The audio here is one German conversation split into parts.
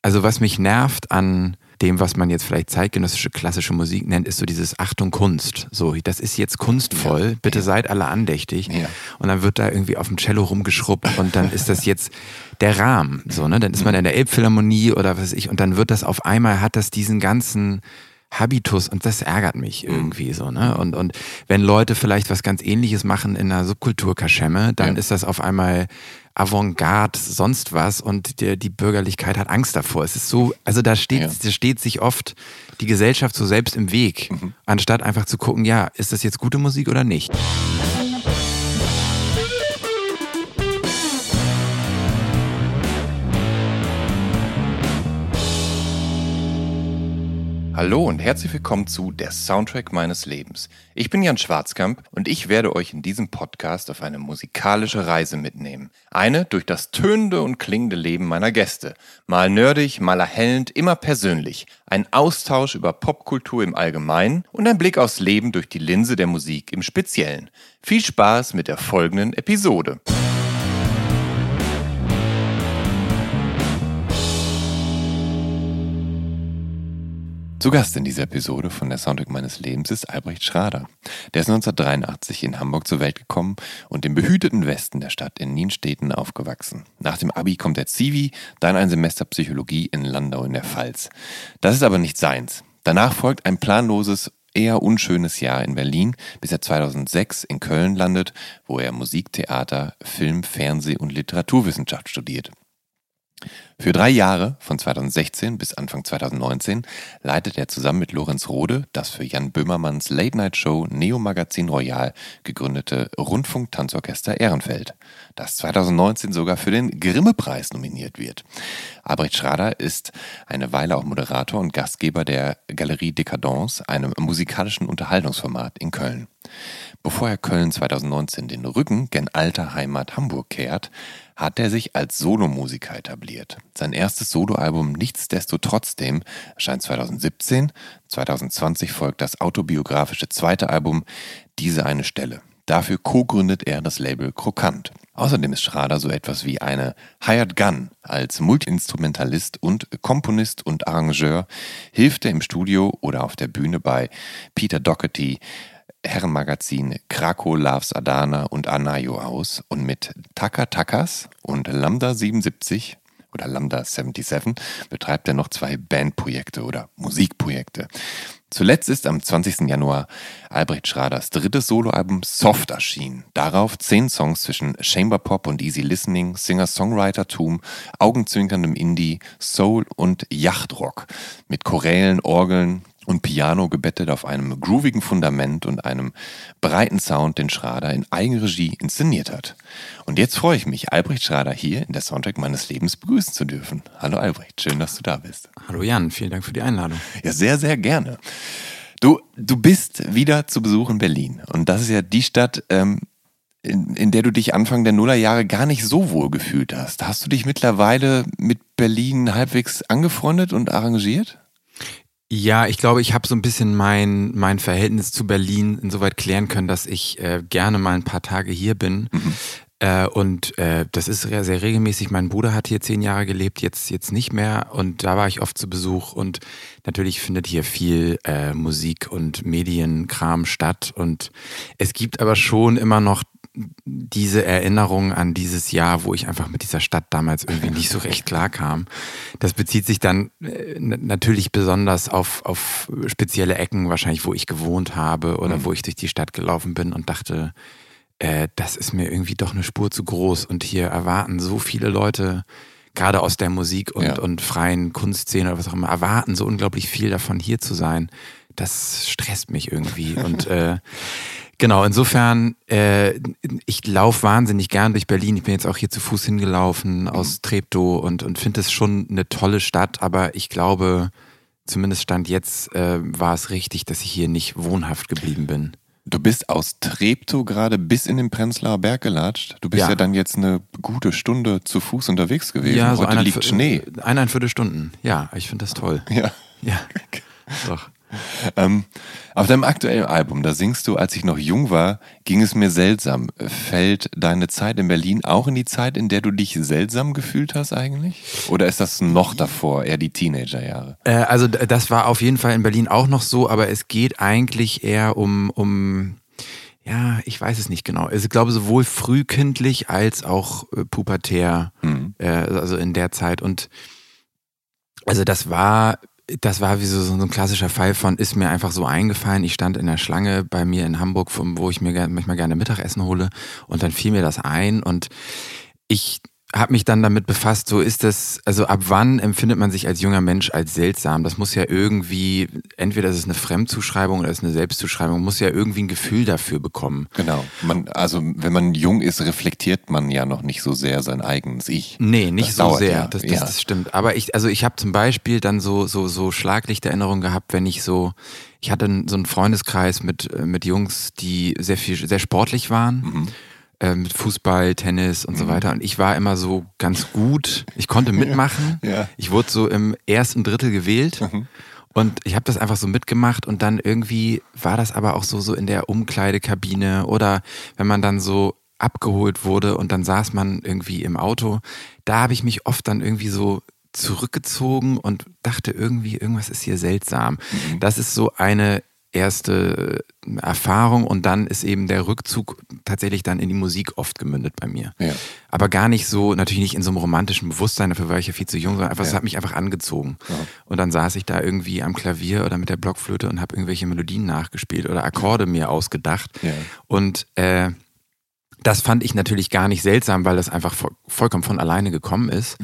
Also was mich nervt an dem, was man jetzt vielleicht zeitgenössische klassische Musik nennt, ist so dieses Achtung Kunst. So, das ist jetzt kunstvoll, bitte seid alle andächtig. Ja. Und dann wird da irgendwie auf dem Cello rumgeschrubbt und dann ist das jetzt der Rahmen. So, ne? Dann ist man in der Elbphilharmonie oder was weiß ich und dann wird das auf einmal, hat das diesen ganzen Habitus und das ärgert mich irgendwie so, ne? Und wenn Leute vielleicht was ganz Ähnliches machen in einer Subkulturkaschemme, dann ist das auf einmal Avantgarde, sonst was und die Bürgerlichkeit hat Angst davor. Es ist so, also da steht sich oft die Gesellschaft so selbst im Weg, anstatt einfach zu gucken, ja, ist das jetzt gute Musik oder nicht? Hallo und herzlich willkommen zu Der Soundtrack meines Lebens. Ich bin Jan Schwarzkamp und ich werde euch in diesem Podcast auf eine musikalische Reise mitnehmen. Eine durch das tönende und klingende Leben meiner Gäste. Mal nerdig, mal erhellend, immer persönlich. Ein Austausch über Popkultur im Allgemeinen und ein Blick aufs Leben durch die Linse der Musik im Speziellen. Viel Spaß mit der folgenden Episode. Zu Gast in dieser Episode von Der Soundtrack meines Lebens ist Albrecht Schrader. Der ist 1983 in Hamburg zur Welt gekommen und im behüteten Westen der Stadt in Nienstedten aufgewachsen. Nach dem Abi kommt er Zivi, dann ein Semester Psychologie in Landau in der Pfalz. Das ist aber nicht seins. Danach folgt ein planloses, eher unschönes Jahr in Berlin, bis er 2006 in Köln landet, wo er Musik, Theater, Film, Fernseh- und Literaturwissenschaft studiert. Für 3 Jahre, von 2016 bis Anfang 2019, leitet er zusammen mit Lorenz Rode das für Jan Böhmermanns Late-Night-Show Neo Magazin Royal gegründete Rundfunk-Tanzorchester Ehrenfeld, das 2019 sogar für den Grimme-Preis nominiert wird. Albrecht Schrader ist eine Weile auch Moderator und Gastgeber der Galerie Décadence, einem musikalischen Unterhaltungsformat in Köln. Bevor er Köln 2019 den Rücken gen alter Heimat Hamburg kehrt, hat er sich als Solomusiker etabliert. Sein erstes Soloalbum Nichtsdestotrotzdem erscheint 2017, 2020 folgt das autobiografische zweite Album Diese eine Stelle. Dafür co-gründet er das Label Krokant. Außerdem ist Schrader so etwas wie eine Hired Gun. Als Multiinstrumentalist und Komponist und Arrangeur hilft er im Studio oder auf der Bühne bei Peter Doherty, Herrenmagazin, Krakow Loves Adana und Anayo aus und mit Taka Takas und Lambda 77 oder Lambda 77 betreibt er noch 2 Bandprojekte oder Musikprojekte. Zuletzt ist am 20. Januar Albrecht Schraders 3. Soloalbum Soft erschienen. Darauf 10 Songs zwischen Chamberpop und Easy Listening, Singer-Songwritertum, augenzwinkerndem Indie, Soul und Yachtrock mit Chorälen, Orgeln und Piano gebettet auf einem groovigen Fundament und einem breiten Sound, den Schrader in Eigenregie inszeniert hat. Und jetzt freue ich mich, Albrecht Schrader hier in der Soundtrack meines Lebens begrüßen zu dürfen. Hallo Albrecht, schön, dass du da bist. Hallo Jan, vielen Dank für die Einladung. Ja, sehr, sehr gerne. Du bist wieder zu Besuch in Berlin und das ist ja die Stadt, in der du dich Anfang der Nullerjahre gar nicht so wohl gefühlt hast. Hast du dich mittlerweile mit Berlin halbwegs angefreundet und arrangiert? Ja, ich glaube, ich habe so ein bisschen mein Verhältnis zu Berlin insoweit klären können, dass ich gerne mal ein paar Tage hier bin. Und das ist sehr, sehr regelmäßig. Mein Bruder hat hier 10 Jahre gelebt, jetzt nicht mehr. Und da war ich oft zu Besuch. Und natürlich findet hier viel Musik und Medienkram statt. Und es gibt aber schon immer noch diese Erinnerung an dieses Jahr, wo ich einfach mit dieser Stadt damals irgendwie nicht so recht klar kam. Das bezieht sich dann natürlich besonders auf spezielle Ecken, wahrscheinlich, wo ich gewohnt habe oder wo ich durch die Stadt gelaufen bin und dachte, das ist mir irgendwie doch eine Spur zu groß und hier erwarten so viele Leute, gerade aus der Musik und freien Kunstszene oder was auch immer, erwarten so unglaublich viel davon, hier zu sein. Das stresst mich irgendwie und genau, insofern, ich laufe wahnsinnig gern durch Berlin. Ich bin jetzt auch hier zu Fuß hingelaufen aus Treptow und finde es schon eine tolle Stadt, aber ich glaube, zumindest Stand jetzt war es richtig, dass ich hier nicht wohnhaft geblieben bin. Du bist aus Treptow gerade bis in den Prenzlauer Berg gelatscht. Du bist ja dann jetzt eine gute Stunde zu Fuß unterwegs gewesen. Ja, Heute liegt Schnee. 1,25 Stunden. Ja, ich finde das toll. Ja. Ja, doch. Auf deinem aktuellen Album, da singst du, als ich noch jung war, ging es mir seltsam. Fällt deine Zeit in Berlin auch in die Zeit, in der du dich seltsam gefühlt hast eigentlich? Oder ist das noch davor, eher die Teenagerjahre? Also das war auf jeden Fall in Berlin auch noch so, aber es geht eigentlich eher um ja, ich weiß es nicht genau. Ich glaube sowohl frühkindlich als auch pubertär, also in der Zeit. Und also das war wie so ein klassischer Fall von, ist mir einfach so eingefallen. Ich stand in der Schlange bei mir in Hamburg, wo ich mir manchmal gerne Mittagessen hole, und dann fiel mir das ein und ich habe mich dann damit befasst, so ist das, also ab wann empfindet man sich als junger Mensch als seltsam? Das muss ja irgendwie, entweder ist es eine Fremdzuschreibung oder ist es eine Selbstzuschreibung, muss ja irgendwie ein Gefühl dafür bekommen. Genau. Also wenn man jung ist, reflektiert man ja noch nicht so sehr sein eigenes Ich. Nee, nicht das so sehr. Ja. Das stimmt. Aber ich habe zum Beispiel dann so Schlaglichterinnerungen gehabt, wenn ich hatte so einen Freundeskreis mit Jungs, die sehr sportlich waren. Mit Fußball, Tennis und so weiter. Und ich war immer so ganz gut. Ich konnte mitmachen. Ja. Ich wurde so im ersten Drittel gewählt. Und ich habe das einfach so mitgemacht. Und dann irgendwie war das aber auch so in der Umkleidekabine oder wenn man dann so abgeholt wurde und dann saß man irgendwie im Auto. Da habe ich mich oft dann irgendwie so zurückgezogen und dachte irgendwie, irgendwas ist hier seltsam. Das ist so eine erste Erfahrung und dann ist eben der Rückzug tatsächlich dann in die Musik oft gemündet bei mir. Ja. Aber gar nicht so, natürlich nicht in so einem romantischen Bewusstsein, dafür war ich ja viel zu jung, sondern einfach, es hat mich einfach angezogen. Ja. Und dann saß ich da irgendwie am Klavier oder mit der Blockflöte und habe irgendwelche Melodien nachgespielt oder Akkorde mir ausgedacht. Ja. Und das fand ich natürlich gar nicht seltsam, weil das einfach vollkommen von alleine gekommen ist.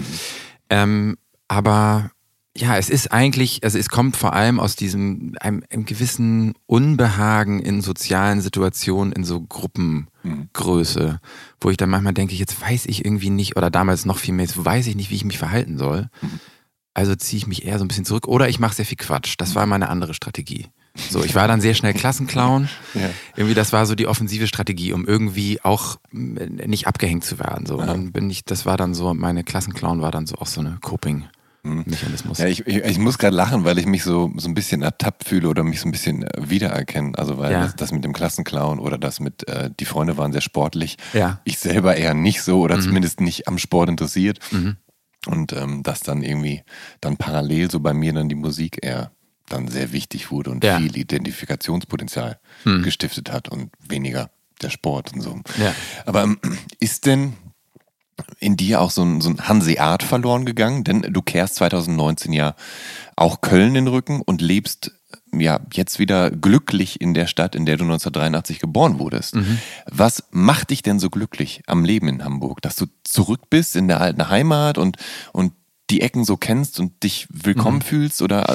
Aber ja, es ist eigentlich, also es kommt vor allem aus einem gewissen Unbehagen in sozialen Situationen, in so Gruppengröße, wo ich dann manchmal denke, jetzt weiß ich irgendwie nicht, oder damals noch viel mehr, jetzt weiß ich nicht, wie ich mich verhalten soll. Also ziehe ich mich eher so ein bisschen zurück oder ich mache sehr viel Quatsch. Das war meine andere Strategie. So, ich war dann sehr schnell Klassenclown. Ja. Irgendwie, das war so die offensive Strategie, um irgendwie auch nicht abgehängt zu werden. So. Und dann das war dann so, meine Klassenclown war dann so auch so eine Coping-Mechanismus. Ja, ich muss gerade lachen, weil ich mich so ein bisschen ertappt fühle oder mich so ein bisschen wiedererkenne. Also weil das mit dem Klassenclown oder das mit, die Freunde waren sehr sportlich. Ja. Ich selber eher nicht so oder zumindest nicht am Sport interessiert. Und dass dann irgendwie dann parallel so bei mir dann die Musik eher dann sehr wichtig wurde und viel Identifikationspotenzial gestiftet hat und weniger der Sport und so. Ja. Aber ist denn in dir auch so ein Hanseat verloren gegangen? Denn du kehrst 2019 ja auch Köln in den Rücken und lebst ja jetzt wieder glücklich in der Stadt, in der du 1983 geboren wurdest. Was macht dich denn so glücklich am Leben in Hamburg? Dass du zurück bist in der alten Heimat und die Ecken so kennst und dich willkommen fühlst oder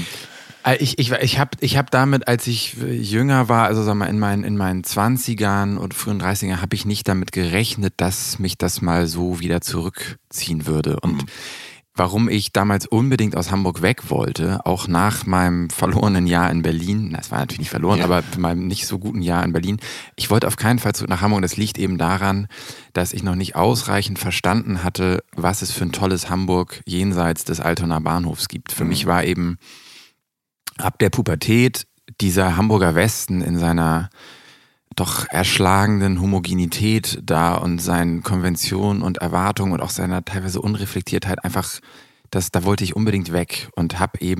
Ich hab damit, als ich jünger war, also sagen wir in meinen 20ern und frühen 30ern, habe ich nicht damit gerechnet, dass mich das mal so wieder zurückziehen würde. Und warum ich damals unbedingt aus Hamburg weg wollte, auch nach meinem verlorenen Jahr in Berlin, das war natürlich nicht verloren, aber meinem nicht so guten Jahr in Berlin, ich wollte auf keinen Fall zurück nach Hamburg. Das liegt eben daran, dass ich noch nicht ausreichend verstanden hatte, was es für ein tolles Hamburg jenseits des Altonaer Bahnhofs gibt. Für mich war eben ab der Pubertät dieser Hamburger Westen in seiner doch erschlagenden Homogenität da und seinen Konventionen und Erwartungen und auch seiner teilweise Unreflektiertheit einfach, da wollte ich unbedingt weg und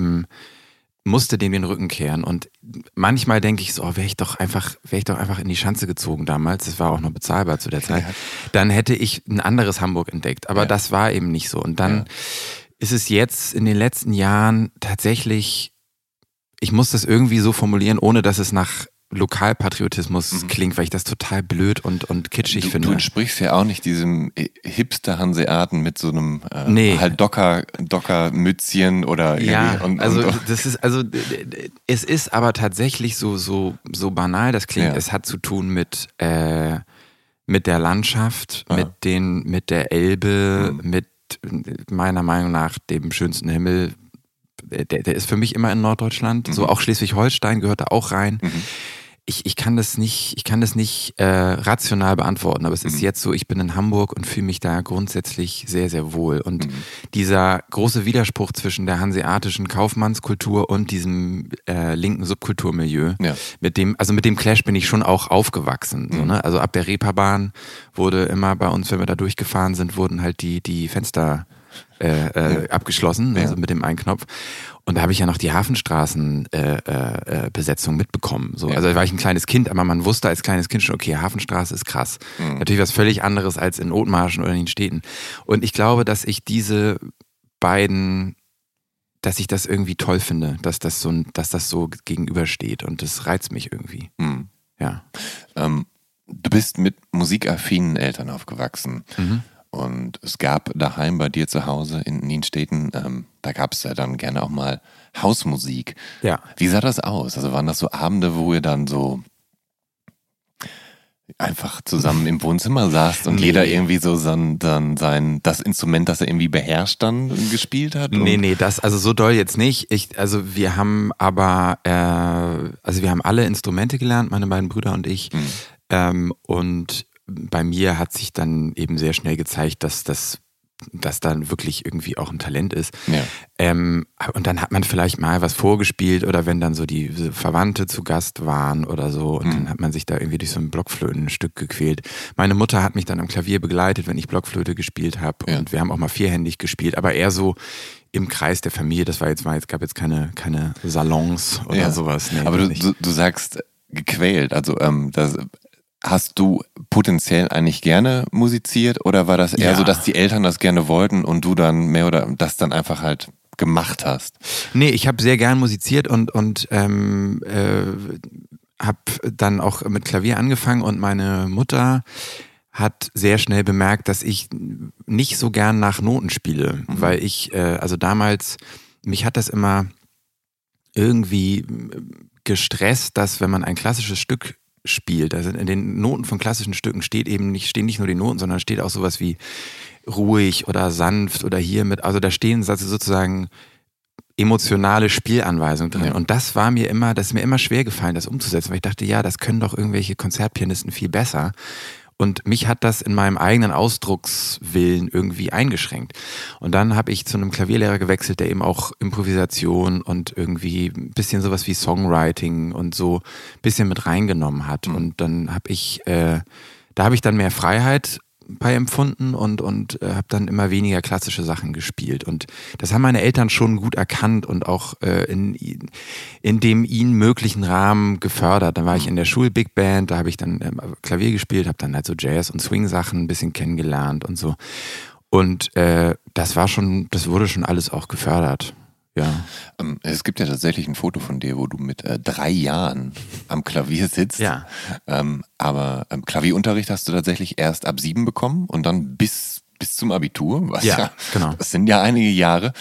musste dem den Rücken kehren. Und manchmal denke ich so, wäre ich doch einfach in die Schanze gezogen damals, das war auch noch bezahlbar zu der Zeit, dann hätte ich ein anderes Hamburg entdeckt. Aber das war eben nicht so. Und dann ist es jetzt in den letzten Jahren tatsächlich, ich muss das irgendwie so formulieren, ohne dass es nach Lokalpatriotismus klingt, weil ich das total blöd und kitschig finde. Du entsprichst ja auch nicht diesem Hipster-Hanseaten mit so einem halt Docker-Mützchen oder irgendwie. Es ist aber tatsächlich so banal, das klingt. Es hat zu tun mit der Landschaft, mit der Elbe, mit meiner Meinung nach dem schönsten Himmel. Der ist für mich immer in Norddeutschland, so auch Schleswig-Holstein gehört da auch rein. Ich kann das nicht rational beantworten, aber es ist jetzt so, ich bin in Hamburg und fühle mich da grundsätzlich sehr, sehr wohl. Und dieser große Widerspruch zwischen der hanseatischen Kaufmannskultur und diesem linken Subkulturmilieu, mit dem Clash bin ich schon auch aufgewachsen. So, ne? Also ab der Reeperbahn wurde immer bei uns, wenn wir da durchgefahren sind, wurden halt die Fenster abgeschlossen, also mit dem Einknopf. Und da habe ich ja noch die Hafenstraßenbesetzung mitbekommen. So. Also da war ich ein kleines Kind, aber man wusste als kleines Kind schon, okay, Hafenstraße ist krass. Natürlich was völlig anderes als in Othmarschen oder in den Städten. Und ich glaube, dass ich diese beiden, dass ich das irgendwie toll finde, dass das so gegenübersteht. Und das reizt mich irgendwie. Ja. Du bist mit musikaffinen Eltern aufgewachsen. Und es gab daheim bei dir zu Hause in Nienstädten, da gab es ja dann gerne auch mal Hausmusik. Ja. Wie sah das aus? Also waren das so Abende, wo ihr dann so einfach zusammen im Wohnzimmer saßt und jeder irgendwie so das Instrument, das er irgendwie beherrscht, dann gespielt hat? Nee, das, also so doll jetzt nicht. Wir haben alle Instrumente gelernt, meine beiden Brüder und ich. Und bei mir hat sich dann eben sehr schnell gezeigt, dass dann wirklich irgendwie auch ein Talent ist. Ja. Und dann hat man vielleicht mal was vorgespielt oder wenn dann so die Verwandte zu Gast waren oder so und dann hat man sich da irgendwie durch so ein Blockflötenstück gequält. Meine Mutter hat mich dann am Klavier begleitet, wenn ich Blockflöte gespielt habe und wir haben auch mal vierhändig gespielt, aber eher so im Kreis der Familie. Gab jetzt keine Salons oder sowas. Nee, aber du sagst gequält, also hast du potenziell eigentlich gerne musiziert oder war das eher so, dass die Eltern das gerne wollten und du dann mehr oder das dann einfach halt gemacht hast? Nee, ich habe sehr gern musiziert und habe dann auch mit Klavier angefangen und meine Mutter hat sehr schnell bemerkt, dass ich nicht so gern nach Noten spiele, weil ich, also damals, mich hat das immer irgendwie gestresst, dass wenn man ein klassisches Stück spielt. Also in den Noten von klassischen Stücken stehen nicht nur die Noten, sondern steht auch sowas wie ruhig oder sanft oder hiermit. Also da stehen sozusagen emotionale Spielanweisungen drin. Und das ist mir immer schwer gefallen, das umzusetzen, weil ich dachte, ja, das können doch irgendwelche Konzertpianisten viel besser. Und mich hat das in meinem eigenen Ausdruckswillen irgendwie eingeschränkt. Und dann habe ich zu einem Klavierlehrer gewechselt, der eben auch Improvisation und irgendwie ein bisschen sowas wie Songwriting und so ein bisschen mit reingenommen hat. Und dann da habe ich dann mehr Freiheit bei empfunden und habe dann immer weniger klassische Sachen gespielt. Und das haben meine Eltern schon gut erkannt und auch in dem ihnen möglichen Rahmen gefördert. Dann war ich in der Schul-Big Band, da habe ich dann Klavier gespielt, habe dann halt so Jazz- und Swing-Sachen ein bisschen kennengelernt und so. Und das wurde schon alles auch gefördert. Ja. Es gibt ja tatsächlich ein Foto von dir, wo du mit 3 Jahren am Klavier sitzt. Ja. Aber Klavierunterricht hast du tatsächlich erst ab 7 bekommen und dann bis zum Abitur. Genau. Das sind ja einige Jahre.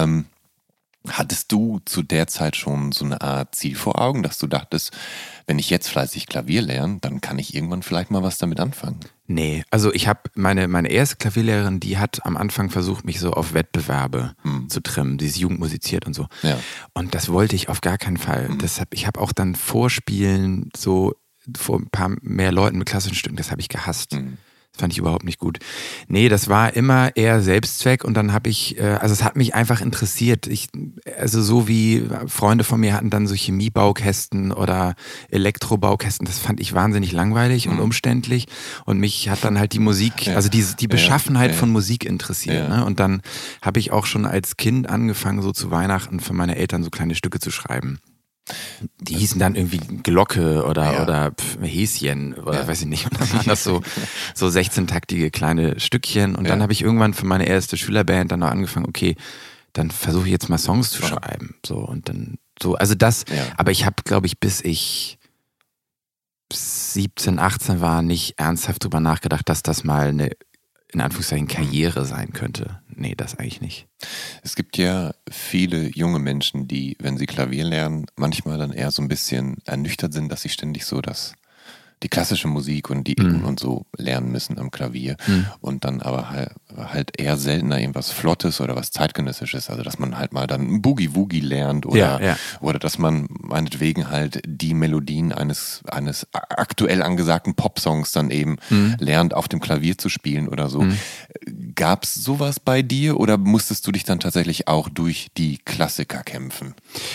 Hattest du zu der Zeit schon so eine Art Ziel vor Augen, dass du dachtest, wenn ich jetzt fleißig Klavier lerne, dann kann ich irgendwann vielleicht mal was damit anfangen? Nee, also ich habe meine erste Klavierlehrerin, die hat am Anfang versucht, mich so auf Wettbewerbe zu trimmen, die ist jugendmusiziert und so. Ja. Und das wollte ich auf gar keinen Fall. Ich habe auch dann Vorspielen so vor ein paar mehr Leuten mit klassischen Stücken, das habe ich gehasst. Das fand ich überhaupt nicht gut. Nee, das war immer eher Selbstzweck und dann habe ich, also es hat mich einfach interessiert. Also so wie Freunde von mir hatten dann so Chemiebaukästen oder Elektrobaukästen, das fand ich wahnsinnig langweilig und umständlich und mich hat dann halt die Musik, also die Beschaffenheit von Musik interessiert. Ne? Und dann habe ich auch schon als Kind angefangen, so zu Weihnachten für meine Eltern so kleine Stücke zu schreiben. Die hießen dann irgendwie Glocke oder Häschen oder weiß ich nicht. Und dann waren das so 16-taktige kleine Stückchen. Und dann habe ich irgendwann für meine erste Schülerband dann auch angefangen, okay, dann versuche ich jetzt mal Songs zu schreiben. So und dann so, also das, aber ich habe, glaube ich, bis ich 17, 18 war, nicht ernsthaft drüber nachgedacht, dass das mal eine, in Anführungszeichen, Karriere sein könnte. Nee, das eigentlich nicht. Es gibt ja viele junge Menschen, die, wenn sie Klavier lernen, manchmal dann eher so ein bisschen ernüchtert sind, dass sie ständig so das die klassische Musik und die Ecken und so lernen müssen am Klavier und dann aber halt eher seltener irgendwas Flottes oder was Zeitgenössisches, also dass man halt mal dann ein Boogie-Woogie lernt oder dass man meinetwegen halt die Melodien eines aktuell angesagten Popsongs dann eben lernt, auf dem Klavier zu spielen oder so. Gab es sowas bei dir oder musstest du dich dann tatsächlich auch durch die Klassiker kämpfen?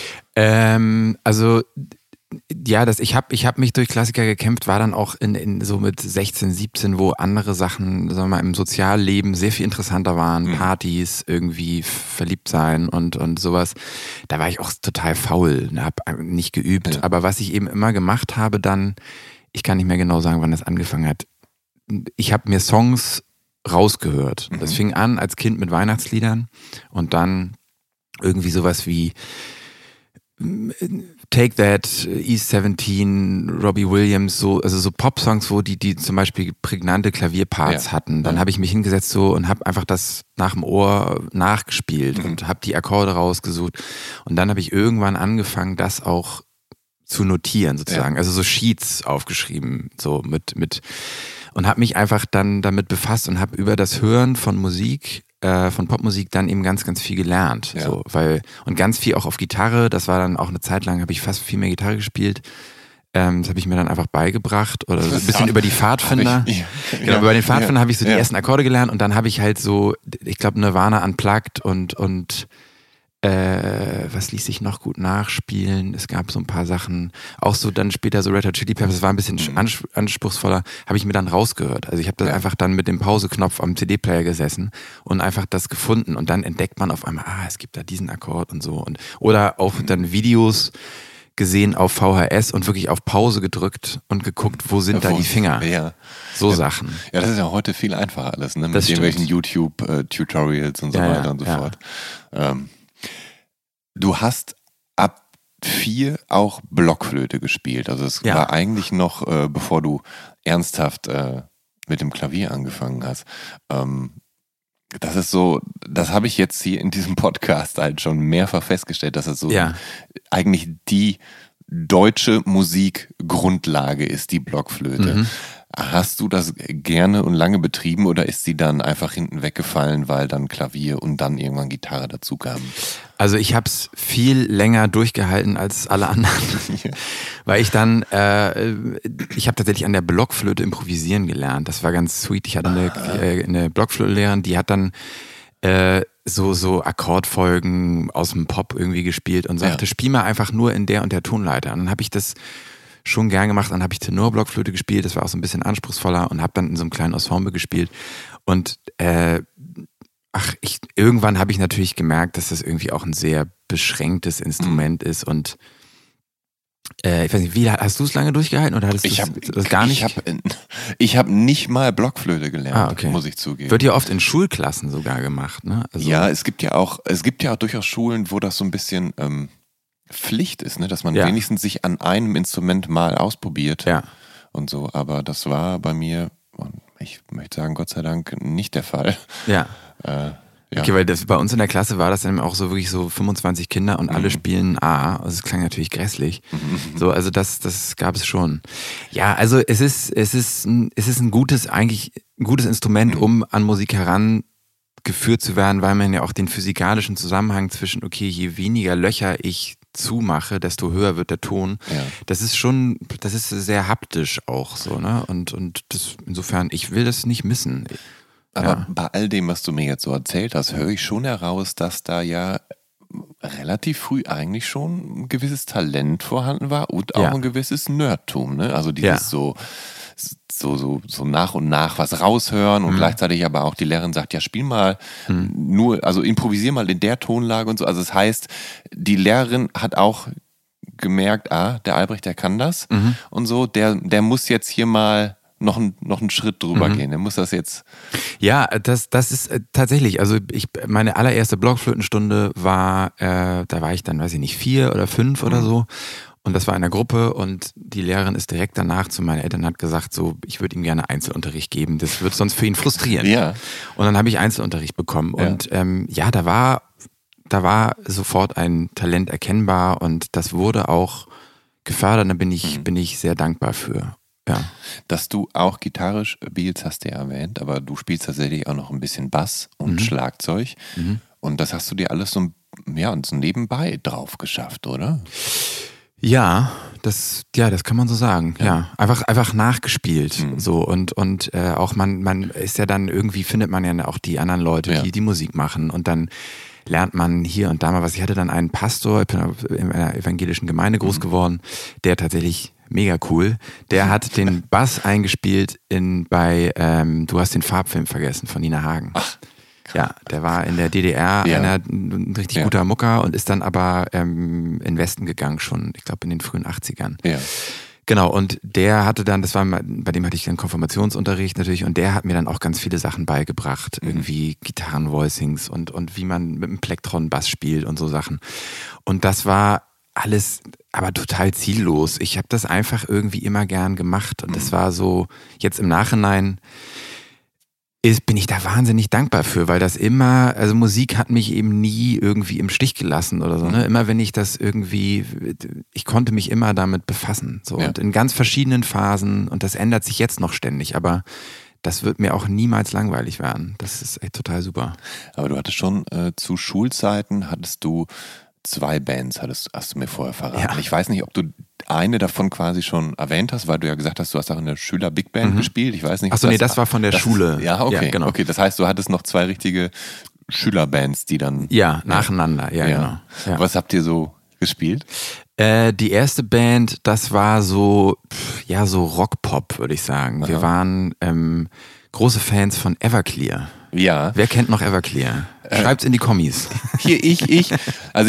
Also ja, ich hab mich durch Klassiker gekämpft, war dann auch in so mit 16, 17, wo andere Sachen, sagen wir mal, im Sozialleben sehr viel interessanter waren, Partys, irgendwie verliebt sein und sowas. Da war ich auch total faul, hab nicht geübt. Ja. Aber was ich eben immer gemacht habe dann, ich kann nicht mehr genau sagen, wann das angefangen hat, ich habe mir Songs rausgehört. Das fing an als Kind mit Weihnachtsliedern und dann irgendwie sowas wie Take That, East 17, Robbie Williams, also so Pop-Songs, wo die zum Beispiel prägnante Klavierparts hatten. Dann habe ich mich hingesetzt und habe einfach das nach dem Ohr nachgespielt und habe die Akkorde rausgesucht. Und dann habe ich irgendwann angefangen, das auch zu notieren sozusagen. Also so Sheets aufgeschrieben, so mit und habe mich einfach dann damit befasst und habe über das Hören von Musik, von Popmusik dann eben ganz, ganz viel gelernt. Ja. So, und ganz viel auch auf Gitarre. Das war dann auch eine Zeit lang, habe ich fast viel mehr Gitarre gespielt. Das habe ich mir dann einfach beigebracht oder so ein bisschen über die Pfadfinder. Genau, über den Pfadfinder habe ich so die ersten Akkorde gelernt und dann habe ich halt so, ich glaube, Nirvana Unplugged und was ließ sich noch gut nachspielen? Es gab so ein paar Sachen, auch so dann später so Red Hot Chili Peppers, das war ein bisschen anspruchsvoller, habe ich mir dann rausgehört. Also ich habe das einfach dann mit dem Pauseknopf am CD-Player gesessen und einfach das gefunden und dann entdeckt man auf einmal, es gibt da diesen Akkord und so oder auch dann Videos gesehen auf VHS und wirklich auf Pause gedrückt und geguckt, wo sind da die Finger? Ja. So Sachen. Ja, das ist ja heute viel einfacher alles, ne? Mit irgendwelchen YouTube-Tutorials und so weiter und so fort. Du hast ab 4 auch Blockflöte gespielt. Also es war eigentlich noch, bevor du ernsthaft mit dem Klavier angefangen hast. Das ist so, das habe ich jetzt hier in diesem Podcast halt schon mehrfach festgestellt, dass es so eigentlich die deutsche Musikgrundlage ist, die Blockflöte. Hast du das gerne und lange betrieben oder ist sie dann einfach hinten weggefallen, weil dann Klavier und dann irgendwann Gitarre dazu kamen? Also ich habe es viel länger durchgehalten als alle anderen, weil ich dann, ich habe tatsächlich an der Blockflöte improvisieren gelernt. Das war ganz sweet. Ich hatte eine Blockflötenlehrerin, die hat dann so Akkordfolgen aus dem Pop irgendwie gespielt und sagte, spiel mal einfach nur in der und der Tonleiter. Und dann habe ich das schon gern gemacht, dann habe ich Tenorblockflöte gespielt, das war auch so ein bisschen anspruchsvoller und habe dann in so einem kleinen Ensemble gespielt und irgendwann habe ich natürlich gemerkt, dass das irgendwie auch ein sehr beschränktes Instrument ist und ich weiß nicht, hast du es lange durchgehalten oder hattest du das gar nicht? Ich hab nicht mal Blockflöte gelernt, muss ich zugeben. Wird ja oft in Schulklassen sogar gemacht, ne? Also ja, es gibt ja auch durchaus Schulen, wo das so ein bisschen Pflicht ist, ne? Dass man wenigstens sich an einem Instrument mal ausprobiert und so. Aber das war bei mir, ich möchte sagen, Gott sei Dank nicht der Fall. Ja. Okay, weil bei uns in der Klasse war das dann auch so wirklich so 25 Kinder und alle spielen A. Also es klang natürlich grässlich. So, also das gab es schon. Ja, also es ist ein gutes Instrument, um an Musik herangeführt zu werden, weil man ja auch den physikalischen Zusammenhang zwischen, okay, je weniger Löcher ich zumache, desto höher wird der Ton. Ja. Das ist sehr haptisch auch so, ne? Und insofern, ich will das nicht missen. Aber bei all dem, was du mir jetzt so erzählt hast, höre ich schon heraus, dass da ja relativ früh eigentlich schon ein gewisses Talent vorhanden war und auch ein gewisses Nerdtum, ne? Also dieses so nach und nach was raushören und gleichzeitig aber auch die Lehrerin sagt, ja, spiel mal also improvisier mal in der Tonlage und so. Also das heißt, die Lehrerin hat auch gemerkt, der Albrecht, der kann das und so, der muss jetzt hier mal noch einen Schritt drüber gehen. Der muss das jetzt. Ja, das ist tatsächlich, also meine allererste Blockflötenstunde war, da war ich dann, weiß ich nicht, 4 oder 5 oder so. Und das war in der Gruppe und die Lehrerin ist direkt danach zu meinen Eltern und hat gesagt, so, ich würde ihm gerne Einzelunterricht geben, das wird sonst für ihn frustrieren. Ja. Und dann habe ich Einzelunterricht bekommen und da war sofort ein Talent erkennbar und das wurde auch gefördert, da bin ich sehr dankbar für. Ja. Dass du auch Gitarre spielst, hast du ja erwähnt, aber du spielst tatsächlich auch noch ein bisschen Bass und Schlagzeug. Und das hast du dir alles so nebenbei drauf geschafft, oder? Ja, das kann man so sagen. Ja, einfach nachgespielt. So und auch man ist ja dann irgendwie, findet man ja auch die anderen Leute, die Musik machen, und dann lernt man hier und da mal was. Ich hatte dann einen Pastor, ich bin in einer evangelischen Gemeinde groß geworden, der tatsächlich mega cool, der hat den Bass eingespielt bei Du hast den Farbfilm vergessen von Nina Hagen. Ach. Ja, der war in der DDR ein richtig guter Mucker und ist dann aber in den Westen gegangen schon, ich glaube in den frühen 80ern. Ja. Genau, und der hatte dann, bei dem hatte ich dann Konfirmationsunterricht natürlich, und der hat mir dann auch ganz viele Sachen beigebracht, irgendwie Gitarrenvoicings und wie man mit dem Plektron Bass spielt und so Sachen. Und das war alles aber total ziellos. Ich habe das einfach irgendwie immer gern gemacht, und das war so, jetzt im Nachhinein bin ich da wahnsinnig dankbar für, weil das immer, also Musik hat mich eben nie irgendwie im Stich gelassen oder so, ne? Immer wenn ich das irgendwie, ich konnte mich immer damit befassen, so, und in ganz verschiedenen Phasen, und das ändert sich jetzt noch ständig, aber das wird mir auch niemals langweilig werden. Das ist echt total super. Aber du hattest schon zu Schulzeiten hattest du 2 Bands, hast du mir vorher verraten. Ja. Ich weiß nicht, ob du eine davon quasi schon erwähnt hast, weil du ja gesagt hast, du hast auch in der Schüler-Big Band gespielt. Ich weiß nicht. Achso, nee, das war von der Schule. Ja, okay. Ja, genau. Okay, das heißt, du hattest noch 2 richtige Schülerbands, die dann... Ja, nacheinander, ja. Genau. Ja. Was habt ihr so gespielt? Die erste Band, das war so Rock-Pop, würde ich sagen. Wir waren große Fans von Everclear. Ja. Wer kennt noch Everclear? Schreibt's in die Kommis. Hier, ich. Also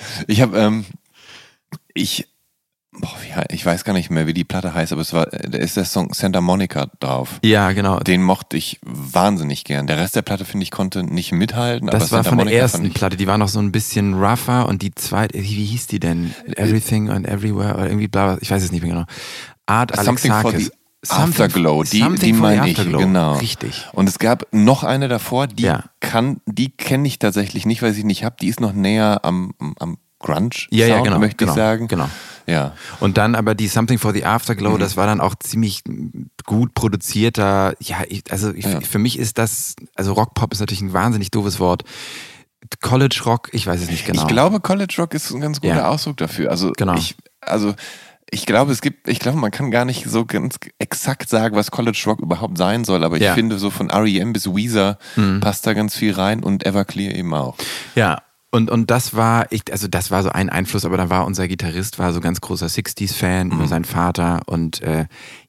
ich weiß gar nicht mehr, wie die Platte heißt, aber da ist der Song Santa Monica drauf. Ja, genau. Den mochte ich wahnsinnig gern. Der Rest der Platte, finde ich, konnte nicht mithalten. Das aber war Santa von der Monica ersten Platte, die war noch so ein bisschen rougher, und die zweite, wie hieß die denn? Everything and Everywhere oder irgendwie bla, ich weiß es nicht mehr genau. Art Alexakis. Afterglow, die meine ich, genau. Richtig. Und es gab noch eine davor, die kenne ich tatsächlich nicht, weil ich sie nicht habe. Die ist noch näher am Grunge-Sound, genau, möchte ich sagen. Genau. Ja. Und dann aber die Something for the Afterglow, das war dann auch ziemlich gut produzierter. Für mich ist das, also Rockpop ist natürlich ein wahnsinnig doofes Wort. College Rock, ich weiß es nicht genau. Ich glaube, College Rock ist ein ganz guter Ausdruck dafür. Also genau. Ich glaube, man kann gar nicht so ganz exakt sagen, was College Rock überhaupt sein soll, aber ich finde, so von R.E.M. bis Weezer passt da ganz viel rein, und Everclear eben auch. Ja, und das war, das war so ein Einfluss, aber da war unser Gitarrist, war so ganz großer 60s-Fan über seinen Vater, und wir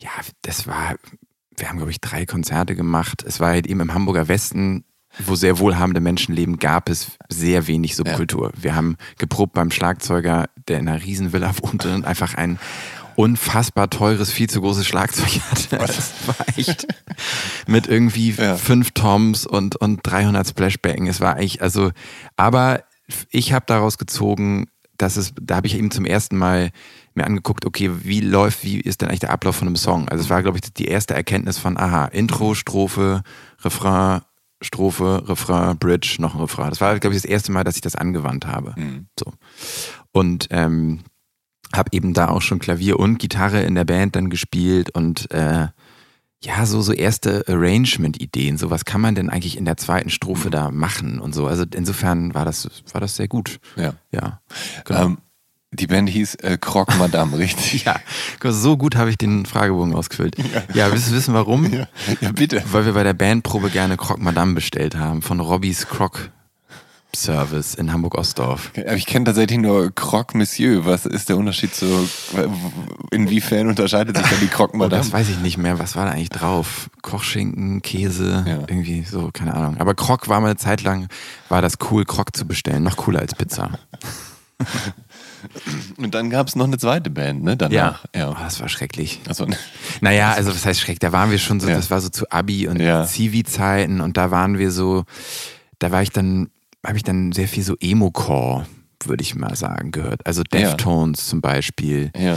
haben, glaube ich, 3 Konzerte gemacht. Es war halt eben im Hamburger Westen, wo sehr wohlhabende Menschen leben, gab es sehr wenig Subkultur. Ja. Wir haben geprobt beim Schlagzeuger, der in einer Riesenvilla wohnte und einfach ein unfassbar teures, viel zu großes Schlagzeug hatte. Das war echt mit irgendwie 5 Toms und 300 Splashbecken. Es war eigentlich, aber ich habe daraus gezogen, da habe ich eben zum ersten Mal mir angeguckt, okay, wie ist denn eigentlich der Ablauf von einem Song? Also es war, glaube ich, die erste Erkenntnis von, Intro, Strophe, Refrain, Strophe, Refrain, Bridge, noch ein Refrain. Das war, glaube ich, das erste Mal, dass ich das angewandt habe. So. Und habe eben da auch schon Klavier und Gitarre in der Band dann gespielt, und so erste Arrangement-Ideen. So, was kann man denn eigentlich in der zweiten Strophe da machen und so. Also insofern war das sehr gut. Ja. Genau. Die Band hieß Croque Madame, richtig? Ja, so gut habe ich den Fragebogen ausgefüllt. Ja, willst du wissen, warum? Ja, bitte. Weil wir bei der Bandprobe gerne Croque Madame bestellt haben, von Robbys Croque Service in Hamburg-Ostdorf. Aber ich kenne tatsächlich nur Croque Monsieur. Was ist der Unterschied inwiefern unterscheidet sich dann die Croque Madame? Das weiß ich nicht mehr. Was war da eigentlich drauf? Kochschinken, Käse, irgendwie so, keine Ahnung. Aber Croque war mal eine Zeit lang, war das cool, Croque zu bestellen. Noch cooler als Pizza. Und dann gab es noch eine zweite Band, ne? Danach. Ja. Oh, das war schrecklich. Also, naja, also was heißt schrecklich? Da waren wir schon so, das war so zu Abi- und Zivi-Zeiten, und da waren wir so, habe ich dann sehr viel so Emo-Core, würde ich mal sagen, gehört. Also Deftones zum Beispiel. Ja.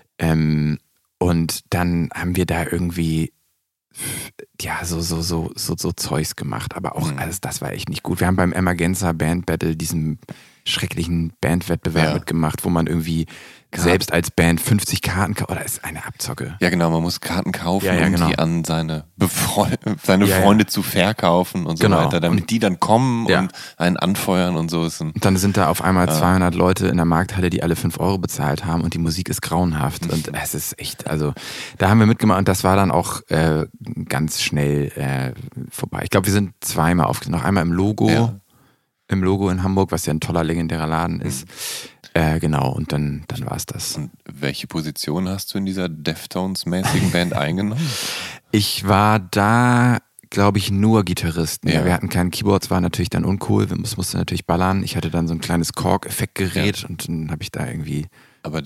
Und dann haben wir da irgendwie so Zeugs gemacht, aber auch alles, das war echt nicht gut. Wir haben beim Emergenza Band Battle schrecklichen Bandwettbewerb mitgemacht, wo man irgendwie selbst als Band 50 Karten kauft. Oder ist eine Abzocke? Ja, genau, man muss Karten kaufen, genau. die an seine Freunde zu verkaufen und so weiter, damit die dann kommen und einen anfeuern und so. Und dann sind da auf einmal 200 Leute in der Markthalle, die alle 5 Euro bezahlt haben und die Musik ist grauenhaft. Und es ist echt, also da haben wir mitgemacht und das war dann auch ganz schnell vorbei. Ich glaube, wir sind zweimal aufgetreten. Noch einmal im Logo in Hamburg, was ja ein toller, legendärer Laden ist. Genau, und dann war es das. Und welche Position hast du in dieser Deftones-mäßigen Band eingenommen? Ich war da, glaube ich, nur Gitarrist. Ja, wir hatten kein Keyboard, es war natürlich dann uncool, musste natürlich ballern. Ich hatte dann so ein kleines Korg-Effektgerät und dann habe ich da irgendwie... Aber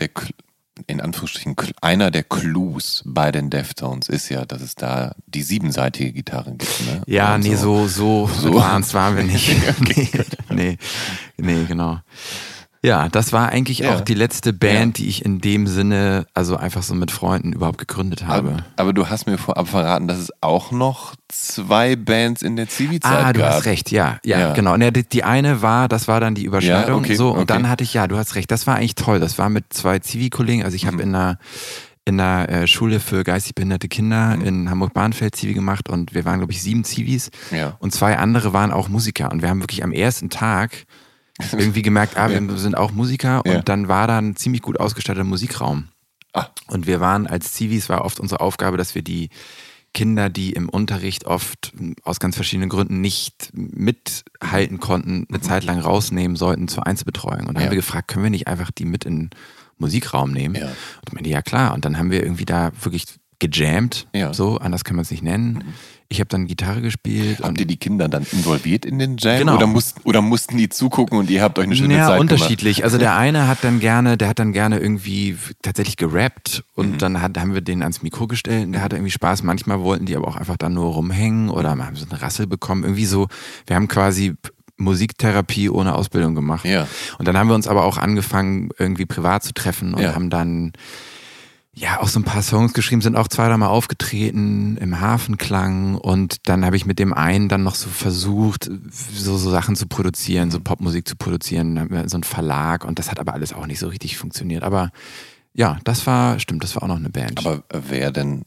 in Anführungsstrichen, einer der Clues bei den Deftones ist ja, dass es da die 7-seitige Gitarre gibt, ne? Ja, und so advanced waren wir nicht. Nee, genau. Ja, das war eigentlich auch die letzte Band, die ich in dem Sinne, also einfach so mit Freunden überhaupt gegründet habe. Aber du hast mir vorab verraten, dass es auch noch 2 Bands in der Zivi-Zeit gab. Du hast recht, ja, genau. Und die eine das war dann die Überschneidung, und dann hatte ich, du hast recht, das war eigentlich toll. Das war mit 2 Zivi-Kollegen, also ich habe in einer Schule für geistig behinderte Kinder in Hamburg-Bahnfeld Zivi gemacht und wir waren, glaube ich, 7 Zivis und 2 andere waren auch Musiker und wir haben wirklich am ersten Tag irgendwie gemerkt, wir sind auch Musiker und dann war da ein ziemlich gut ausgestatteter Musikraum. Und wir waren als Zivis, war oft unsere Aufgabe, dass wir die Kinder, die im Unterricht oft aus ganz verschiedenen Gründen nicht mithalten konnten, eine Zeit lang rausnehmen sollten zur Einzelbetreuung. Und dann haben wir gefragt, können wir nicht einfach die mit in den Musikraum nehmen? Ja. Und ich meinte, ja klar. Und dann haben wir irgendwie da wirklich gejammt, so, anders kann man es nicht nennen. Ich habe dann Gitarre gespielt. Habt ihr die Kinder dann involviert in den Jam? Genau. Oder mussten die zugucken und ihr habt euch eine schöne Zeit gemacht? Unterschiedlich. Also der eine hat dann gerne irgendwie tatsächlich gerappt und dann haben wir den ans Mikro gestellt und der hatte irgendwie Spaß. Manchmal wollten die aber auch einfach dann nur rumhängen oder haben so eine Rassel bekommen. Irgendwie so, wir haben quasi Musiktherapie ohne Ausbildung gemacht. Ja. Und dann haben wir uns aber auch angefangen, irgendwie privat zu treffen und haben dann auch so ein paar Songs geschrieben, sind auch 2, 3 Mal aufgetreten im Hafenklang und dann habe ich mit dem einen dann noch so versucht, so Sachen zu produzieren, so Popmusik zu produzieren, so ein Verlag und das hat aber alles auch nicht so richtig funktioniert. Aber ja, das war auch noch eine Band. Aber wer denn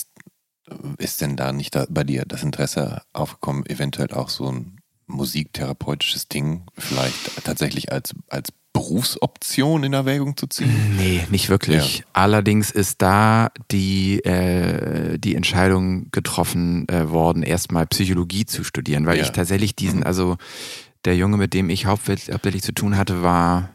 ist denn da nicht bei dir das Interesse aufgekommen, eventuell auch so ein musiktherapeutisches Ding vielleicht tatsächlich als Berufsoption in Erwägung zu ziehen? Nee, nicht wirklich. Ja. Allerdings ist da die Entscheidung getroffen worden, erstmal Psychologie zu studieren, weil ich tatsächlich also der Junge, mit dem ich hauptsächlich zu tun hatte, war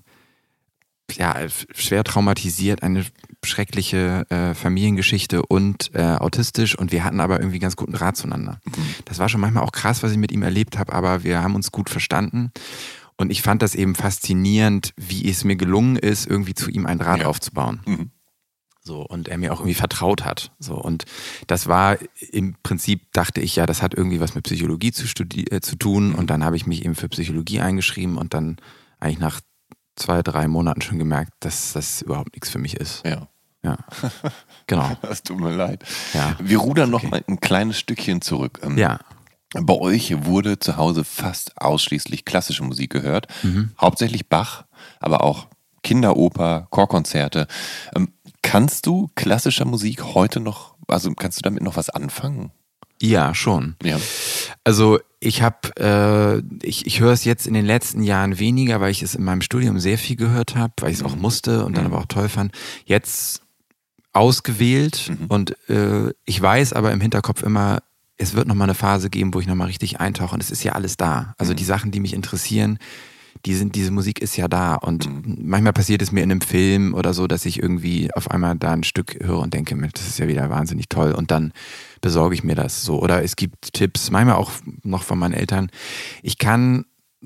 schwer traumatisiert, eine schreckliche Familiengeschichte und autistisch und wir hatten aber irgendwie ganz guten Rat zueinander. Das war schon manchmal auch krass, was ich mit ihm erlebt habe, aber wir haben uns gut verstanden. Und ich fand das eben faszinierend, wie es mir gelungen ist, irgendwie zu ihm einen Draht aufzubauen. So, und er mir auch irgendwie vertraut hat. So, und das war im Prinzip, dachte ich das hat irgendwie was mit Psychologie zu tun. Und dann habe ich mich eben für Psychologie eingeschrieben und dann eigentlich nach 2, 3 Monaten schon gemerkt, dass das überhaupt nichts für mich ist. Ja. Genau. Das tut mir leid. Ja. Wir rudern noch mal ein kleines Stückchen zurück. Bei euch wurde zu Hause fast ausschließlich klassische Musik gehört. Hauptsächlich Bach, aber auch Kinderoper, Chorkonzerte. Kannst du klassischer Musik heute noch, also kannst du damit noch was anfangen? Ja, schon. Ja. Also ich höre es jetzt in den letzten Jahren weniger, weil ich es in meinem Studium sehr viel gehört habe, weil ich es auch musste und dann aber auch toll fand. Jetzt ausgewählt und ich weiß aber im Hinterkopf immer, es wird nochmal eine Phase geben, wo ich nochmal richtig eintauche und es ist ja alles da. Also die Sachen, die mich interessieren, diese Musik ist ja da und manchmal passiert es mir in einem Film oder so, dass ich irgendwie auf einmal da ein Stück höre und denke, das ist ja wieder wahnsinnig toll und dann besorge ich mir das so. Oder es gibt Tipps, manchmal auch noch von meinen Eltern. Ich kann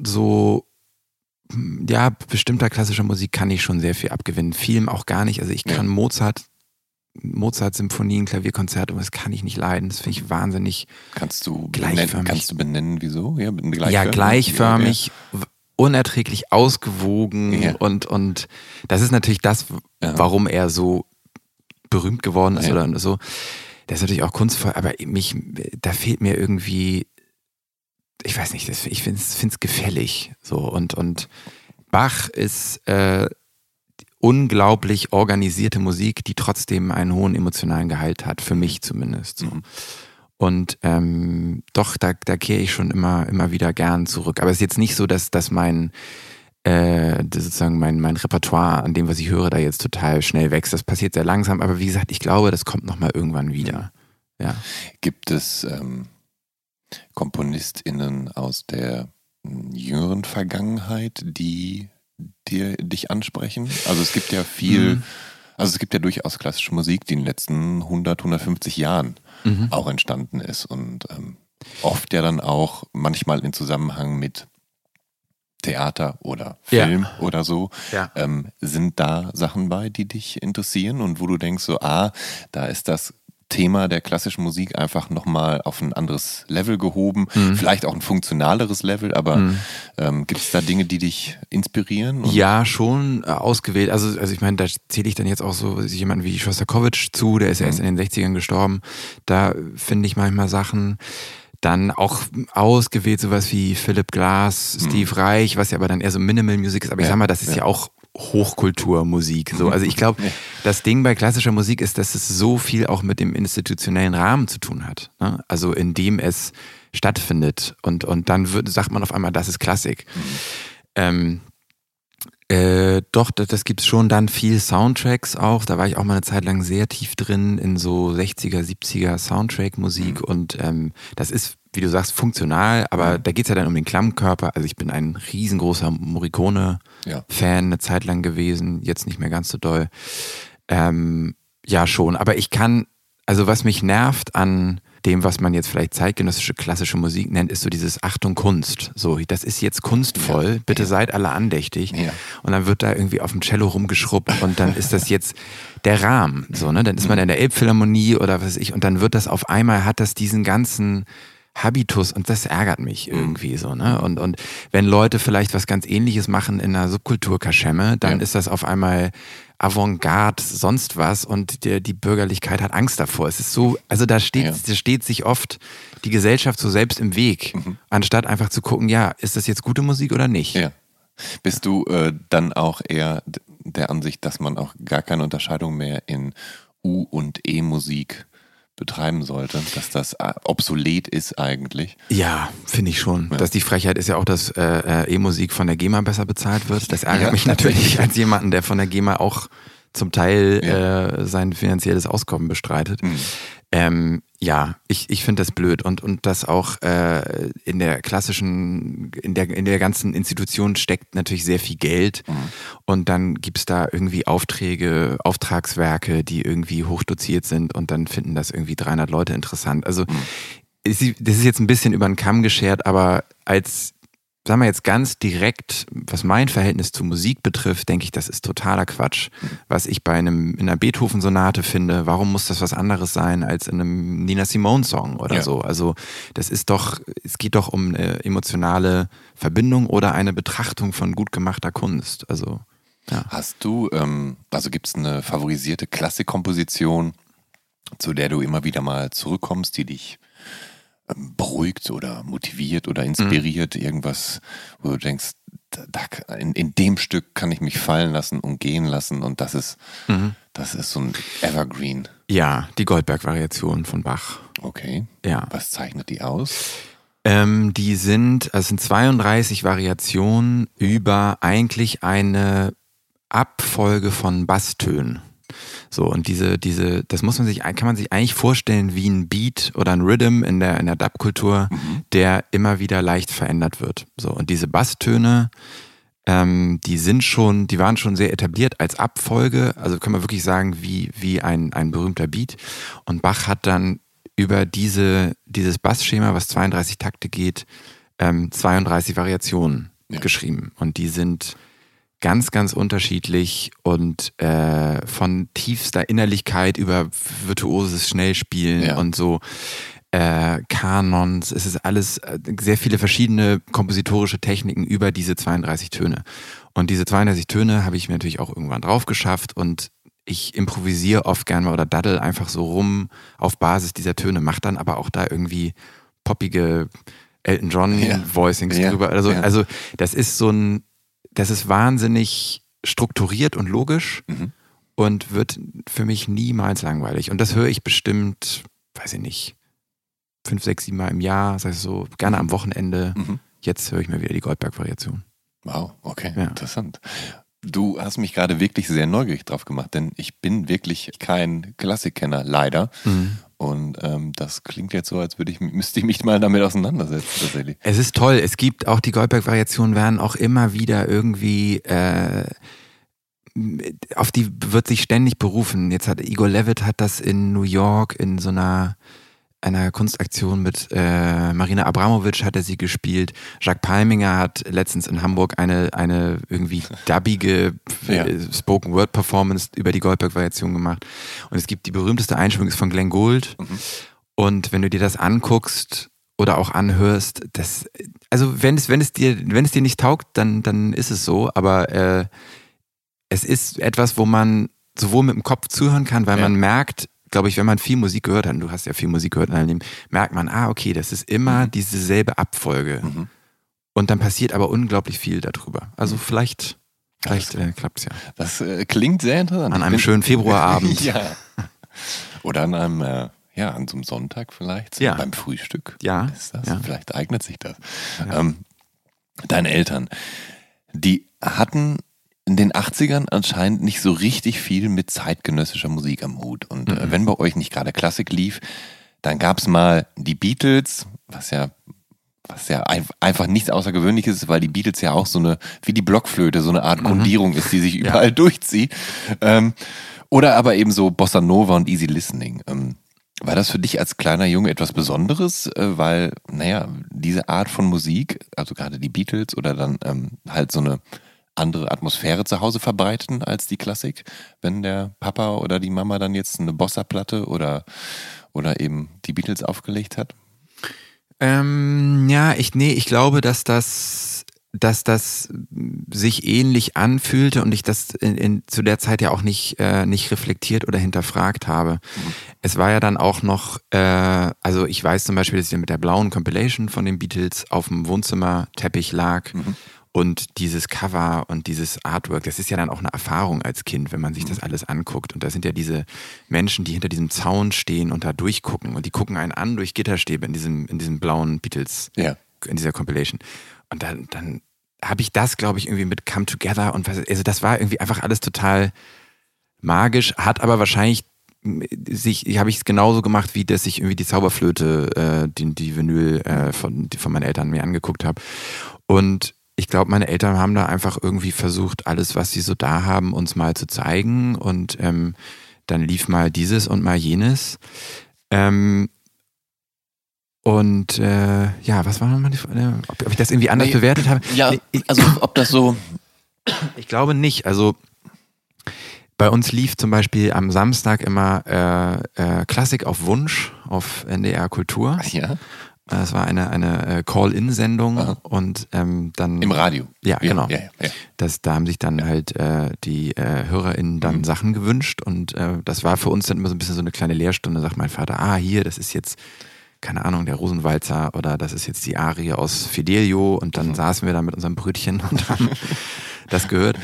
bestimmter klassischer Musik kann ich schon sehr viel abgewinnen. Vielem auch gar nicht. Also ich kann Mozart-Symphonien, Klavierkonzerte, das kann ich nicht leiden. Das finde ich wahnsinnig gleichförmig. Kannst du benennen, wieso? Gleichförmig, unerträglich ausgewogen und das ist natürlich das, warum er so berühmt geworden ist oder so. Das ist natürlich auch kunstvoll, aber da fehlt mir irgendwie, ich weiß nicht, ich finde es gefällig so und Bach ist unglaublich organisierte Musik, die trotzdem einen hohen emotionalen Gehalt hat, für mich zumindest. So. Und doch, da kehre ich schon immer wieder gern zurück. Aber es ist jetzt nicht so, dass mein sozusagen mein Repertoire an dem, was ich höre, da jetzt total schnell wächst. Das passiert sehr langsam, aber wie gesagt, ich glaube, das kommt nochmal irgendwann wieder. Ja. Gibt es KomponistInnen aus der jüngeren Vergangenheit, die dich ansprechen? Also es gibt ja es gibt ja durchaus klassische Musik, die in den letzten 100, 150 Jahren auch entstanden ist und oft ja dann auch manchmal in Zusammenhang mit Theater oder Film oder so. Ja. Sind da Sachen bei, die dich interessieren und wo du denkst so, da ist das Thema der klassischen Musik einfach nochmal auf ein anderes Level gehoben, vielleicht auch ein funktionaleres Level, aber gibt es da Dinge, die dich inspirieren? Ja, schon ausgewählt. Also ich meine, da zähle ich dann jetzt auch so jemanden wie Schostakowitsch zu, der ist ja erst in den 60ern gestorben. Da finde ich manchmal Sachen. Dann auch ausgewählt sowas wie Philip Glass, Steve Reich, was ja aber dann eher so Minimal Music ist. Aber ich sag mal, das ist ja auch Hochkulturmusik. So. Also ich glaube, das Ding bei klassischer Musik ist, dass es so viel auch mit dem institutionellen Rahmen zu tun hat. Ne? Also in dem es stattfindet. Und dann sagt man auf einmal, das ist Klassik. Doch, das gibt's schon. Dann viel Soundtracks auch. Da war ich auch mal eine Zeit lang sehr tief drin in so 60er, 70er Soundtrack-Musik. Und das ist, wie du sagst, funktional, aber da geht's ja dann um den Klammkörper. Also ich bin ein riesengroßer Morricone-Fan eine Zeit lang gewesen, jetzt nicht mehr ganz so doll. Ja, schon. Aber also was mich nervt an dem, was man jetzt vielleicht zeitgenössische klassische Musik nennt, ist so dieses Achtung Kunst. So, das ist jetzt kunstvoll, bitte seid alle andächtig. Ja. Und dann wird da irgendwie auf dem Cello rumgeschrubbt und dann ist das jetzt der Rahmen. So, ne? Dann ist man in der Elbphilharmonie oder was weiß ich und dann wird das auf einmal, hat das diesen ganzen Habitus und das ärgert mich irgendwie so, ne? Und wenn Leute vielleicht was ganz Ähnliches machen in einer Subkultur-Kaschemme, dann ist das auf einmal Avantgarde, sonst was und die Bürgerlichkeit hat Angst davor. Es ist so, also da steht sich oft die Gesellschaft so selbst im Weg, anstatt einfach zu gucken, ist das jetzt gute Musik oder nicht? Ja. Bist du dann auch eher der Ansicht, dass man auch gar keine Unterscheidung mehr in U- und E-Musik betreiben sollte, dass das obsolet ist eigentlich? Ja, finde ich schon. Ja. Dass die Frechheit ist ja auch, dass E-Musik von der GEMA besser bezahlt wird. Das ärgert mich natürlich als jemanden, der von der GEMA auch zum Teil sein finanzielles Auskommen bestreitet. Ich finde das blöd und das auch in der klassischen, in der ganzen Institution steckt natürlich sehr viel Geld und dann gibt's da irgendwie Aufträge, Auftragswerke, die irgendwie hochdotiert sind und dann finden das irgendwie 300 Leute interessant. Also das ist jetzt ein bisschen über den Kamm geschert, aber sagen wir jetzt ganz direkt, was mein Verhältnis zu Musik betrifft, denke ich, das ist totaler Quatsch. Was ich in einer Beethoven-Sonate finde, warum muss das was anderes sein als in einem Nina Simone-Song oder so? Also es geht doch um eine emotionale Verbindung oder eine Betrachtung von gut gemachter Kunst. Also, ja. Hast du, gibt es eine favorisierte Klassikkomposition, zu der du immer wieder mal zurückkommst, die dich beruhigt oder motiviert oder inspiriert, irgendwas, wo du denkst, in dem Stück kann ich mich fallen lassen und gehen lassen und das ist so ein Evergreen. Ja, die Goldberg-Variation von Bach. Okay. Ja. Was zeichnet die aus? Es sind 32 Variationen über eigentlich eine Abfolge von Basstönen. So, und das kann man sich eigentlich vorstellen wie ein Beat oder ein Rhythm in der Dub-Kultur, der immer wieder leicht verändert wird. So, und diese Basstöne, die waren schon sehr etabliert als Abfolge, also kann man wirklich sagen, wie ein berühmter Beat. Und Bach hat dann über dieses Bassschema, was 32 Takte geht, 32 Variationen geschrieben. Und die sind ganz, ganz unterschiedlich und von tiefster Innerlichkeit über virtuoses Schnellspielen und so Kanons. Es ist alles sehr viele verschiedene kompositorische Techniken über diese 32 Töne. Und diese 32 Töne habe ich mir natürlich auch irgendwann drauf geschafft und ich improvisiere oft gerne mal oder daddel einfach so rum auf Basis dieser Töne, mache dann aber auch da irgendwie poppige Elton John Voicings drüber. Also das ist so ein das ist wahnsinnig strukturiert und logisch und wird für mich niemals langweilig. Und das höre ich bestimmt, weiß ich nicht, 5, 6, 7 Mal im Jahr, das heißt so gerne am Wochenende. Jetzt höre ich mir wieder die Goldberg-Variation. Wow, okay, interessant. Du hast mich gerade wirklich sehr neugierig drauf gemacht, denn ich bin wirklich kein Klassikkenner, leider. Und das klingt jetzt so, als müsste ich mich mal damit auseinandersetzen, tatsächlich. Es ist toll. Es gibt auch die Goldberg-Variationen, werden auch immer wieder irgendwie, auf die wird sich ständig berufen. Jetzt hat Igor Levit hat das in New York in so einer Kunstaktion mit Marina Abramovic hat er sie gespielt. Jacques Palminger hat letztens in Hamburg eine irgendwie dubbige Spoken-Word-Performance über die Goldberg-Variation gemacht. Und es gibt die berühmteste Einspielung ist von Glenn Gould. Und wenn du dir das anguckst oder auch anhörst, also wenn es dir nicht taugt, dann ist es so. Aber es ist etwas, wo man sowohl mit dem Kopf zuhören kann, weil man merkt, glaube ich, wenn man viel Musik gehört hat, und du hast ja viel Musik gehört in deinem Leben, merkt man, okay, das ist immer dieselbe Abfolge. Und dann passiert aber unglaublich viel darüber. Also vielleicht klappt es ja. Das klingt sehr interessant. An einem schönen Februarabend. Ja. Oder an einem, an so einem Sonntag vielleicht, so beim Frühstück. Ja. Vielleicht eignet sich das. Ja. Deine Eltern, die hatten in den 80ern anscheinend nicht so richtig viel mit zeitgenössischer Musik am Hut. Und wenn bei euch nicht gerade Klassik lief, dann gab es mal die Beatles, was ja einfach nichts Außergewöhnliches ist, weil die Beatles ja auch so eine, wie die Blockflöte, so eine Art Grundierung ist, die sich überall durchzieht. Oder aber eben so Bossa Nova und Easy Listening. War das für dich als kleiner Junge etwas Besonderes? Weil, diese Art von Musik, also gerade die Beatles oder dann halt so eine andere Atmosphäre zu Hause verbreiten als die Klassik, wenn der Papa oder die Mama dann jetzt eine Bossa-Platte oder eben die Beatles aufgelegt hat? Ich glaube, dass das sich ähnlich anfühlte und ich das zu der Zeit ja auch nicht reflektiert oder hinterfragt habe. Es war ja dann auch noch, also ich weiß zum Beispiel, dass ich mit der blauen Compilation von den Beatles auf dem Wohnzimmerteppich lag. Und dieses Cover und dieses Artwork, das ist ja dann auch eine Erfahrung als Kind, wenn man sich das alles anguckt. Und da sind ja diese Menschen, die hinter diesem Zaun stehen und da durchgucken. Und die gucken einen an durch Gitterstäbe in diesem blauen Beatles, in dieser Compilation. Und dann habe ich das, glaube ich, irgendwie mit Come Together und also das war irgendwie einfach alles total magisch, hat aber wahrscheinlich habe ich es genauso gemacht, wie dass ich irgendwie die Zauberflöte, die Vinyl von meinen Eltern mir angeguckt habe. Und ich glaube, meine Eltern haben da einfach irgendwie versucht, alles, was sie so da haben, uns mal zu zeigen. Und dann lief mal dieses und mal jenes. Was war nochmal die Frage? Ob ich das irgendwie anders bewertet habe? Ja, also ob das so... Ich glaube nicht. Also bei uns lief zum Beispiel am Samstag immer Klassik auf Wunsch auf NDR Kultur. Ja. Es war eine Call-In-Sendung und dann... Im Radio? Ja, genau. Ja. Da haben sich dann halt die HörerInnen dann Sachen gewünscht und das war für uns dann immer so ein bisschen so eine kleine Lehrstunde. Da sagt mein Vater, hier, das ist jetzt, keine Ahnung, der Rosenwalzer oder das ist jetzt die Arie aus Fidelio und dann saßen wir da mit unserem Brötchen und haben das gehört.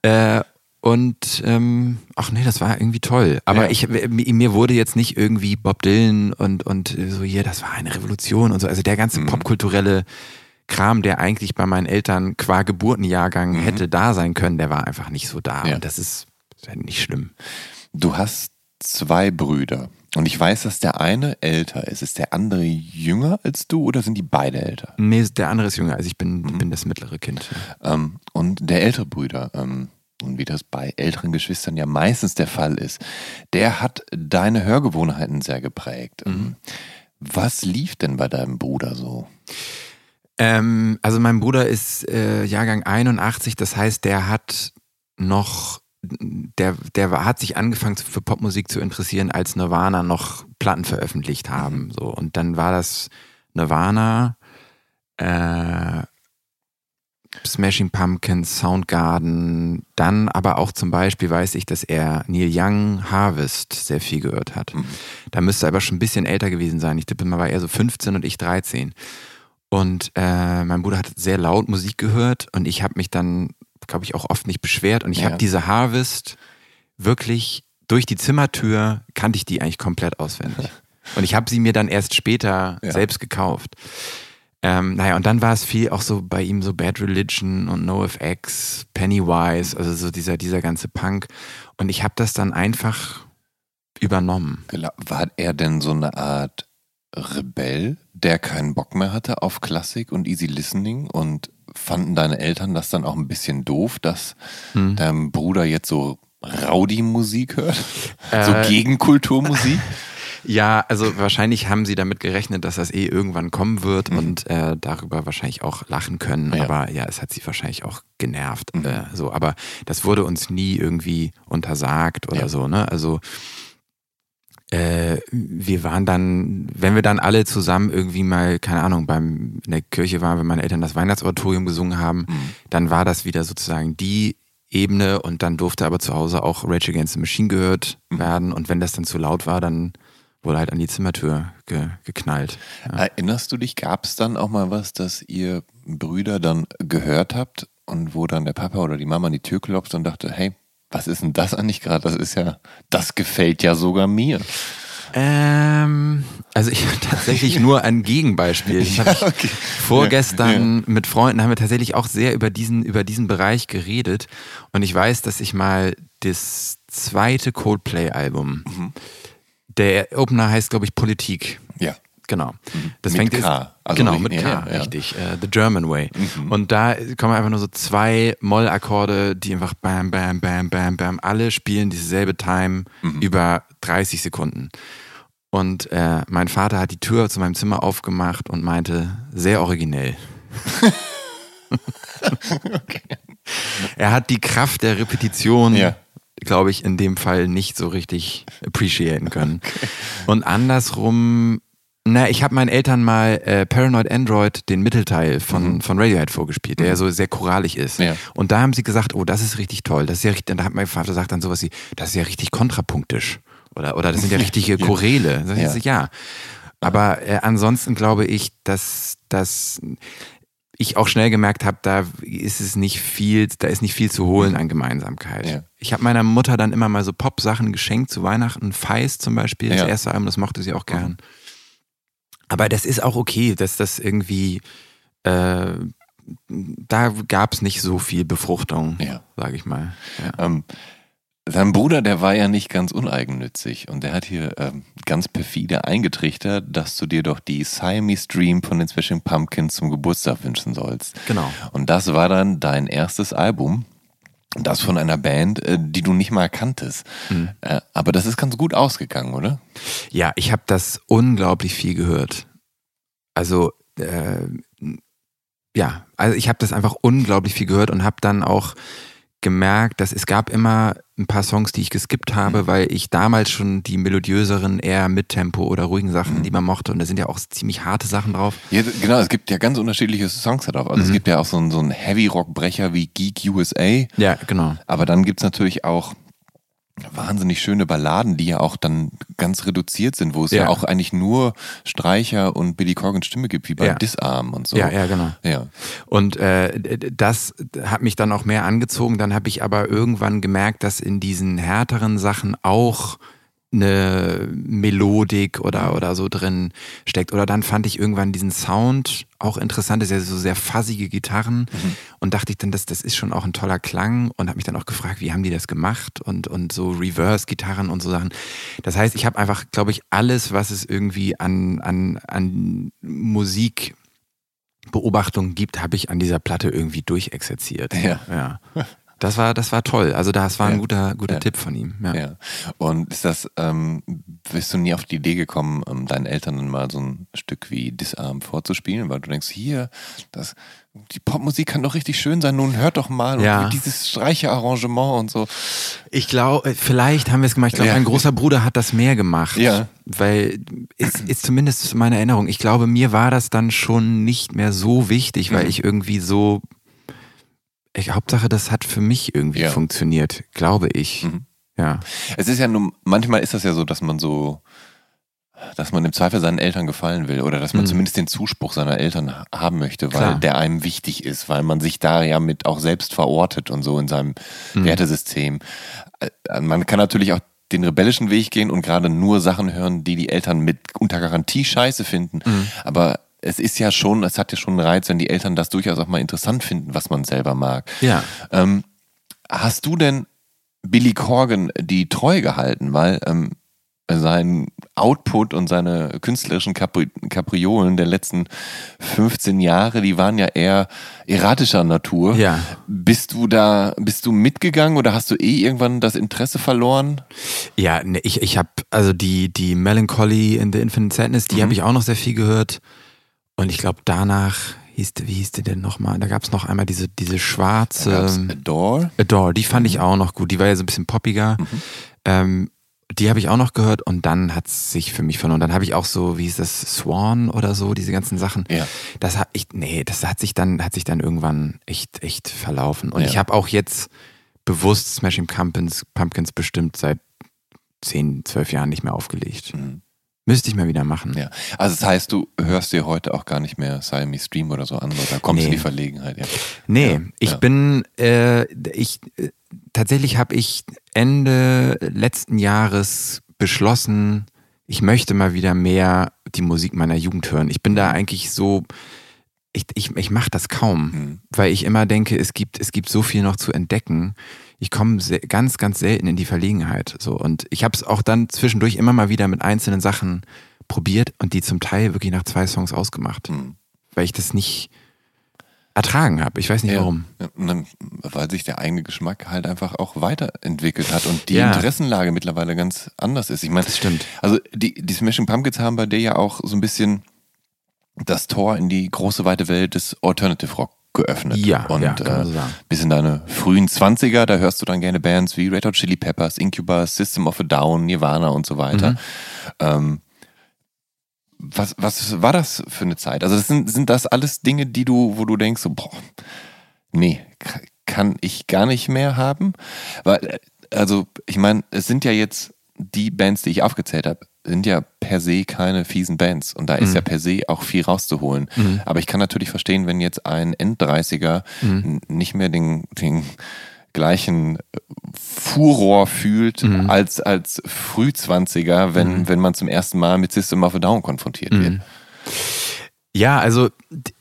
Das war irgendwie toll. Aber mir wurde jetzt nicht irgendwie Bob Dylan und so hier, das war eine Revolution und so. Also der ganze popkulturelle Kram, der eigentlich bei meinen Eltern qua Geburtenjahrgang hätte da sein können, der war einfach nicht so da. Ja. Und das ist nicht schlimm. Du hast 2 Brüder. Und ich weiß, dass der eine älter ist. Ist der andere jünger als du oder sind die beide älter? Nee, der andere ist jünger. Also ich bin das mittlere Kind. Und der ältere Bruder, und wie das bei älteren Geschwistern ja meistens der Fall ist, der hat deine Hörgewohnheiten sehr geprägt. Was lief denn bei deinem Bruder so? Also mein Bruder ist Jahrgang 81, das heißt, der hat sich angefangen für Popmusik zu interessieren, als Nirvana noch Platten veröffentlicht haben. So. Und dann war das Nirvana, Smashing Pumpkins, Soundgarden, dann aber auch zum Beispiel weiß ich, dass er Neil Young, Harvest sehr viel gehört hat. Da müsste er aber schon ein bisschen älter gewesen sein. Ich tippe mal, war er so 15 und ich 13. Und mein Bruder hat sehr laut Musik gehört und ich habe mich dann, glaube ich, auch oft nicht beschwert. Und ich habe diese Harvest wirklich durch die Zimmertür, kannte ich die eigentlich komplett auswendig. Und ich habe sie mir dann erst später selbst gekauft. Und dann war es viel auch so bei ihm so Bad Religion und NoFX, Pennywise, also so dieser ganze Punk. Und ich habe das dann einfach übernommen. War er denn so eine Art Rebell, der keinen Bock mehr hatte auf Klassik und Easy Listening, und fanden deine Eltern das dann auch ein bisschen doof, dass dein Bruder jetzt so Rowdy-Musik hört? So Gegenkulturmusik? Ja, also wahrscheinlich haben sie damit gerechnet, dass das irgendwann kommen wird und darüber wahrscheinlich auch lachen können. Ja. Aber ja, es hat sie wahrscheinlich auch genervt. Aber das wurde uns nie irgendwie untersagt oder so, ne? Also wir waren dann, wenn wir dann alle zusammen irgendwie mal, keine Ahnung, in der Kirche waren, wenn meine Eltern das Weihnachtsoratorium gesungen haben, dann war das wieder sozusagen die Ebene, und dann durfte aber zu Hause auch Rage Against the Machine gehört werden, und wenn das dann zu laut war, dann wurde halt an die Zimmertür geknallt. Ja. Erinnerst du dich, gab es dann auch mal was, das ihr Brüder dann gehört habt und wo dann der Papa oder die Mama an die Tür klopft und dachte, hey, was ist denn das eigentlich gerade? Das gefällt ja sogar mir. Also ich habe tatsächlich nur ein Gegenbeispiel. Vorgestern mit Freunden haben wir tatsächlich auch sehr über diesen Bereich geredet, und ich weiß, dass ich mal das zweite Coldplay-Album, der Opener heißt, glaube ich, Politik. Ja. Genau. Das mit fängt K. Mit K, richtig. The German Way. Und da kommen einfach nur so 2 Mollakkorde, die einfach bam, bam, bam, bam, bam, alle spielen dieselbe Time über 30 Sekunden. Und mein Vater hat die Tür zu meinem Zimmer aufgemacht und meinte, sehr originell. Okay. Er hat die Kraft der Repetition, glaube ich, in dem Fall nicht so richtig appreciaten können. Okay. Und andersrum, ich habe meinen Eltern mal Paranoid Android, den Mittelteil von Radiohead vorgespielt, der ja so sehr choralig ist. Ja. Und da haben sie gesagt, oh, das ist richtig toll. Das ist ja richtig, da hat mein Vater gesagt dann sowas wie, das ist ja richtig kontrapunktisch. Oder das sind ja richtige Choräle. Ja. Aber ansonsten glaube ich, dass ich auch schnell gemerkt habe, da ist nicht viel zu holen an Gemeinsamkeit. Ja. Ich habe meiner Mutter dann immer mal so Pop-Sachen geschenkt zu Weihnachten, Feist zum Beispiel, das erste Album, das mochte sie auch gern. Aber das ist auch okay, dass das irgendwie, da gab es nicht so viel Befruchtung, sage ich mal. Ja. Sein Bruder, der war ja nicht ganz uneigennützig, und der hat hier ganz perfide eingetrichtert, dass du dir doch die Siamese Dream von den Smashing Pumpkins zum Geburtstag wünschen sollst. Genau. Und das war dann dein erstes Album, das von einer Band, die du nicht mal kanntest. Aber das ist ganz gut ausgegangen, oder? Ja, ich habe das unglaublich viel gehört. Also ich habe das einfach unglaublich viel gehört und habe dann auch gemerkt, dass es gab immer ein paar Songs, die ich geskippt habe, weil ich damals schon die melodiöseren, eher mit Tempo oder ruhigen Sachen lieber mochte, und da sind ja auch ziemlich harte Sachen drauf. Ja, genau, es gibt ja ganz unterschiedliche Songs da drauf. Also es gibt ja auch so einen Heavy-Rock-Brecher wie Geek USA. Ja, genau. Aber dann gibt es natürlich auch wahnsinnig schöne Balladen, die ja auch dann ganz reduziert sind, wo es ja auch eigentlich nur Streicher und Billy Corgans Stimme gibt, wie bei Disarm und so. Ja, genau. Ja. Und das hat mich dann auch mehr angezogen. Dann habe ich aber irgendwann gemerkt, dass in diesen härteren Sachen auch eine Melodik oder so drin steckt. Oder dann fand ich irgendwann diesen Sound auch interessant, das ist ja so sehr fuzzige Gitarren, und dachte ich dann, das ist schon auch ein toller Klang, und habe mich dann auch gefragt, wie haben die das gemacht, und so Reverse-Gitarren und so Sachen. Das heißt, ich habe einfach, glaube ich, alles, was es irgendwie an Musikbeobachtung gibt, habe ich an dieser Platte irgendwie durchexerziert. Ja. Das war toll. Also das war ein guter Tipp von ihm. Ja. Ja. Und ist das, bist du nie auf die Idee gekommen, deinen Eltern dann mal so ein Stück wie Disarm vorzuspielen? Weil du denkst, hier, die Popmusik kann doch richtig schön sein, nun hört doch mal. Und dieses Streicherarrangement und so. Ich glaube, vielleicht haben wir es gemacht. Ich glaube, ein großer Bruder hat das mehr gemacht. Ja. Weil, ist zumindest meine Erinnerung, ich glaube, mir war das dann schon nicht mehr so wichtig, weil ich irgendwie so... Hauptsache, das hat für mich irgendwie funktioniert, glaube ich. Ja. Es ist ja nur, manchmal ist das ja so, dass man so dass man im Zweifel seinen Eltern gefallen will oder dass man zumindest den Zuspruch seiner Eltern haben möchte, weil der einem wichtig ist, weil man sich da ja mit auch selbst verortet und so in seinem Wertesystem. Man kann natürlich auch den rebellischen Weg gehen und gerade nur Sachen hören, die die Eltern mit unter Garantie scheiße finden, aber es hat ja schon einen Reiz, wenn die Eltern das durchaus auch mal interessant finden, was man selber mag. Ja. Hast du denn Billy Corgan die treu gehalten? Weil sein Output und seine künstlerischen Kapriolen der letzten 15 Jahre, die waren ja eher erratischer Natur. Ja. Bist du mitgegangen oder hast du irgendwann das Interesse verloren? Ja, ne, ich habe also die Melancholy in the Infinite Sadness, die habe ich auch noch sehr viel gehört. Und ich glaube, danach wie hieß die denn nochmal? Da gab es noch einmal diese schwarze Adore, die fand ich auch noch gut. Die war ja so ein bisschen poppiger. Die habe ich auch noch gehört und dann hat es sich für mich verloren. Dann habe ich auch so, wie hieß das, Swan oder so, diese ganzen Sachen. Ja. Das hat sich dann irgendwann echt verlaufen. Und ich habe auch jetzt bewusst Smashing Pumpkins bestimmt seit 10, 12 Jahren nicht mehr aufgelegt. Müsste ich mal wieder machen. Ja. Also das heißt, du hörst dir heute auch gar nicht mehr Siamese Stream oder so an, oder kommst in die Verlegenheit. Ja. Nee, tatsächlich habe ich Ende letzten Jahres beschlossen, ich möchte mal wieder mehr die Musik meiner Jugend hören. Ich bin da eigentlich so, ich mache das kaum, weil ich immer denke, es gibt so viel noch zu entdecken. Ich komme ganz, ganz selten in die Verlegenheit. So. Und ich habe es auch dann zwischendurch immer mal wieder mit einzelnen Sachen probiert und die zum Teil wirklich nach 2 Songs ausgemacht. Weil ich das nicht ertragen habe. Ich weiß nicht warum. Ja, und dann, weil sich der eigene Geschmack halt einfach auch weiterentwickelt hat und die Interessenlage mittlerweile ganz anders ist. Ich meine, das stimmt. Also die Smashing Pumpkins haben bei dir ja auch so ein bisschen das Tor in die große weite Welt des Alternative Rock geöffnet. Ja, und kann man so sagen. bis in deine frühen 20er, da hörst du dann gerne Bands wie Red Hot Chili Peppers, Incubus, System of a Down, Nirvana und so weiter. Was war das für eine Zeit? Also sind das alles Dinge, wo du denkst, so, nee, kann ich gar nicht mehr haben? Weil, also ich meine, es sind ja jetzt die Bands, die ich aufgezählt habe, sind ja per se keine fiesen Bands und da ist ja per se auch viel rauszuholen. Aber ich kann natürlich verstehen, wenn jetzt ein End-30er nicht mehr den gleichen Furor fühlt als Früh-20er, wenn man zum ersten Mal mit System of a Down konfrontiert wird. Ja, also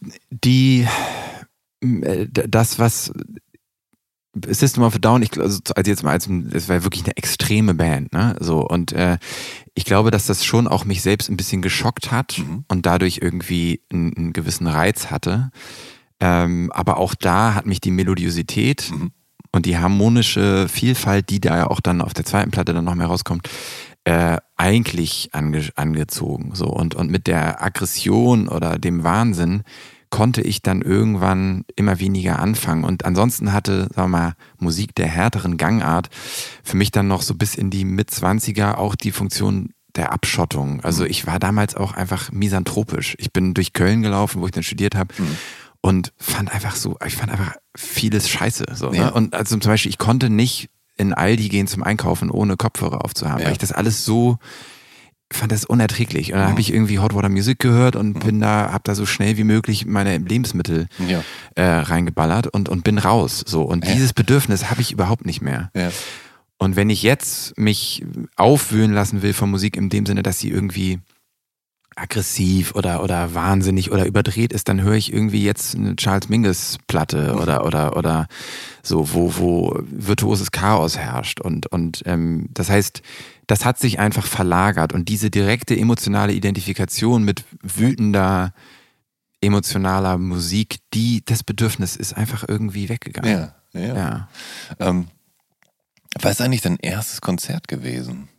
das, was System of a Down, es war wirklich eine extreme Band, ne? So, und ich glaube, dass das schon auch mich selbst ein bisschen geschockt hat und dadurch irgendwie einen gewissen Reiz hatte. Aber auch da hat mich die Melodiosität und die harmonische Vielfalt, die da ja auch dann auf der zweiten Platte dann noch mehr rauskommt, eigentlich angezogen. So. Und mit der Aggression oder dem Wahnsinn konnte ich dann irgendwann immer weniger anfangen. Und ansonsten hatte, sagen wir mal, Musik der härteren Gangart für mich dann noch so bis in die Mit-20er auch die Funktion der Abschottung. Also ich war damals auch einfach misanthropisch. Ich bin durch Köln gelaufen, wo ich dann studiert habe und fand einfach vieles scheiße. So, ne? Und also zum Beispiel, ich konnte nicht in Aldi gehen zum Einkaufen, ohne Kopfhörer aufzuhaben, weil ich das alles fand das unerträglich. Und dann habe ich irgendwie Hot Water Music gehört und habe da so schnell wie möglich meine Lebensmittel reingeballert und bin raus. So. Und dieses Bedürfnis habe ich überhaupt nicht mehr. Ja. Und wenn ich jetzt mich aufwühlen lassen will von Musik in dem Sinne, dass sie irgendwie aggressiv oder wahnsinnig oder überdreht ist, dann höre ich irgendwie jetzt eine Charles Mingus Platte oder so, wo virtuoses Chaos herrscht. Und das heißt, das hat sich einfach verlagert und diese direkte emotionale Identifikation mit wütender, emotionaler Musik, das Bedürfnis ist einfach irgendwie weggegangen. Ja. Was ist eigentlich dein erstes Konzert gewesen?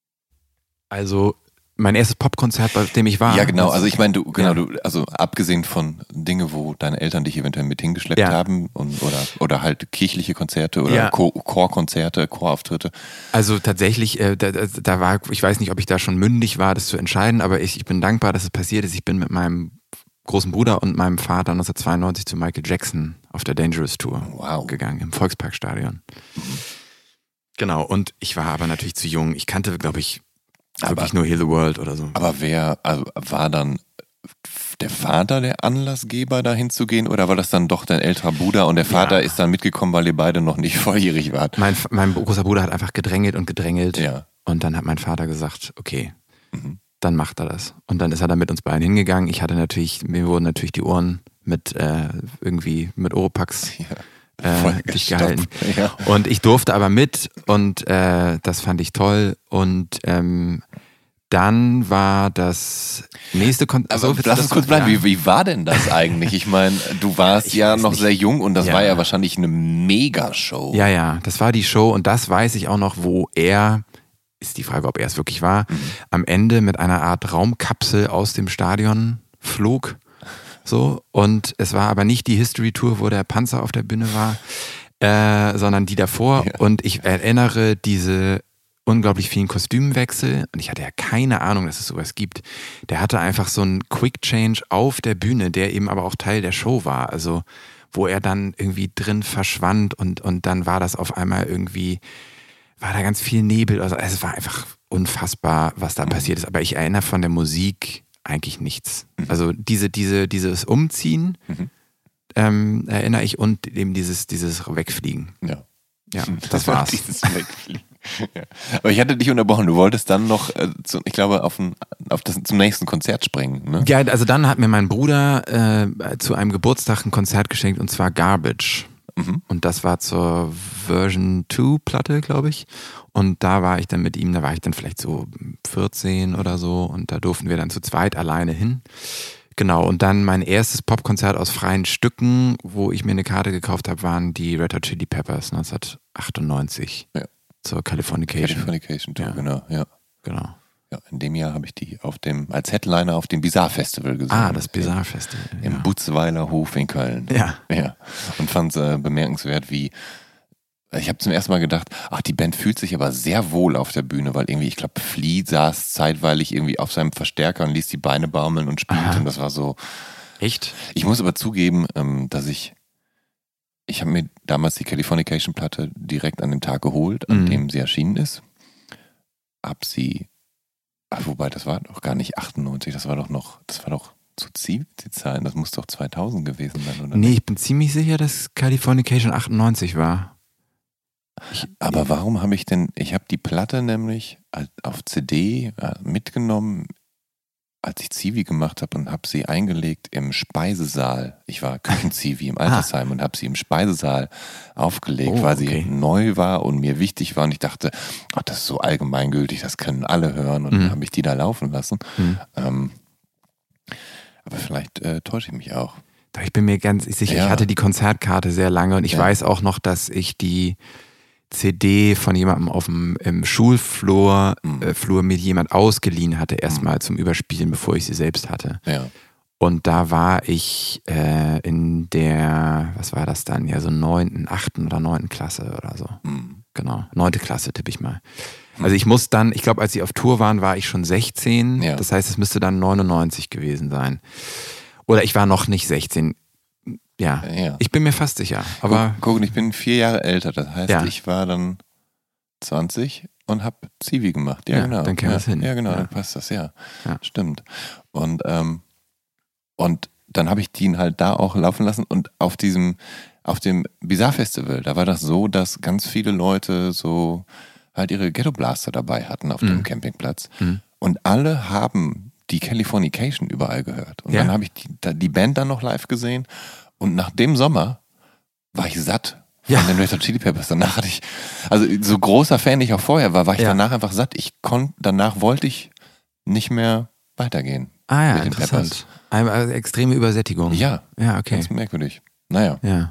Also mein erstes Popkonzert, bei dem ich war. Ja, genau. Also ich meine, also abgesehen von Dingen, wo deine Eltern dich eventuell mit hingeschleppt haben oder halt kirchliche Konzerte oder Chorkonzerte, Chorauftritte. Also tatsächlich, da war, ich weiß nicht, ob ich da schon mündig war, das zu entscheiden, aber ich bin dankbar, dass es passiert ist. Ich bin mit meinem großen Bruder und meinem Vater 1992 zu Michael Jackson auf der Dangerous Tour gegangen, im Volksparkstadion. Genau, und ich war aber natürlich zu jung. Ich kannte, glaube ich, Wirklich nur Heal the World oder so. Aber war dann der Vater der Anlassgeber, da hinzugehen, oder war das dann doch dein älterer Bruder und der Vater ist dann mitgekommen, weil ihr beide noch nicht volljährig wart? Mein großer Bruder hat einfach gedrängelt Ja. und dann hat mein Vater gesagt, okay, dann macht er das. Und dann ist er da mit uns beiden hingegangen. Mir wurden natürlich die Ohren mit Oropax dicht gehalten. Ja. Und ich durfte aber mit und das fand ich toll. Und dann war das nächste Konzert. Also, lass uns kurz bleiben. Wie war denn das eigentlich? Ich meine, du warst noch sehr jung und das war ja wahrscheinlich eine Megashow. Ja, das war die Show und das weiß ich auch noch, wo er, ist die Frage, ob er es wirklich war, am Ende mit einer Art Raumkapsel aus dem Stadion flog. So, und es war aber nicht die History Tour, wo der Panzer auf der Bühne war, sondern die davor. Ja. Und ich erinnere diese unglaublich vielen Kostümwechsel und ich hatte ja keine Ahnung, dass es sowas gibt. Der hatte einfach so einen Quick Change auf der Bühne, der eben aber auch Teil der Show war. Also wo er dann irgendwie drin verschwand und dann war das auf einmal irgendwie, war da ganz viel Nebel. Also es war einfach unfassbar, was da passiert ist. Aber ich erinnere von der Musik eigentlich nichts. Also dieses Umziehen erinnere ich und eben dieses Wegfliegen. Ja, das war's. Dieses Wegfliegen. Ja. Aber ich hatte dich unterbrochen, du wolltest dann noch, ich glaube, zum nächsten Konzert springen, ne? Ja, also dann hat mir mein Bruder zu einem Geburtstag ein Konzert geschenkt und zwar Garbage. Und das war zur Version 2 Platte, glaube ich. Und da war ich dann mit ihm, da war ich dann vielleicht so 14 oder so und da durften wir dann zu zweit alleine hin. Genau, und dann mein erstes Popkonzert aus freien Stücken, wo ich mir eine Karte gekauft habe, waren die Red Hot Chili Peppers 1998. Ja. Zur Californication. Californication Tour, genau. Ja, in dem Jahr habe ich die als Headliner auf dem Bizarre Festival gesehen. Ah, das Bizarre Festival. Im Butzweiler Hof in Köln. Ja. Und fand es bemerkenswert, ich habe zum ersten Mal gedacht, die Band fühlt sich aber sehr wohl auf der Bühne, weil irgendwie, ich glaube, Flea saß zeitweilig irgendwie auf seinem Verstärker und ließ die Beine baumeln und spielte. Aha. Und das war so. Echt? Ich muss aber zugeben, dass ich habe mir damals die Californication-Platte direkt an dem Tag geholt, an dem sie erschienen ist. Hab sie, wobei, das war doch gar nicht 98, das war doch zu Zivi-Zeiten, das muss doch 2000 gewesen sein, oder? Nee, ich bin ziemlich sicher, dass Californication 98 war. Aber warum habe ich die Platte nämlich auf CD mitgenommen, als ich Zivi gemacht habe und habe sie eingelegt im Speisesaal. Ich war Küchen-Zivi im Altersheim und habe sie im Speisesaal aufgelegt, weil sie neu war und mir wichtig war. Und ich dachte, das ist so allgemeingültig, das können alle hören. Und dann habe ich die da laufen lassen. Aber vielleicht täusche ich mich auch. Ich bin mir ganz sicher, ich hatte die Konzertkarte sehr lange und ich weiß auch noch, dass ich die CD von jemandem im Schulflur mir jemand ausgeliehen hatte, erstmal zum Überspielen, bevor ich sie selbst hatte. Ja. Und da war ich in der, was war das dann? Ja, so 8. oder 9. Klasse oder so. Genau, 9. Klasse tippe ich mal. Also ich glaube, als sie auf Tour waren, war ich schon 16. Ja. Das heißt, es müsste dann 99 gewesen sein. Oder ich war noch nicht 16. Ja, ich bin mir fast sicher. Aber guck, ich bin 4 Jahre älter. Das heißt, ich war dann 20 und habe Zivi gemacht. Ja, genau. Dann käme das hin. Ja, genau, dann passt das, ja. Stimmt. Und dann habe ich den halt da auch laufen lassen und auf dem Bizarre Festival, da war das so, dass ganz viele Leute so halt ihre Ghetto Blaster dabei hatten auf dem Campingplatz. Und alle haben die Californication überall gehört. Und dann habe ich die Band dann noch live gesehen. Und nach dem Sommer war ich satt von den Red Hot Chili Peppers. Danach hatte ich, also so großer Fan ich auch vorher war ich danach einfach satt. Danach wollte ich nicht mehr weitergehen. Ah ja, interessant. Eine extreme Übersättigung. Ja, okay. Ganz merkwürdig. Naja. Ja.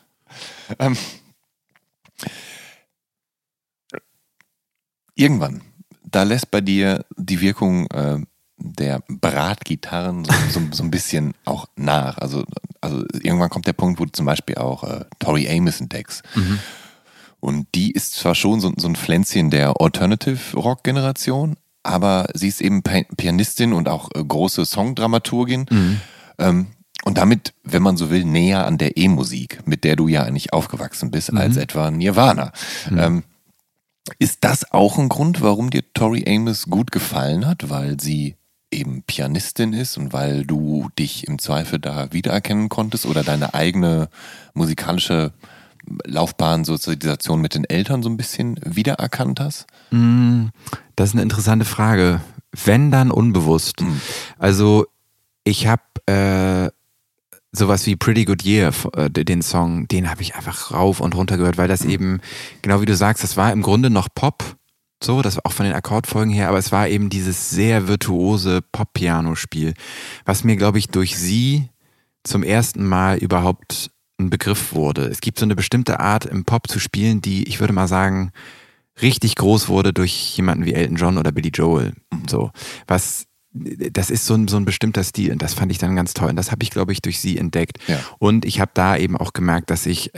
Irgendwann, da lässt bei dir die Wirkung der Bratgitarren so ein bisschen auch nach. Also irgendwann kommt der Punkt, wo du zum Beispiel auch Tori Amos entdeckst. Und die ist zwar schon so ein Pflänzchen der Alternative-Rock-Generation, aber sie ist eben Pianistin und auch große Songdramaturgin. Und damit, wenn man so will, näher an der E-Musik, mit der du ja eigentlich aufgewachsen bist, als etwa Nirvana. Ist das auch ein Grund, warum dir Tori Amos gut gefallen hat, weil sie eben Pianistin ist und weil du dich im Zweifel da wiedererkennen konntest oder deine eigene musikalische Laufbahn, Sozialisation mit den Eltern so ein bisschen wiedererkannt hast? Das ist eine interessante Frage. Wenn, dann unbewusst. Also ich habe sowas wie Pretty Good Year, den Song, den habe ich einfach rauf und runter gehört, weil das eben, genau wie du sagst, das war im Grunde noch Pop, so, das war auch von den Akkordfolgen her, aber es war eben dieses sehr virtuose Pop-Piano-Spiel, was mir, glaube ich, durch sie zum ersten Mal überhaupt ein Begriff wurde. Es gibt so eine bestimmte Art im Pop zu spielen, die, ich würde mal sagen, richtig groß wurde durch jemanden wie Elton John oder Billy Joel. So, das ist so ein bestimmter Stil und das fand ich dann ganz toll. Und das habe ich, glaube ich, durch sie entdeckt. Ja. Und ich habe da eben auch gemerkt, dass ich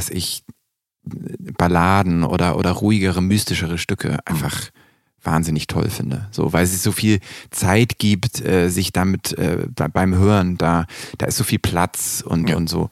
Balladen oder ruhigere, mystischere Stücke einfach wahnsinnig toll finde. So, weil es so viel Zeit gibt, sich damit beim Hören, da ist so viel Platz und so.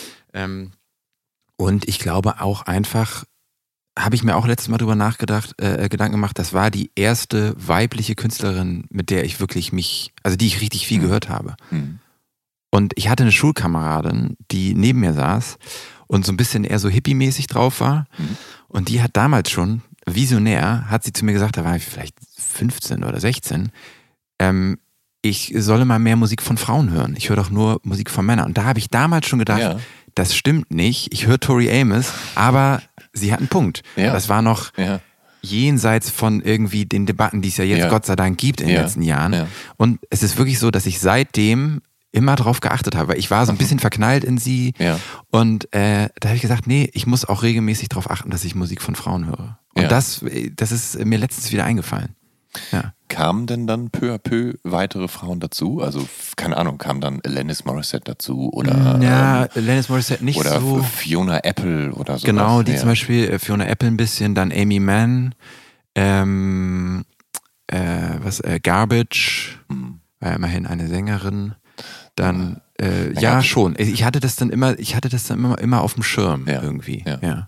Und ich glaube auch einfach, habe ich mir auch letztes Mal drüber Gedanken gemacht, das war die erste weibliche Künstlerin, mit der ich wirklich die ich richtig viel gehört habe. Und ich hatte eine Schulkameradin, die neben mir saß und so ein bisschen eher so hippie-mäßig drauf war. Und die hat damals schon, visionär, hat sie zu mir gesagt, da war ich vielleicht 15 oder 16, ich solle mal mehr Musik von Frauen hören. Ich höre doch nur Musik von Männern. Und da habe ich damals schon gedacht, das stimmt nicht. Ich höre Tori Amos, aber sie hat einen Punkt. Ja. Das war noch jenseits von irgendwie den Debatten, die es ja jetzt Gott sei Dank gibt in den letzten Jahren. Ja. Und es ist wirklich so, dass ich seitdem immer drauf geachtet habe, weil ich war so ein bisschen verknallt in sie und da habe ich gesagt, nee, ich muss auch regelmäßig darauf achten, dass ich Musik von Frauen höre. Und das ist mir letztens wieder eingefallen. Ja. Kamen denn dann peu à peu weitere Frauen dazu? Also, keine Ahnung, kam dann Alanis Morissette dazu? Oder, Alanis Morissette nicht oder so. Oder Fiona Apple oder so. Genau, die zum Beispiel, Fiona Apple ein bisschen, dann Amy Mann, Garbage, war ja immerhin eine Sängerin. Dann, schon. Ich hatte das dann immer auf dem Schirm irgendwie. Ja.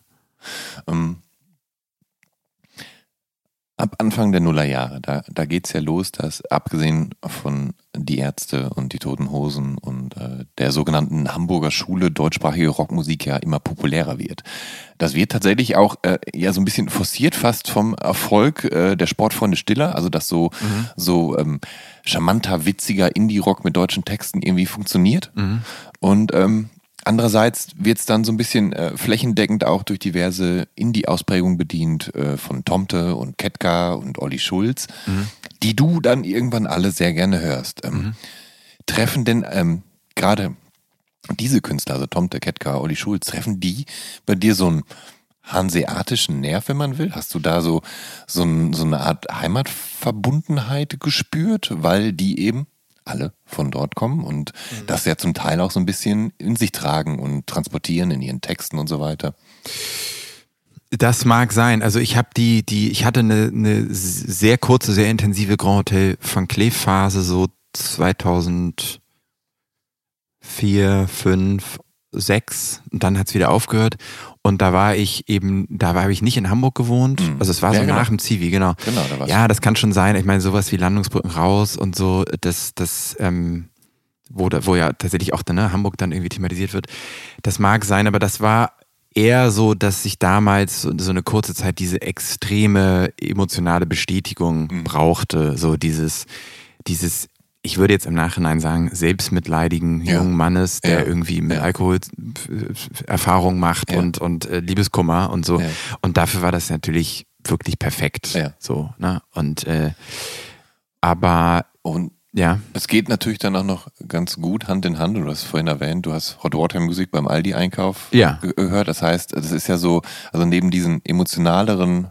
Ab Anfang der Nullerjahre, da geht's ja los, dass abgesehen von Die Ärzte und die Toten Hosen und der sogenannten Hamburger Schule deutschsprachige Rockmusik ja immer populärer wird. Das wird tatsächlich auch so ein bisschen forciert fast vom Erfolg der Sportfreunde Stiller, also dass so charmanter, witziger Indie-Rock mit deutschen Texten irgendwie funktioniert. Und andererseits wird es dann so ein bisschen flächendeckend auch durch diverse Indie-Ausprägungen bedient von Tomte und Ketka und Olli Schulz, die du dann irgendwann alle sehr gerne hörst. Treffen denn gerade diese Künstler, also Tomte, Ketka, Olli Schulz, treffen die bei dir so einen hanseatischen Nerv, wenn man will? Hast du da so eine Art Heimatverbundenheit gespürt, weil die eben alle von dort kommen und das ja zum Teil auch so ein bisschen in sich tragen und transportieren in ihren Texten und so weiter? Das mag sein. Also ich habe ich hatte eine sehr kurze, sehr intensive Grand Hotel van Cleef Phase, so 2004, 5, 6 und dann hat es wieder aufgehört. Und da habe ich nicht in Hamburg gewohnt. Also es war so nach dem Zivi, genau. Das kann schon sein. Ich meine, sowas wie Landungsbrücken raus und so, wo ja tatsächlich auch dann Hamburg dann irgendwie thematisiert wird. Das mag sein, aber das war eher so, dass ich damals so eine kurze Zeit diese extreme emotionale Bestätigung brauchte. So dieses ich würde jetzt im Nachhinein sagen, selbstmitleidigen jungen Mannes, der irgendwie mit Alkohol Erfahrung macht und Liebeskummer und so. Ja. Und dafür war das natürlich wirklich perfekt. Ja. So, ne? Und es geht natürlich dann auch noch ganz gut Hand in Hand. Du hast vorhin erwähnt, du hast Hot Water Music beim Aldi-Einkauf gehört. Das heißt, das ist ja so, also neben diesen emotionaleren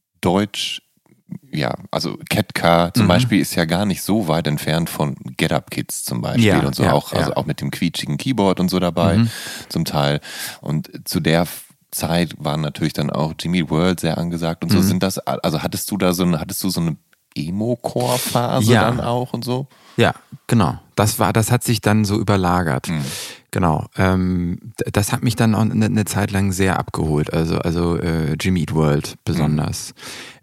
also Ketka zum Beispiel ist ja gar nicht so weit entfernt von Get Up Kids zum Beispiel und so also auch mit dem quietschigen Keyboard und so dabei zum Teil. Und zu der Zeit waren natürlich dann auch Jimmy World sehr angesagt und so. Hattest du so eine Emo-Core-Phase dann auch und so? Ja, genau. Das hat sich dann so überlagert. Genau. Das hat mich dann auch eine Zeit lang sehr abgeholt. Also Jimmy Eat World besonders.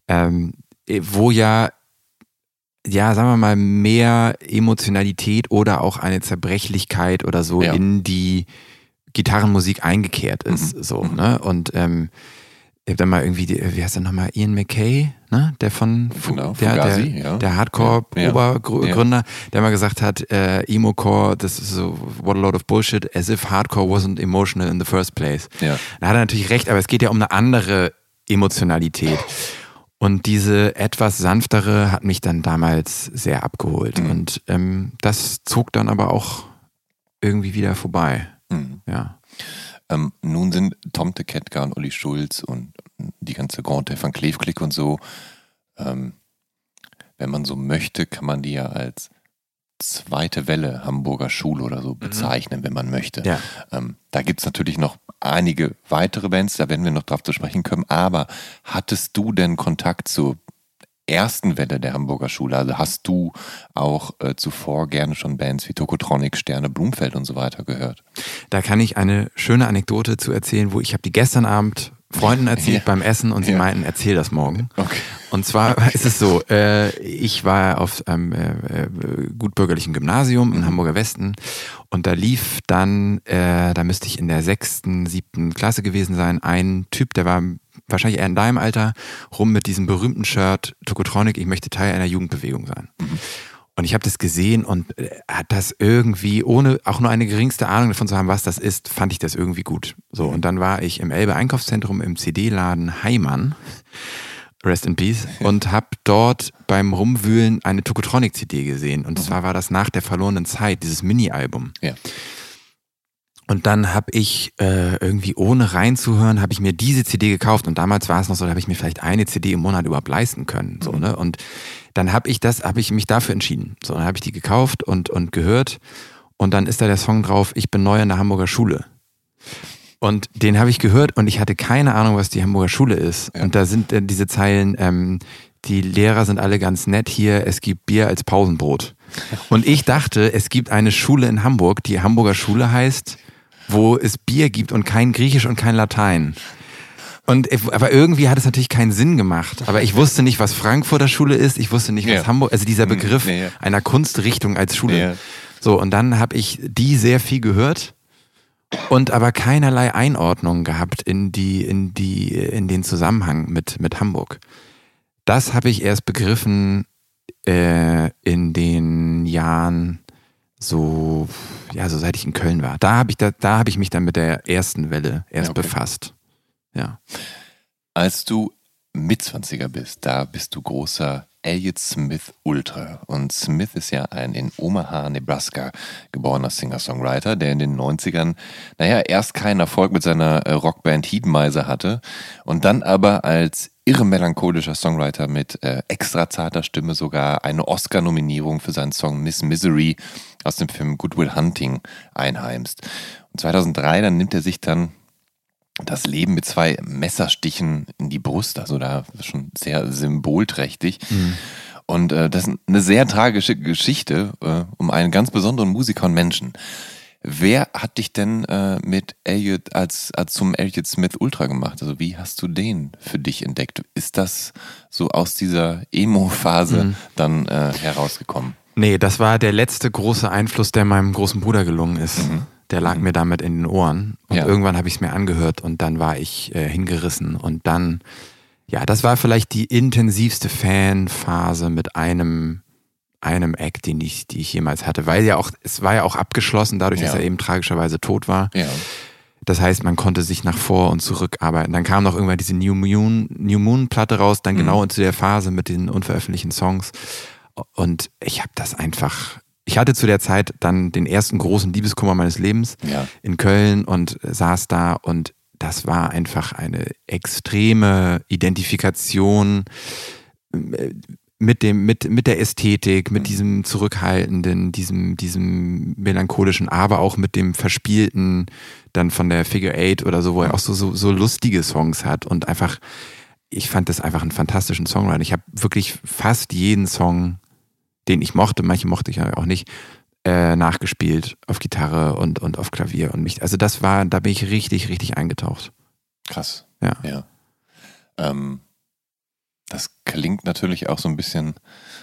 Wo ja, sagen wir mal, mehr Emotionalität oder auch eine Zerbrechlichkeit oder so in die Gitarrenmusik eingekehrt ist. So, ne? Und ich habe dann mal irgendwie, wie heißt der nochmal, Ian MacKaye, ne? Der von der Hardcore-Obergründer, der mal gesagt hat, Emo-Core, das ist so what a lot of bullshit, as if Hardcore wasn't emotional in the first place. Ja. Da hat er natürlich recht, aber es geht ja um eine andere Emotionalität. Und diese etwas sanftere hat mich dann damals sehr abgeholt. Und das zog dann aber auch irgendwie wieder vorbei. Ja. Nun sind Tom de Ketka und Olli Schulz und die ganze Grand Van Cleef-Clique und so, wenn man so möchte, kann man die ja als zweite Welle Hamburger Schule oder so bezeichnen, wenn man möchte. Ja. Da gibt es natürlich noch einige weitere Bands, da werden wir noch drauf zu sprechen kommen, aber hattest du denn Kontakt zur ersten Welle der Hamburger Schule? Also hast du auch zuvor gerne schon Bands wie Tokotronic, Sterne, Blumfeld und so weiter gehört? Da kann ich eine schöne Anekdote zu erzählen, wo ich habe die gestern Abend Freunden erzählt beim Essen und sie meinten, erzähl das morgen. Okay. Und zwar ist es so, ich war auf einem gutbürgerlichen Gymnasium in Hamburger Westen und da lief dann, da müsste ich in der 6., 7. Klasse gewesen sein, ein Typ, der war wahrscheinlich eher in deinem Alter, rum mit diesem berühmten Shirt, Tokotronic, ich möchte Teil einer Jugendbewegung sein. Und ich habe das gesehen und hat das irgendwie, ohne auch nur eine geringste Ahnung davon zu haben, was das ist, fand ich das irgendwie gut. So, und dann war ich im Elbe Einkaufszentrum im CD-Laden Heimann, Rest in Peace, und habe dort beim Rumwühlen eine Tokotronic-CD gesehen. Und zwar war das Nach der verlorenen Zeit, dieses Mini-Album. Ja. Und dann habe ich irgendwie ohne reinzuhören, habe ich mir diese CD gekauft. Und damals war es noch so, da habe ich mir vielleicht eine CD im Monat überhaupt leisten können. So, ne? Und dann habe ich mich dafür entschieden. So, dann habe ich die gekauft und gehört. Und dann ist da der Song drauf, ich bin neu an der Hamburger Schule. Und den habe ich gehört und ich hatte keine Ahnung, was die Hamburger Schule ist. Ja. Und da sind diese Zeilen, die Lehrer sind alle ganz nett hier, es gibt Bier als Pausenbrot. Und ich dachte, es gibt eine Schule in Hamburg, die Hamburger Schule heißt, wo es Bier gibt und kein Griechisch und kein Latein. Aber irgendwie hat es natürlich keinen Sinn gemacht. Aber ich wusste nicht, was Frankfurter Schule ist. Ich wusste nicht, was Hamburg, also dieser Begriff einer Kunstrichtung als Schule. Ja. So, und dann habe ich die sehr viel gehört und aber keinerlei Einordnung gehabt in den Zusammenhang mit Hamburg. Das habe ich erst begriffen in den Jahren so seit ich in Köln war. Da habe ich mich dann mit der ersten Welle erst befasst. Ja. Als du Mitzwanziger bist, da bist du großer Elliott Smith Ultra. Und Smith ist ja ein in Omaha, Nebraska geborener Singer-Songwriter, der in den 90ern, erst keinen Erfolg mit seiner Rockband Heatmiser hatte und dann aber als irre melancholischer Songwriter mit extra zarter Stimme sogar eine Oscar-Nominierung für seinen Song Miss Misery aus dem Film Good Will Hunting einheimst. Und 2003, dann nimmt er sich dann das Leben mit 2 Messerstichen in die Brust, also da schon sehr symbolträchtig. Und das ist eine sehr tragische Geschichte um einen ganz besonderen Musiker und Menschen. Wer hat dich denn mit Elliott als zum Elliott Smith Ultra gemacht? Also wie hast du den für dich entdeckt? Ist das so aus dieser Emo-Phase dann herausgekommen? Nee, das war der letzte große Einfluss, der meinem großen Bruder gelungen ist. Der lag mir damit in den Ohren und irgendwann habe ich es mir angehört und dann war ich hingerissen und dann, das war vielleicht die intensivste Fanphase mit einem Act, die ich jemals hatte, weil es war ja auch abgeschlossen, dadurch, dass er eben tragischerweise tot war. Ja. Das heißt, man konnte sich nach vor und zurück arbeiten. Dann kam noch irgendwann diese New Moon Platte raus, dann genau zu der Phase mit den unveröffentlichten Songs und ich hatte zu der Zeit dann den ersten großen Liebeskummer meines Lebens in Köln und saß da und das war einfach eine extreme Identifikation mit der Ästhetik, mit diesem zurückhaltenden, diesem melancholischen, aber auch mit dem verspielten dann von der Figure 8 oder so, wo er auch so lustige Songs hat und einfach, ich fand das einfach einen fantastischen Songwriter. Ich habe wirklich fast jeden Song, den ich mochte, manche mochte ich ja auch nicht, nachgespielt auf Gitarre und auf Klavier und mich, also da bin ich richtig, richtig eingetaucht. Krass. Ja. Das klingt natürlich auch so ein bisschen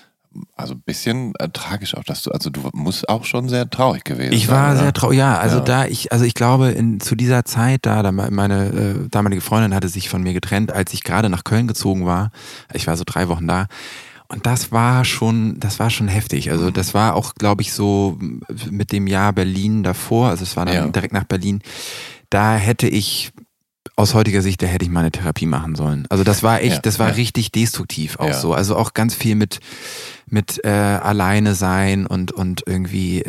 tragisch auch, dass du musst auch schon sehr traurig gewesen sein. Ich war oder? sehr traurig, ja, ich glaube, zu dieser Zeit da meine damalige Freundin hatte sich von mir getrennt, als ich gerade nach Köln gezogen war. Ich war so 3 Wochen da. Und das war schon heftig. Also das war auch, glaube ich, so mit dem Jahr Berlin davor, also es war dann direkt nach Berlin, da hätte ich aus heutiger Sicht, da hätte ich mal eine Therapie machen sollen. Also das war echt, richtig destruktiv auch so. Also auch ganz viel mit alleine sein und irgendwie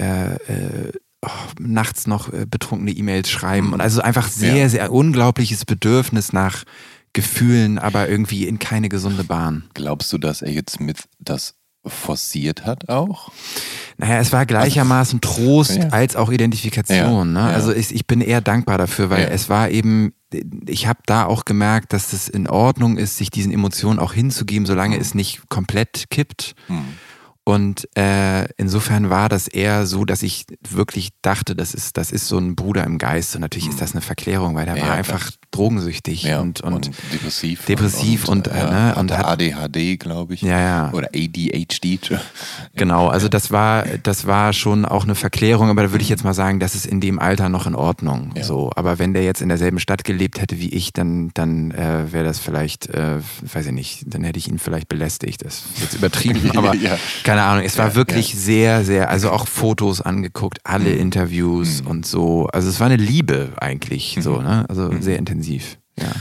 nachts noch betrunkene E-Mails schreiben und also einfach sehr, sehr unglaubliches Bedürfnis nach Gefühlen, aber irgendwie in keine gesunde Bahn. Glaubst du, dass Elliott Smith das forciert hat auch? Naja, es war gleichermaßen Trost als auch Identifikation. Ne? Also ich bin eher dankbar dafür, weil es war eben, ich habe da auch gemerkt, dass es in Ordnung ist, sich diesen Emotionen auch hinzugeben, solange es nicht komplett kippt. Und insofern war das eher so, dass ich wirklich dachte, das ist so ein Bruder im Geist. Und natürlich ist das eine Verklärung, weil der war einfach drogensüchtig und depressiv und hat ADHD, glaube ich. Oder ADHD. Genau, also das war schon auch eine Verklärung, aber da würde ich jetzt mal sagen, das ist in dem Alter noch in Ordnung. So, aber wenn der jetzt in derselben Stadt gelebt hätte wie ich, dann wäre das vielleicht, weiß ich nicht, dann hätte ich ihn vielleicht belästigt. Das ist jetzt übertrieben, aber keine Ahnung. Es war wirklich sehr, sehr, also auch Fotos angeguckt, alle Interviews und so. Also es war eine Liebe eigentlich, so, ne? Also sehr intensiv, ja.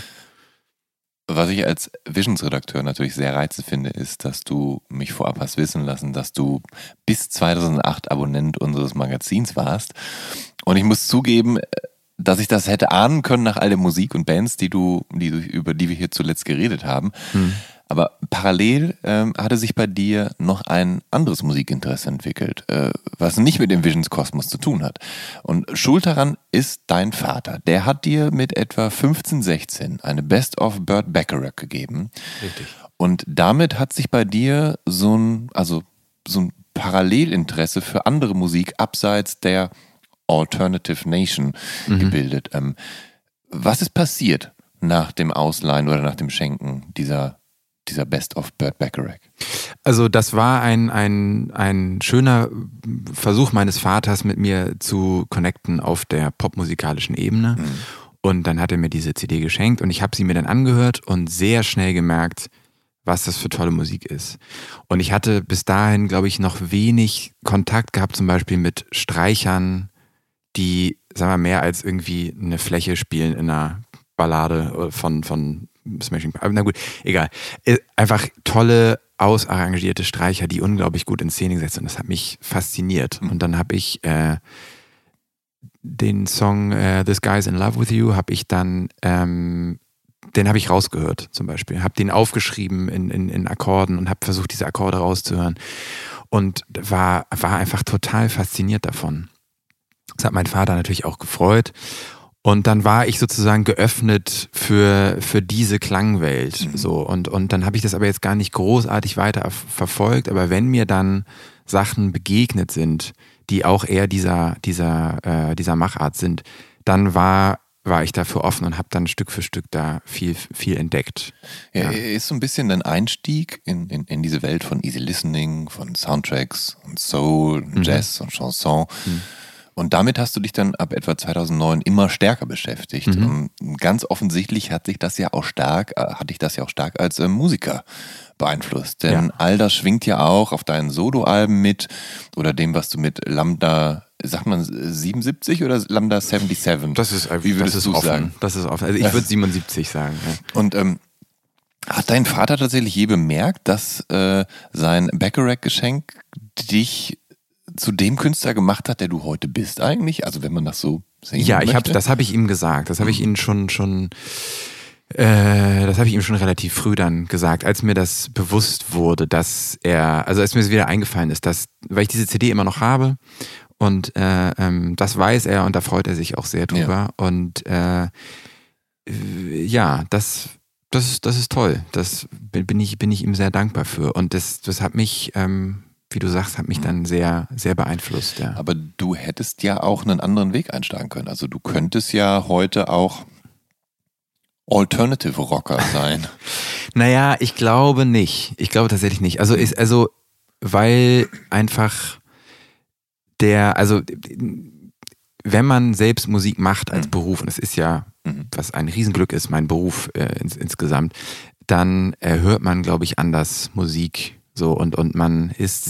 Was ich als Visions-Redakteur natürlich sehr reizend finde, ist, dass du mich vorab hast wissen lassen, dass du bis 2008 Abonnent unseres Magazins warst. Und ich muss zugeben, dass ich das hätte ahnen können nach all der Musik und Bands, über die wir hier zuletzt geredet haben. Aber parallel hatte sich bei dir noch ein anderes Musikinteresse entwickelt, was nicht mit dem Visions-Kosmos zu tun hat. Und schuld daran ist dein Vater. Der hat dir mit etwa 15, 16 eine Best of Burt Bacharach gegeben. Richtig. Und damit hat sich bei dir so ein Parallelinteresse für andere Musik abseits der Alternative Nation gebildet. Was ist passiert nach dem Ausleihen oder nach dem Schenken dieser Best of Burt Bacharach? Also das war ein schöner Versuch meines Vaters, mit mir zu connecten auf der popmusikalischen Ebene. Und dann hat er mir diese CD geschenkt und ich habe sie mir dann angehört und sehr schnell gemerkt, was das für tolle Musik ist. Und ich hatte bis dahin, glaube ich, noch wenig Kontakt gehabt, zum Beispiel mit Streichern, die, sagen wir, mehr als irgendwie eine Fläche spielen in einer Ballade von Smashing. Na gut, egal. Einfach tolle, ausarrangierte Streicher, die unglaublich gut in Szene gesetzt sind. Und das hat mich fasziniert. Und dann habe ich den Song This Guy's in Love with You, den habe ich rausgehört zum Beispiel. Habe den aufgeschrieben in Akkorden und habe versucht, diese Akkorde rauszuhören. Und war einfach total fasziniert davon. Das hat mein Vater natürlich auch gefreut. Und dann war ich sozusagen geöffnet für diese Klangwelt. So. Und dann habe ich das aber jetzt gar nicht großartig weiter verfolgt. Aber wenn mir dann Sachen begegnet sind, die auch eher dieser Machart sind, dann war ich dafür offen und habe dann Stück für Stück da viel entdeckt. Ja, ist so ein bisschen ein Einstieg in diese Welt von Easy Listening, von Soundtracks und Soul, und Jazz und Chanson. Und damit hast du dich dann ab etwa 2009 immer stärker beschäftigt. Und ganz offensichtlich hat dich das ja auch stark als Musiker beeinflusst. Denn all das schwingt ja auch auf deinen Soloalben mit oder dem, was du mit Lambda, sagt man 77 oder Lambda 77? Das ist, wie würdest du sagen? Das ist offen. Also ich würde 77 sagen. Ja. Und hat dein Vater tatsächlich je bemerkt, dass sein Bacharach-Geschenk dich zu dem Künstler gemacht hat, der du heute bist eigentlich? Also wenn man das so sehen möchte? Das habe ich ihm gesagt. Das habe ich ihm das habe ich ihm schon relativ früh dann gesagt, als mir das bewusst wurde, als mir es wieder eingefallen ist, weil ich diese CD immer noch habe und das weiß er und da freut er sich auch sehr drüber. Ja. Und das ist toll. Das bin ich ihm sehr dankbar für. Und das hat mich wie du sagst, hat mich dann sehr, sehr beeinflusst. Ja. Aber du hättest ja auch einen anderen Weg einschlagen können. Also du könntest ja heute auch Alternative Rocker sein. Naja, ich glaube nicht. Ich glaube tatsächlich nicht. Also weil einfach wenn man selbst Musik macht als Beruf, und das ist ja, was ein Riesenglück ist, mein Beruf insgesamt, dann hört man, glaube ich, anders Musik. So, und man ist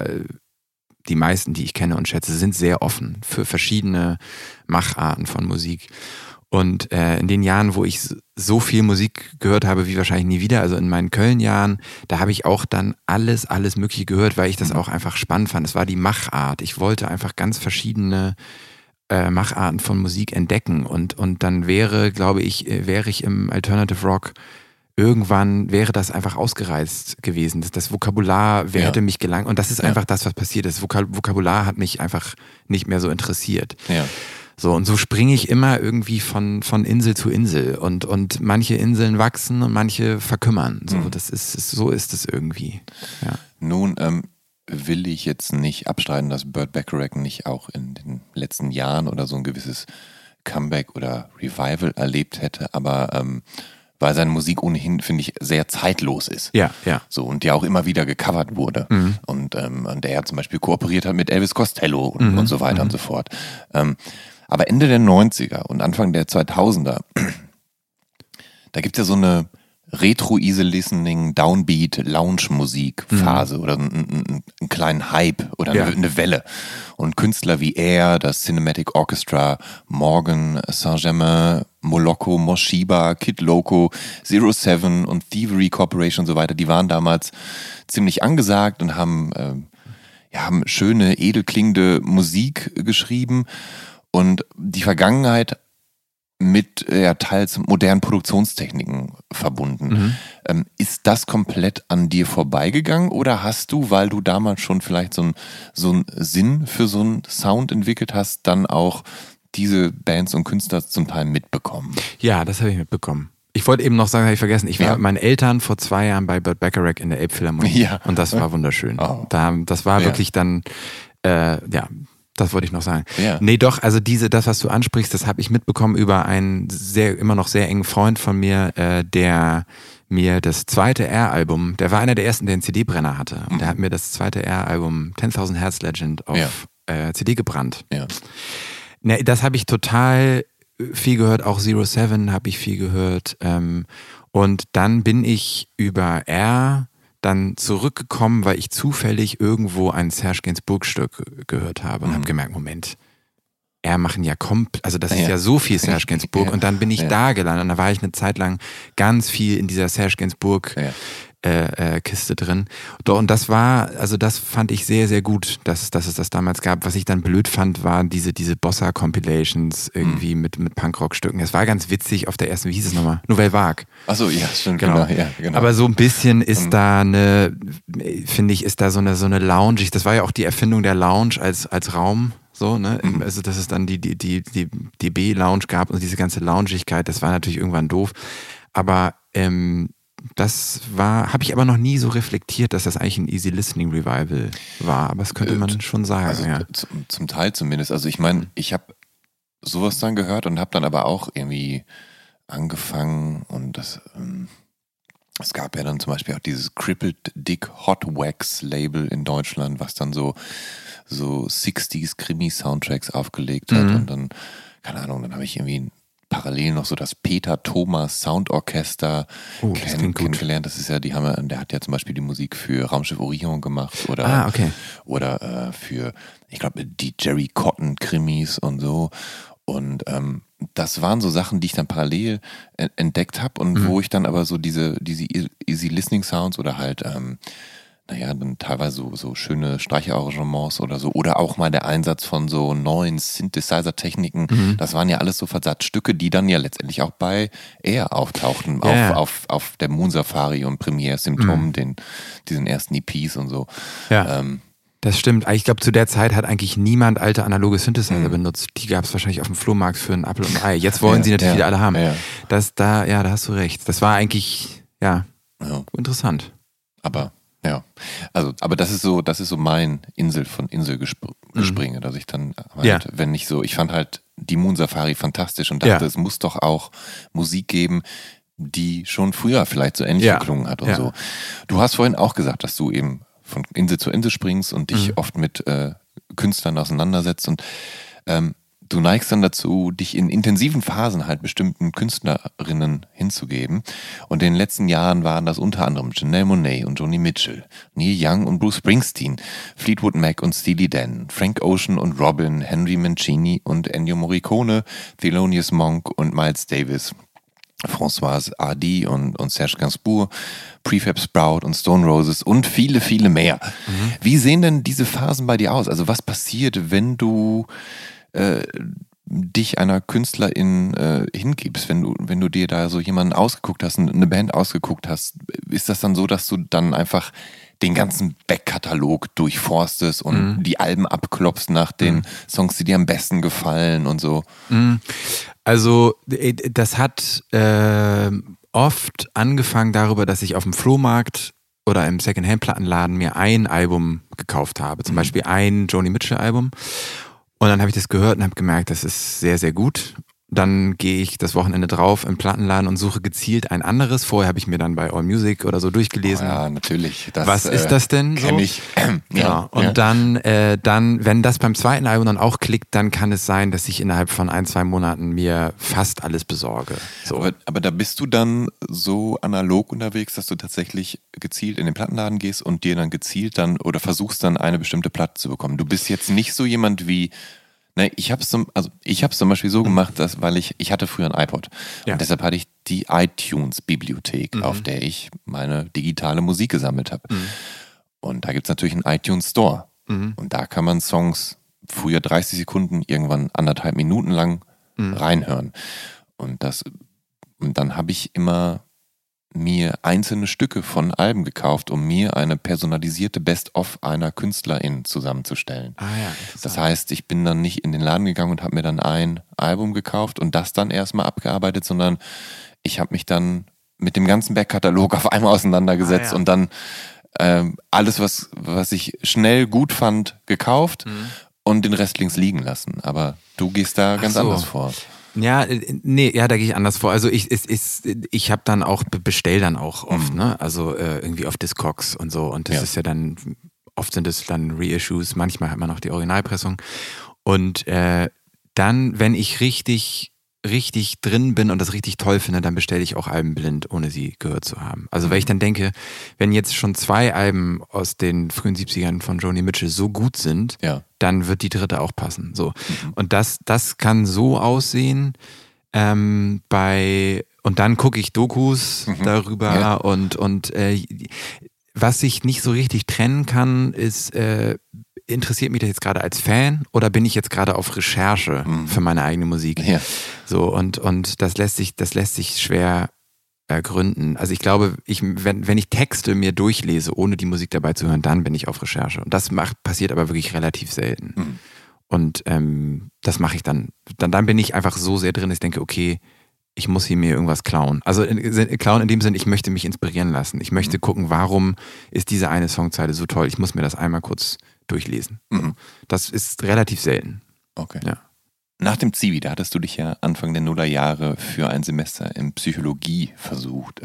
die meisten, die ich kenne und schätze, sind sehr offen für verschiedene Macharten von Musik. Und in den Jahren, wo ich so viel Musik gehört habe, wie wahrscheinlich nie wieder, also in meinen Köln-Jahren, da habe ich auch dann alles Mögliche gehört, weil ich das auch einfach spannend fand. Es war die Machart. Ich wollte einfach ganz verschiedene Macharten von Musik entdecken. Und dann wäre ich im Alternative Rock, irgendwann wäre das einfach ausgereizt gewesen. Das Vokabular hätte mich gelangt. Und das ist einfach das, was passiert ist. Das Vokabular hat mich einfach nicht mehr so interessiert. Ja. So, und so springe ich immer irgendwie von Insel zu Insel und manche Inseln wachsen und manche verkümmern. So, so ist es irgendwie. Ja. Nun will ich jetzt nicht abstreiten, dass Burt Bacharach nicht auch in den letzten Jahren oder so ein gewisses Comeback oder Revival erlebt hätte, aber weil seine Musik ohnehin, finde ich, sehr zeitlos ist. Ja, ja. So, und ja auch immer wieder gecovert wurde. Und er zum Beispiel kooperiert hat mit Elvis Costello und so weiter und so fort. Aber Ende der 90er und Anfang der 2000er, da gibt es ja so eine Retro-Easy-Listening, Downbeat, Lounge-Musik-Phase oder einen kleinen Hype oder eine Welle. Und Künstler wie Air, das Cinematic Orchestra, Morgan, Saint-Germain, Moloko, Moshiba, Kid Loco, Zero Seven und Thievery Corporation und so weiter, die waren damals ziemlich angesagt und haben schöne, edelklingende Musik geschrieben. Und die Vergangenheit mit teils modernen Produktionstechniken verbunden. Ist das komplett an dir vorbeigegangen oder hast du, weil du damals schon vielleicht so einen Sinn für so einen Sound entwickelt hast, dann auch diese Bands und Künstler zum Teil mitbekommen? Ja, das habe ich mitbekommen. Ich wollte eben noch sagen, habe ich vergessen, ich war mit meinen Eltern vor 2 Jahren bei Burt Bacharach in der Elbphilharmonie und das war wunderschön. Oh. Das war wirklich dann, das wollte ich noch sagen. Ja. Nee, doch, also das, was du ansprichst, das habe ich mitbekommen über einen immer noch sehr engen Freund von mir, der mir das zweite R-Album, der war einer der ersten, der einen CD-Brenner hatte. Und der hat mir das zweite R-Album 10.000 Hertz Legend auf CD gebrannt. Ja. Nee, das habe ich total viel gehört, auch Zero Seven habe ich viel gehört. Und dann bin ich über R dann zurückgekommen, weil ich zufällig irgendwo ein Serge Gainsbourg-Stück gehört habe und habe gemerkt, Moment, machen ja also das ist ja so viel Serge Gainsbourg und dann bin ich da gelandet und da war ich eine Zeit lang ganz viel in dieser Serge Gainsbourg Kiste drin. Und das fand ich sehr, sehr gut, dass es das damals gab. Was ich dann blöd fand, waren diese Bossa-Compilations irgendwie mit Punkrock-Stücken. Das war ganz witzig auf der ersten, wie hieß es nochmal? Nouvelle Vague. Achso, ja, stimmt, genau. Aber so ein bisschen ist da ist da so eine Lounge. Das war ja auch die Erfindung der Lounge als Raum. So, ne? Also, dass es dann die B-Lounge gab und diese ganze Loungigkeit, das war natürlich irgendwann doof. Aber habe ich aber noch nie so reflektiert, dass das eigentlich ein Easy Listening Revival war. Aber das könnte man schon sagen. Also zum Teil zumindest. Also ich meine, ich habe sowas dann gehört und habe dann aber auch irgendwie angefangen und es gab ja dann zum Beispiel auch dieses Crippled Dick Hot Wax Label in Deutschland, was dann so 60s Krimi-Soundtracks aufgelegt hat und dann, keine Ahnung, dann habe ich irgendwie parallel noch so das Peter Thomas Soundorchester kennengelernt. Das ist ja, der hat ja zum Beispiel die Musik für Raumschiff Orion gemacht oder für, ich glaube, die Jerry Cotton Krimis und so. Und das waren so Sachen, die ich dann parallel entdeckt habe und wo ich dann aber so diese Easy Listening Sounds oder halt dann teilweise so schöne Streicherarrangements oder so. Oder auch mal der Einsatz von so neuen Synthesizer-Techniken. Das waren ja alles so Versatzstücke, die dann ja letztendlich auch bei Air auftauchten. Auf der Moon Safari und Premiere Symptom, diesen ersten EPs und so. Ja. Das stimmt. Ich glaube, zu der Zeit hat eigentlich niemand alte analoge Synthesizer benutzt. Die gab es wahrscheinlich auf dem Flohmarkt für einen Apfel und ein Ei. Jetzt wollen sie natürlich wieder alle haben. Ja. Da hast du recht. Das war eigentlich, interessant. Aber Ja, also, aber das ist so mein von Inselgespringe, dass ich dann halt, wenn nicht so, ich fand halt die Moon Safari fantastisch und dachte, es muss doch auch Musik geben, die schon früher vielleicht so ähnlich geklungen hat und so. Du hast vorhin auch gesagt, dass du eben von Insel zu Insel springst und dich oft mit Künstlern auseinandersetzt und du neigst dann dazu, dich in intensiven Phasen halt bestimmten Künstlerinnen hinzugeben. Und in den letzten Jahren waren das unter anderem Janelle Monáe und Joni Mitchell, Neil Young und Bruce Springsteen, Fleetwood Mac und Steely Dan, Frank Ocean und Robin, Henry Mancini und Ennio Morricone, Thelonious Monk und Miles Davis, Françoise Hardy und Serge Gainsbourg, Prefab Sprout und Stone Roses und viele, viele mehr. Wie sehen denn diese Phasen bei dir aus? Also was passiert, wenn du dich einer Künstlerin hingibst, wenn du dir da so jemanden ausgeguckt hast, eine Band ausgeguckt hast, ist das dann so, dass du dann einfach den ganzen Backkatalog durchforstest und die Alben abklopfst nach den Songs, die dir am besten gefallen und so? Also das hat oft angefangen darüber, dass ich auf dem Flohmarkt oder im Secondhand-Plattenladen mir ein Album gekauft habe, zum Beispiel ein Joni Mitchell-Album. Und dann habe ich das gehört und habe gemerkt, das ist sehr, sehr gut. Dann gehe ich das Wochenende drauf im Plattenladen und suche gezielt ein anderes. Vorher habe ich mir dann bei AllMusic oder so durchgelesen. Oh ja, natürlich. Was ist das denn so? Kenn ich. Ja. Und dann, wenn das beim zweiten Album dann auch klickt, dann kann es sein, dass ich innerhalb von 1-2 Monaten mir fast alles besorge. So. Aber da bist du dann so analog unterwegs, dass du tatsächlich gezielt in den Plattenladen gehst und dir dann gezielt dann oder versuchst dann eine bestimmte Platte zu bekommen. Du bist jetzt nicht so jemand wie... Ich habe es zum Beispiel so gemacht, weil ich hatte früher ein iPod und deshalb hatte ich die iTunes-Bibliothek, auf der ich meine digitale Musik gesammelt habe. Und da gibt es natürlich einen iTunes Store und da kann man Songs früher 30 Sekunden, irgendwann 1,5 Minuten lang reinhören. Und dann habe ich immer mir einzelne Stücke von Alben gekauft, um mir eine personalisierte Best-of einer Künstlerin zusammenzustellen. Das heißt, ich bin dann nicht in den Laden gegangen und habe mir dann ein Album gekauft und das dann erstmal abgearbeitet, sondern ich habe mich dann mit dem ganzen Backkatalog auf einmal auseinandergesetzt und dann alles, was ich schnell gut fand, gekauft und den Rest links liegen lassen. Aber du gehst da ganz anders vor. Ja, da gehe ich anders vor. Also ich habe dann auch, bestell dann auch oft, ne? Also irgendwie auf Discogs und so. Und das ist ja dann, oft sind es dann Reissues, manchmal hat man noch die Originalpressung. Und dann, wenn ich richtig drin bin und das richtig toll finde, dann bestelle ich auch Alben blind, ohne sie gehört zu haben. Also weil ich dann denke, wenn jetzt schon 2 Alben aus den frühen 70ern von Joni Mitchell so gut sind, dann wird die dritte auch passen. So. Und das kann so aussehen, und dann gucke ich Dokus darüber und was ich nicht so richtig trennen kann, ist, interessiert mich das jetzt gerade als Fan oder bin ich jetzt gerade auf Recherche für meine eigene Musik? Ja. So, und das lässt sich schwer ergründen. Also ich glaube, wenn ich Texte mir durchlese, ohne die Musik dabei zu hören, dann bin ich auf Recherche. Und das passiert aber wirklich relativ selten. Und das mache ich dann. Dann bin ich einfach so sehr drin, dass ich denke, okay, ich muss hier mir irgendwas klauen. Also klauen in dem Sinn, ich möchte mich inspirieren lassen. Ich möchte gucken, warum ist diese eine Songzeile so toll. Ich muss mir das einmal kurz durchlesen. Das ist relativ selten. Okay. Ja. Nach dem Zivi, da hattest du dich ja Anfang der Nullerjahre für ein Semester in Psychologie versucht.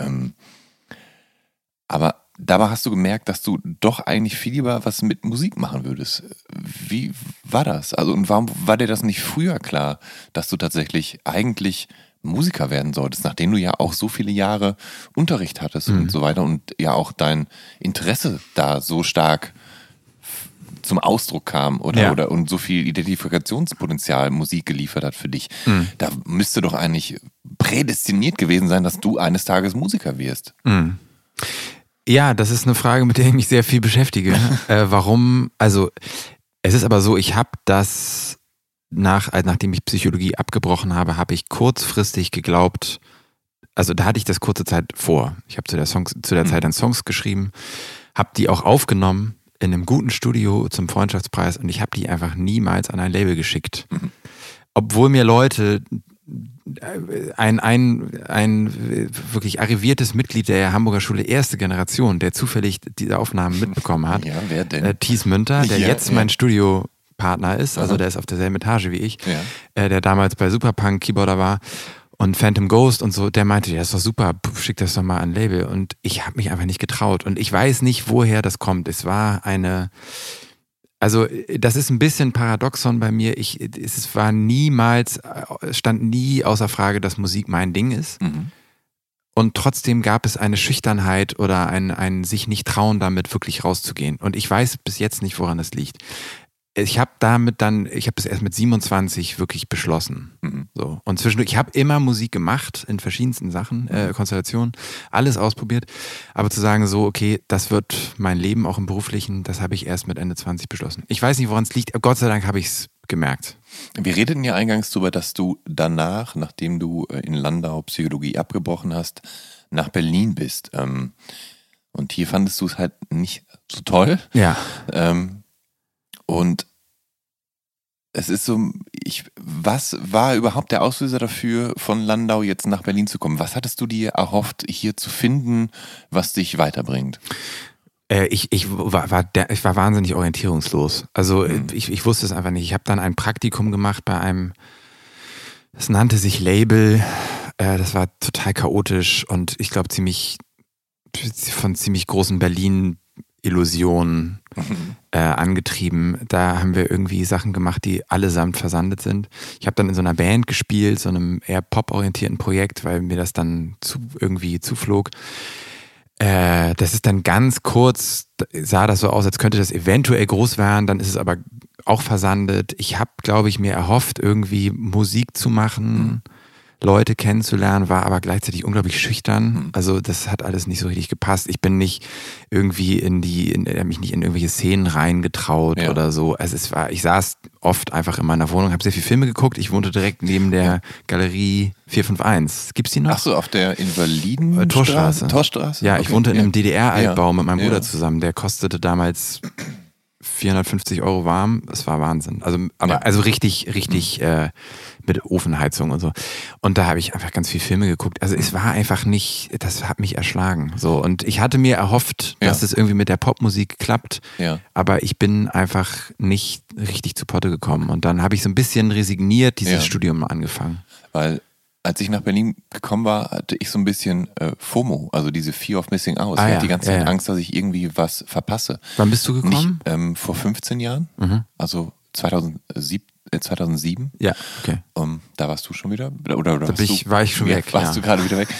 Aber dabei hast du gemerkt, dass du doch eigentlich viel lieber was mit Musik machen würdest. Wie war das? Also, und warum war dir das nicht früher klar, dass du tatsächlich eigentlich Musiker werden solltest, nachdem du ja auch so viele Jahre Unterricht hattest und so weiter und ja auch dein Interesse da so stark zum Ausdruck kam oder und so viel Identifikationspotenzial Musik geliefert hat für dich. Da müsste doch eigentlich prädestiniert gewesen sein, dass du eines Tages Musiker wirst. Ja, das ist eine Frage, mit der ich mich sehr viel beschäftige. Warum? Also es ist aber so, ich habe das nachdem ich Psychologie abgebrochen habe, habe ich kurzfristig geglaubt, also da hatte ich das kurze Zeit vor. Ich habe zu der Zeit dann Songs geschrieben, habe die auch aufgenommen in einem guten Studio zum Freundschaftspreis und ich habe die einfach niemals an ein Label geschickt. Obwohl mir Leute ein wirklich arriviertes Mitglied der Hamburger Schule erste Generation, der zufällig diese Aufnahmen mitbekommen hat. Ja, wer denn? Thies Münter, der jetzt mein Studiopartner ist, also der ist auf derselben Etage wie ich, der damals bei Superpunk Keyboarder war und Phantom Ghost und so, der meinte, ja, ist doch super, schick das doch mal an Label. Und ich habe mich einfach nicht getraut. Und ich weiß nicht, woher das kommt. Es war also das ist ein bisschen Paradoxon bei mir. Stand nie außer Frage, dass Musik mein Ding ist. Mhm. Und trotzdem gab es eine Schüchternheit oder ein sich nicht trauen, damit wirklich rauszugehen. Und ich weiß bis jetzt nicht, woran das liegt. Ich habe das erst mit 27 wirklich beschlossen. Mhm. So. Und zwischendurch, ich habe immer Musik gemacht in verschiedensten Sachen, Konstellationen, alles ausprobiert. Aber zu sagen so, okay, das wird mein Leben auch im Beruflichen, das habe ich erst mit Ende 20 beschlossen. Ich weiß nicht, woran es liegt, aber Gott sei Dank habe ich es gemerkt. Wir redeten ja eingangs darüber, dass du danach, nachdem du in Landau Psychologie abgebrochen hast, nach Berlin bist. Und hier fandest du es halt nicht so toll. Ja. Und es ist so, was war überhaupt der Auslöser dafür, von Landau jetzt nach Berlin zu kommen? Was hattest du dir erhofft, hier zu finden, was dich weiterbringt? Ich war wahnsinnig orientierungslos. Also ich wusste es einfach nicht. Ich habe dann ein Praktikum gemacht bei einem, es nannte sich Label, das war total chaotisch und ich glaube von ziemlich großen Berlin-Illusionen angetrieben. Da haben wir irgendwie Sachen gemacht, die allesamt versandet sind. Ich habe dann in so einer Band gespielt, so einem eher pop-orientierten Projekt, weil mir das dann irgendwie zuflog. Das ist dann ganz kurz, sah das so aus, als könnte das eventuell groß werden, dann ist es aber auch versandet. Ich habe, glaube ich, mir erhofft, irgendwie Musik zu machen, Leute kennenzulernen, war aber gleichzeitig unglaublich schüchtern. Also das hat alles nicht so richtig gepasst. Ich bin nicht irgendwie mich nicht in irgendwelche Szenen reingetraut oder so. Also ich saß oft einfach in meiner Wohnung, habe sehr viele Filme geguckt. Ich wohnte direkt neben der Galerie 451. Gibt's die noch? Ach so, auf der Invalidenstraße? Torstraße? Ja, ich wohnte in einem DDR-Altbau mit meinem Bruder zusammen. Der kostete damals 450 € warm. Das war Wahnsinn. Also richtig mit Ofenheizung und so. Und da habe ich einfach ganz viele Filme geguckt. Also es war einfach nicht, das hat mich erschlagen. So. Und ich hatte mir erhofft, dass es irgendwie mit der Popmusik klappt. Ja. Aber ich bin einfach nicht richtig zu Potte gekommen. Und dann habe ich so ein bisschen resigniert dieses Studium angefangen. Weil als ich nach Berlin gekommen war, hatte ich so ein bisschen FOMO, also diese Fear of Missing Out. Ich hatte die ganze Zeit Angst, dass ich irgendwie was verpasse. Wann bist du gekommen? Nicht, vor 15 Jahren, also 2007. Ja, okay. Da warst du schon wieder? Oder war ich schon weg. Warst du gerade wieder weg?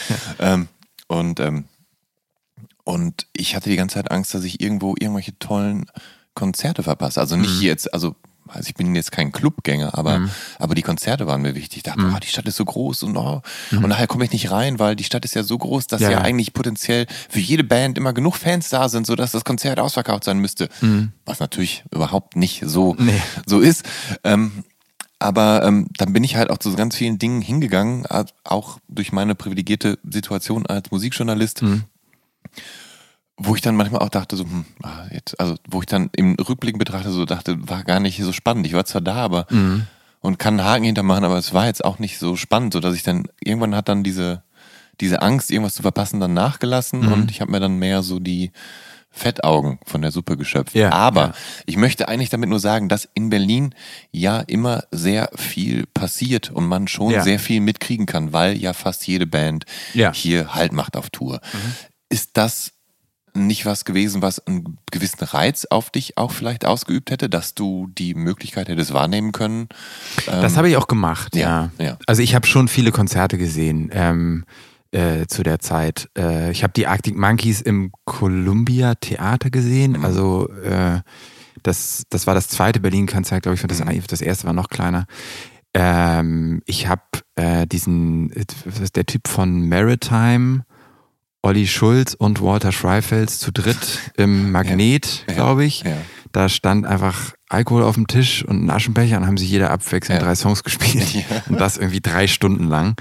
Und ich hatte die ganze Zeit Angst, dass ich irgendwelche tollen Konzerte verpasse. Also nicht jetzt, also ich bin jetzt kein Clubgänger, aber die Konzerte waren mir wichtig. Ich dachte, die Stadt ist so groß und nachher komme ich nicht rein, weil die Stadt ist ja so groß, dass ja eigentlich potenziell für jede Band immer genug Fans da sind, sodass das Konzert ausverkauft sein müsste. Was natürlich überhaupt nicht so ist. Aber dann bin ich halt auch zu ganz vielen Dingen hingegangen, auch durch meine privilegierte Situation als Musikjournalist, wo ich dann manchmal auch dachte, so, wo ich dann im Rückblick betrachte, so dachte, war gar nicht so spannend. Ich war zwar da, aber und kann einen Haken hintermachen, aber es war jetzt auch nicht so spannend, sodass ich dann, irgendwann hat dann diese Angst, irgendwas zu verpassen, dann nachgelassen und ich habe mir dann mehr so die Fettaugen von der Suppe geschöpft. Ja, aber ich möchte eigentlich damit nur sagen, dass in Berlin ja immer sehr viel passiert und man schon sehr viel mitkriegen kann, weil ja fast jede Band hier Halt macht auf Tour. Ist das nicht was gewesen, was einen gewissen Reiz auf dich auch vielleicht ausgeübt hätte, dass du die Möglichkeit hättest wahrnehmen können? Das habe ich auch gemacht, ja. Also ich habe schon viele Konzerte gesehen zu der Zeit. Ich habe die Arctic Monkeys im Columbia Theater gesehen. Also das war das zweite Berlin-Konzert, glaube ich. Das erste war noch kleiner. Ich habe der Typ von Maritime, Olli Schulz und Walter Schreifels zu dritt im Magnet, glaube ich. Ja. Da stand einfach Alkohol auf dem Tisch und ein Aschenbecher und haben sich jeder abwechselnd 3 Songs gespielt. Ja. Und das irgendwie 3 Stunden lang.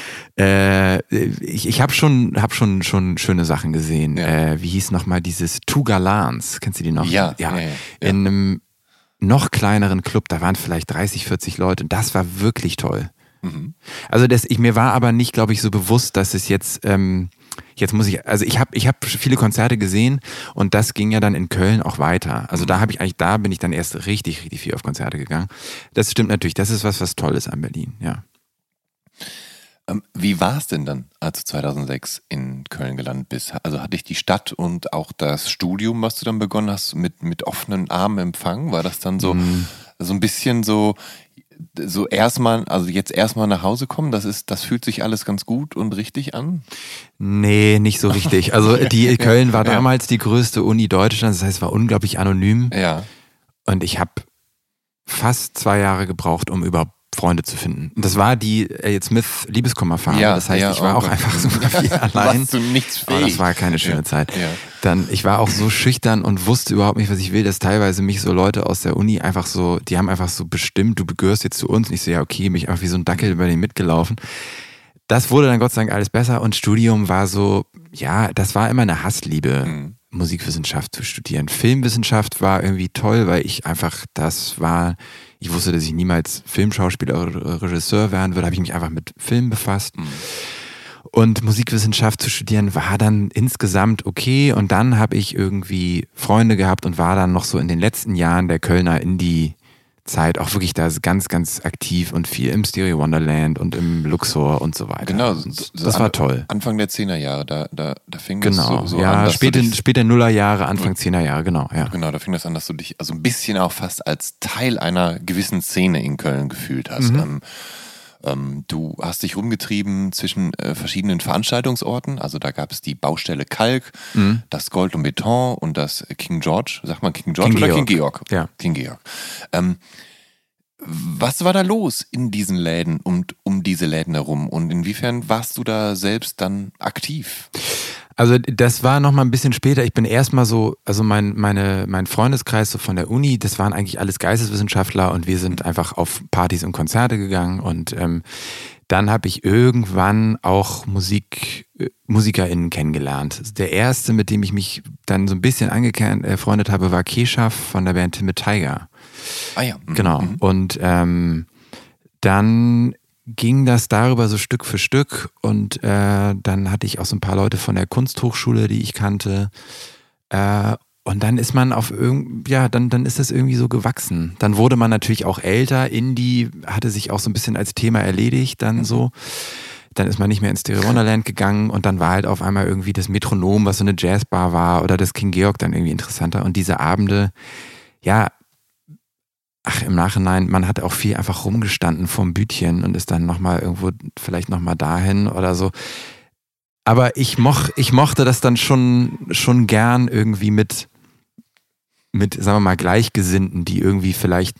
Ich habe schon schöne Sachen gesehen. Wie hieß nochmal dieses Two Galans? Kennst du die noch? Ja. In einem noch kleineren Club, da waren vielleicht 30, 40 Leute. Und das war wirklich toll. Also mir war aber nicht, glaube ich, so bewusst, dass es jetzt muss ich, also ich hab viele Konzerte gesehen und das ging ja dann in Köln auch weiter. Also da bin ich dann erst richtig, richtig viel auf Konzerte gegangen. Das stimmt natürlich, das ist was Tolles an Berlin, ja. Wie war es denn dann, als du 2006 in Köln gelandet bist? Also hat dich die Stadt und auch das Studium, was du dann begonnen hast, mit offenen Armen empfangen? War das dann so ein bisschen so erstmal, also jetzt erstmal nach Hause kommen, das fühlt sich alles ganz gut und richtig an? Nee, nicht so richtig. Also Köln war damals die größte Uni Deutschlands, das heißt, es war unglaublich anonym. Ja. Und ich habe fast 2 Jahre gebraucht, um überhaupt Freunde zu finden. Und das war die Elliott Smith Liebeskummerphase. Ja, das heißt, ich war auch einfach super viel allein. Warst du nichts fähig. Aber das war keine schöne Zeit. Ja. Ich war auch so schüchtern und wusste überhaupt nicht, was ich will, dass teilweise mich so Leute aus der Uni die haben einfach so bestimmt, du gehörst jetzt zu uns. Und ich so, ja okay, mich einfach wie so ein Dackel über den mitgelaufen. Das wurde dann Gott sei Dank alles besser und Studium war so, ja, das war immer eine Hassliebe, Musikwissenschaft zu studieren. Filmwissenschaft war irgendwie toll, weil ich wusste, dass ich niemals Filmschauspieler oder Regisseur werden würde, habe ich mich einfach mit Film befasst. Und Musikwissenschaft zu studieren war dann insgesamt okay und dann habe ich irgendwie Freunde gehabt und war dann noch so in den letzten Jahren der Kölner Indie-Zeit auch wirklich da ganz, ganz aktiv und viel im Stereo Wonderland und im Luxor und so weiter. Genau, das war toll. Anfang der 10er Jahre, da fing genau. das so ja, an. Später Nullerjahre, Anfang 10er Jahre, genau. Ja. Genau, da fing das an, dass du dich also ein bisschen auch fast als Teil einer gewissen Szene in Köln gefühlt hast. Du hast dich rumgetrieben zwischen verschiedenen Veranstaltungsorten. Also da gab es die Baustelle Kalk, das Gold und Beton und das King George. Sagt man King George oder King Georg? Ja. King Georg. Was war da los in diesen Läden und um diese Läden herum? Und inwiefern warst du da selbst dann aktiv? Also das war noch mal ein bisschen später. Ich bin erstmal so, also mein Freundeskreis so von der Uni, das waren eigentlich alles Geisteswissenschaftler und wir sind einfach auf Partys und Konzerte gegangen und dann habe ich irgendwann auch MusikerInnen kennengelernt. Der erste, mit dem ich mich dann so ein bisschen angefreundet habe, war Keshav von der Band Timid Tiger. Ah ja. Genau. Und dann ging das darüber so Stück für Stück und dann hatte ich auch so ein paar Leute von der Kunsthochschule, die ich kannte. Und dann ist man dann ist das irgendwie so gewachsen. Dann wurde man natürlich auch älter. Indie hatte sich auch so ein bisschen als Thema erledigt dann so. Dann ist man nicht mehr ins Stereo Wonderland gegangen und dann war halt auf einmal irgendwie das Metronom, was so eine Jazzbar war, oder das King Georg dann irgendwie interessanter. Und diese Abende, im Nachhinein, man hat auch viel einfach rumgestanden vorm Bütchen und ist dann vielleicht nochmal dahin oder so. Aber ich mochte das dann schon gern irgendwie mit, sagen wir mal, Gleichgesinnten, die irgendwie vielleicht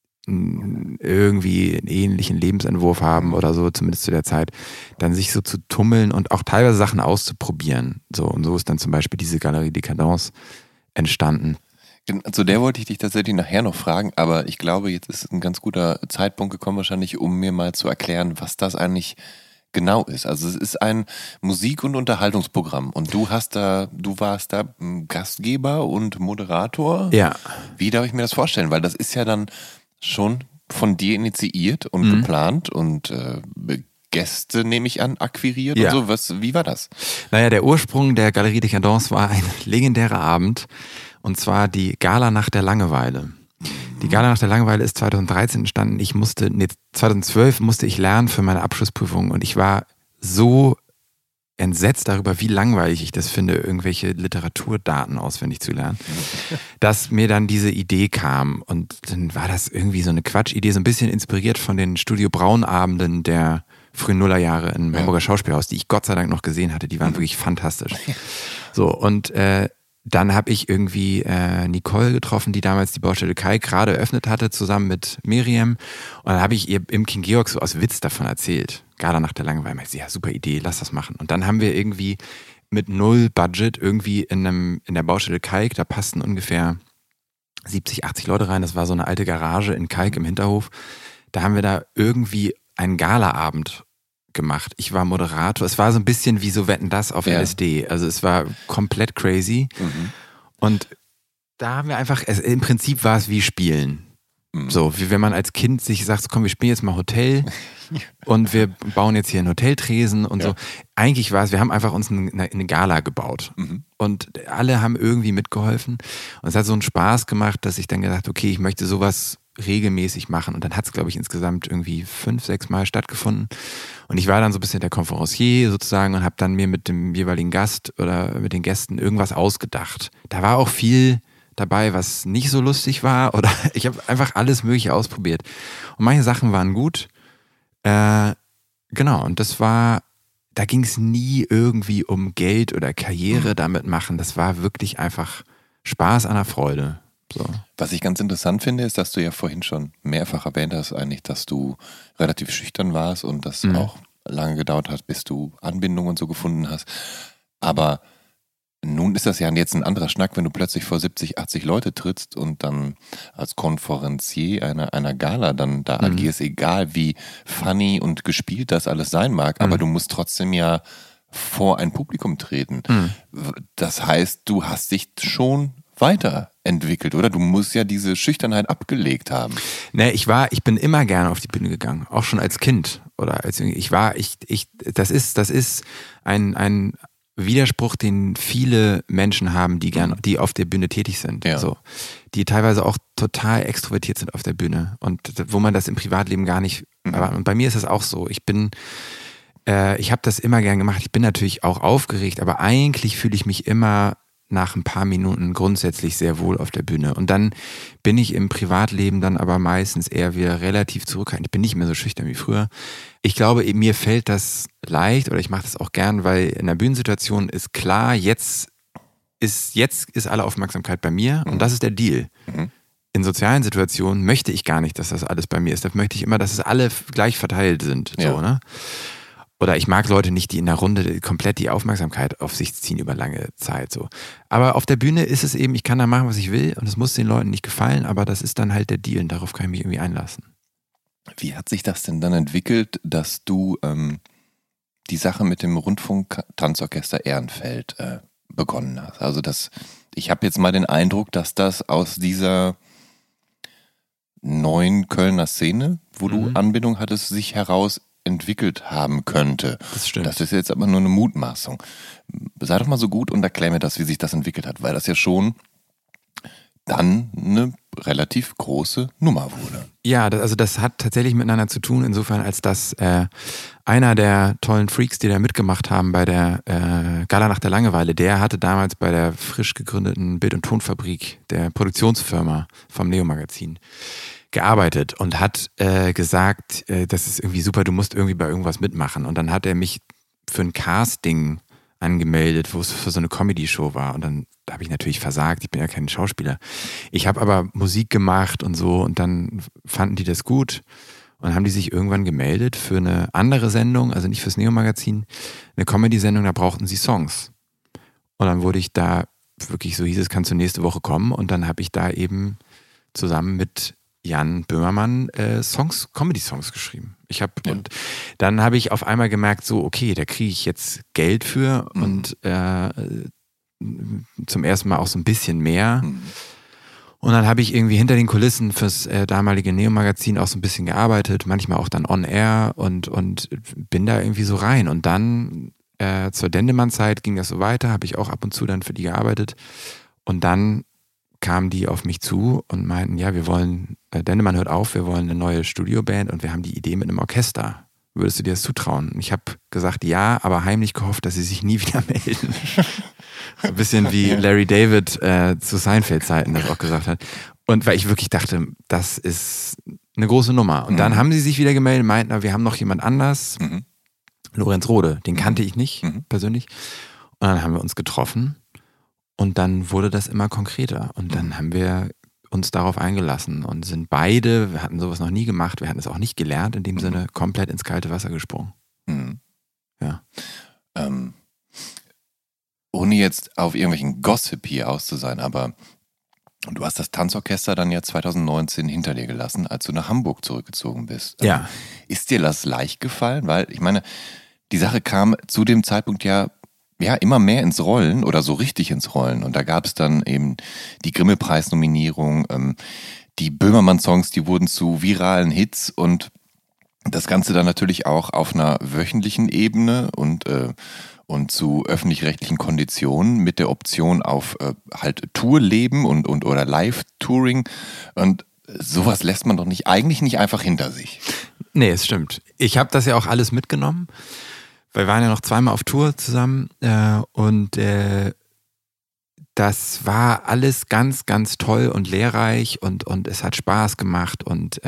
irgendwie einen ähnlichen Lebensentwurf haben oder so, zumindest zu der Zeit, dann sich so zu tummeln und auch teilweise Sachen auszuprobieren. So, und so ist dann zum Beispiel diese Galerie Décadence entstanden. Zu der wollte ich dich tatsächlich nachher noch fragen, aber ich glaube, jetzt ist ein ganz guter Zeitpunkt gekommen wahrscheinlich, um mir mal zu erklären, was das eigentlich genau ist. Also es ist ein Musik- und Unterhaltungsprogramm und du warst da Gastgeber und Moderator. Ja. Wie darf ich mir das vorstellen? Weil das ist ja dann schon von dir initiiert und geplant und Gäste, nehme ich an, akquiriert und so. Wie war das? Naja, der Ursprung der Galerie Décadence war ein legendärer Abend. Und zwar die Gala-Nacht der Langeweile. Die Gala-Nacht der Langeweile ist 2013 entstanden. 2012 musste ich lernen für meine Abschlussprüfung und ich war so entsetzt darüber, wie langweilig ich das finde, irgendwelche Literaturdaten auswendig zu lernen, dass mir dann diese Idee kam. Und dann war das irgendwie so eine Quatschidee, so ein bisschen inspiriert von den Studio Braun-Abenden der frühen Nullerjahre im Hamburger Schauspielhaus, die ich Gott sei Dank noch gesehen hatte. Die waren wirklich fantastisch. So, und dann habe ich irgendwie Nicole getroffen, die damals die Baustelle Kalk gerade eröffnet hatte, zusammen mit Miriam. Und dann habe ich ihr im King Georg so aus Witz davon erzählt. Gala nach der Langeweile. Ich meinte, ja, super Idee, lass das machen. Und dann haben wir irgendwie mit 0 Budget irgendwie in der Baustelle Kalk, da passten ungefähr 70, 80 Leute rein. Das war so eine alte Garage in Kalk im Hinterhof. Da haben wir da irgendwie einen Galaabend gemacht. Ich war Moderator. Es war so ein bisschen wie so Wetten, das auf LSD. Also es war komplett crazy. Und da haben wir einfach, im Prinzip war es wie Spielen. So, wie wenn man als Kind sich sagt, komm, wir spielen jetzt mal Hotel und wir bauen jetzt hier einen Hoteltresen und so. Eigentlich war es, wir haben einfach uns eine Gala gebaut und alle haben irgendwie mitgeholfen und es hat so einen Spaß gemacht, dass ich dann gedacht, okay, ich möchte sowas regelmäßig machen und dann hat es, glaube ich, insgesamt irgendwie 5, 6 Mal stattgefunden und ich war dann so ein bisschen der Conferencier sozusagen und habe dann mir mit dem jeweiligen Gast oder mit den Gästen irgendwas ausgedacht. Da war auch viel dabei, was nicht so lustig war oder ich habe einfach alles Mögliche ausprobiert und manche Sachen waren gut, genau, und da ging es nie irgendwie um Geld oder Karriere damit machen, das war wirklich einfach Spaß an der Freude. So. Was ich ganz interessant finde, ist, dass du ja vorhin schon mehrfach erwähnt hast eigentlich, dass du relativ schüchtern warst und das auch lange gedauert hat, bis du Anbindung und so gefunden hast, aber nun ist das ja jetzt ein anderer Schnack, wenn du plötzlich vor 70, 80 Leute trittst und dann als Konferencier einer Gala dann da agierst, egal wie funny und gespielt das alles sein mag, aber du musst trotzdem ja vor ein Publikum treten. Das heißt, du hast dich schon weiterentwickelt, oder? Du musst ja diese Schüchternheit abgelegt haben. Nee, ich bin immer gerne auf die Bühne gegangen, auch schon als Kind oder als das ist ein Widerspruch, den viele Menschen haben, die auf der Bühne tätig sind, so, die teilweise auch total extrovertiert sind auf der Bühne und wo man das im Privatleben gar nicht, aber und bei mir ist es auch so, ich habe das immer gern gemacht, ich bin natürlich auch aufgeregt, aber eigentlich fühle ich mich immer nach ein paar Minuten grundsätzlich sehr wohl auf der Bühne. Und dann bin ich im Privatleben dann aber meistens eher wieder relativ zurückhaltend. Ich bin nicht mehr so schüchtern wie früher. Ich glaube, mir fällt das leicht oder ich mache das auch gern, weil in der Bühnensituation ist klar, jetzt ist alle Aufmerksamkeit bei mir und das ist der Deal. In sozialen Situationen möchte ich gar nicht, dass das alles bei mir ist. Da möchte ich immer, dass es alle gleich verteilt sind. So, ne? Oder ich mag Leute nicht, die in der Runde komplett die Aufmerksamkeit auf sich ziehen über lange Zeit. So. Aber auf der Bühne ist es eben, ich kann da machen, was ich will und es muss den Leuten nicht gefallen, aber das ist dann halt der Deal und darauf kann ich mich irgendwie einlassen. Wie hat sich das denn dann entwickelt, dass du die Sache mit dem Rundfunk-Tanzorchester Ehrenfeld begonnen hast? Also ich habe jetzt mal den Eindruck, dass das aus dieser neuen Kölner Szene, wo du Anbindung hattest, sich heraus entwickelt haben könnte. Das stimmt. Das ist jetzt aber nur eine Mutmaßung. Sei doch mal so gut und erklär mir das, wie sich das entwickelt hat, weil das ja schon dann eine relativ große Nummer wurde. Ja, das hat tatsächlich miteinander zu tun, insofern als dass einer der tollen Freaks, die da mitgemacht haben bei der Gala nach der Langeweile, der hatte damals bei der frisch gegründeten Bild- und Tonfabrik, der Produktionsfirma vom Neo-Magazin, gearbeitet und hat gesagt, das ist irgendwie super, du musst irgendwie bei irgendwas mitmachen. Und dann hat er mich für ein Casting angemeldet, wo es für so eine Comedy-Show war. Und dann habe ich natürlich versagt, ich bin ja kein Schauspieler. Ich habe aber Musik gemacht und so und dann fanden die das gut und haben die sich irgendwann gemeldet für eine andere Sendung, also nicht fürs Neo-Magazin, eine Comedy-Sendung, da brauchten sie Songs. Und dann wurde ich da wirklich, so hieß es, kannst du nächste Woche kommen und dann habe ich da eben zusammen mit Jan Böhmermann Comedy-Songs geschrieben. Und dann habe ich auf einmal gemerkt, so okay, da kriege ich jetzt Geld für und zum ersten Mal auch so ein bisschen mehr. Und dann habe ich irgendwie hinter den Kulissen fürs damalige Neo-Magazin auch so ein bisschen gearbeitet, manchmal auch dann on-air und bin da irgendwie so rein. Und dann zur Dendemann-Zeit ging das so weiter, habe ich auch ab und zu dann für die gearbeitet. Und dann kamen die auf mich zu und meinten, ja, wir wollen, Dendemann hört auf, wir wollen eine neue Studioband und wir haben die Idee mit einem Orchester. Würdest du dir das zutrauen? Und ich habe gesagt, ja, aber heimlich gehofft, dass sie sich nie wieder melden. So ein bisschen wie Larry David zu Seinfeld-Zeiten das auch gesagt hat. Und weil ich wirklich dachte, das ist eine große Nummer. Und dann haben sie sich wieder gemeldet, meinten, wir haben noch jemand anders, Lorenz Rode, den kannte ich nicht persönlich. Und dann haben wir uns getroffen. Und dann wurde das immer konkreter und dann haben wir uns darauf eingelassen und sind beide, wir hatten sowas noch nie gemacht, wir hatten es auch nicht gelernt, in dem Sinne komplett ins kalte Wasser gesprungen. Ja. Ohne jetzt auf irgendwelchen Gossip hier aus zu sein, aber du hast das Tanzorchester dann ja 2019 hinter dir gelassen, als du nach Hamburg zurückgezogen bist. Ja. Ist dir das leicht gefallen? Weil ich meine, die Sache kam zu dem Zeitpunkt ja immer mehr ins Rollen oder so richtig ins Rollen. Und da gab es dann eben die Grimme-Preis-Nominierung, die Böhmermann-Songs, die wurden zu viralen Hits und das Ganze dann natürlich auch auf einer wöchentlichen Ebene und zu öffentlich-rechtlichen Konditionen mit der Option auf halt Tourleben und oder Live-Touring. Und sowas lässt man doch eigentlich nicht einfach hinter sich. Nee, es stimmt. Ich habe das ja auch alles mitgenommen. Wir waren ja noch zweimal auf Tour zusammen und das war alles ganz, ganz toll und lehrreich und es hat Spaß gemacht und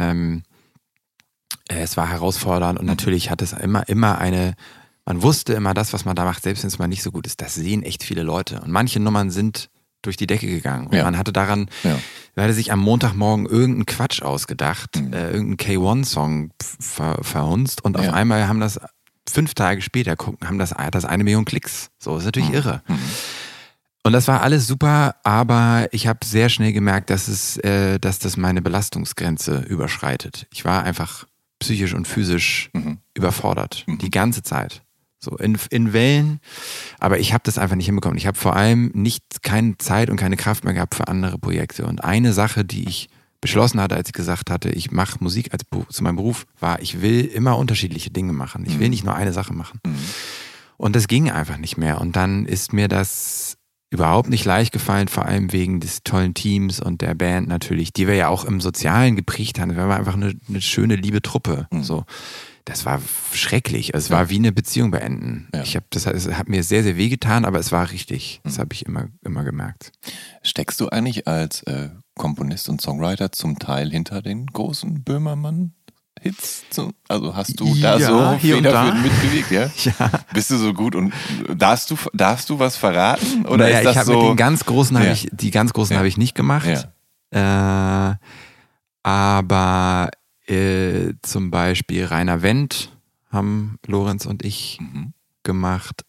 es war herausfordernd und natürlich hat es immer man wusste immer das, was man da macht, selbst wenn es mal nicht so gut ist, das sehen echt viele Leute und manche Nummern sind durch die Decke gegangen und man hatte daran, man hatte sich am Montagmorgen irgendeinen Quatsch ausgedacht, irgendeinen K1-Song verhunzt und auf einmal haben das 5 Tage später haben das 1 Million Klicks. So, ist natürlich irre. Und das war alles super, aber ich habe sehr schnell gemerkt, dass das meine Belastungsgrenze überschreitet. Ich war einfach psychisch und physisch überfordert. Die ganze Zeit. So in Wellen. Aber ich habe das einfach nicht hinbekommen. Ich habe vor allem keine Zeit und keine Kraft mehr gehabt für andere Projekte. Und eine Sache, die ich beschlossen hatte, als ich gesagt hatte, ich mache Musik zu meinem Beruf, war, ich will immer unterschiedliche Dinge machen. Ich will nicht nur eine Sache machen. Und das ging einfach nicht mehr. Und dann ist mir das überhaupt nicht leicht gefallen, vor allem wegen des tollen Teams und der Band natürlich, die wir ja auch im Sozialen geprägt haben. Wir waren einfach eine schöne, liebe Truppe. So. Das war schrecklich. Es war wie eine Beziehung beenden. Ja. Es hat mir sehr, sehr wehgetan, aber es war richtig. Das habe ich immer gemerkt. Steckst du eigentlich als Komponist und Songwriter zum Teil hinter den großen Böhmermann-Hits? Also hast du da so viel dafür mitgewirkt? Ja? Ja. Bist du so gut und darfst du was verraten? Oder naja, ist das ich habe so? Mit den ganz großen habe ich nicht gemacht. Ja. Aber zum Beispiel Rainer Wendt haben Lorenz und ich gemacht.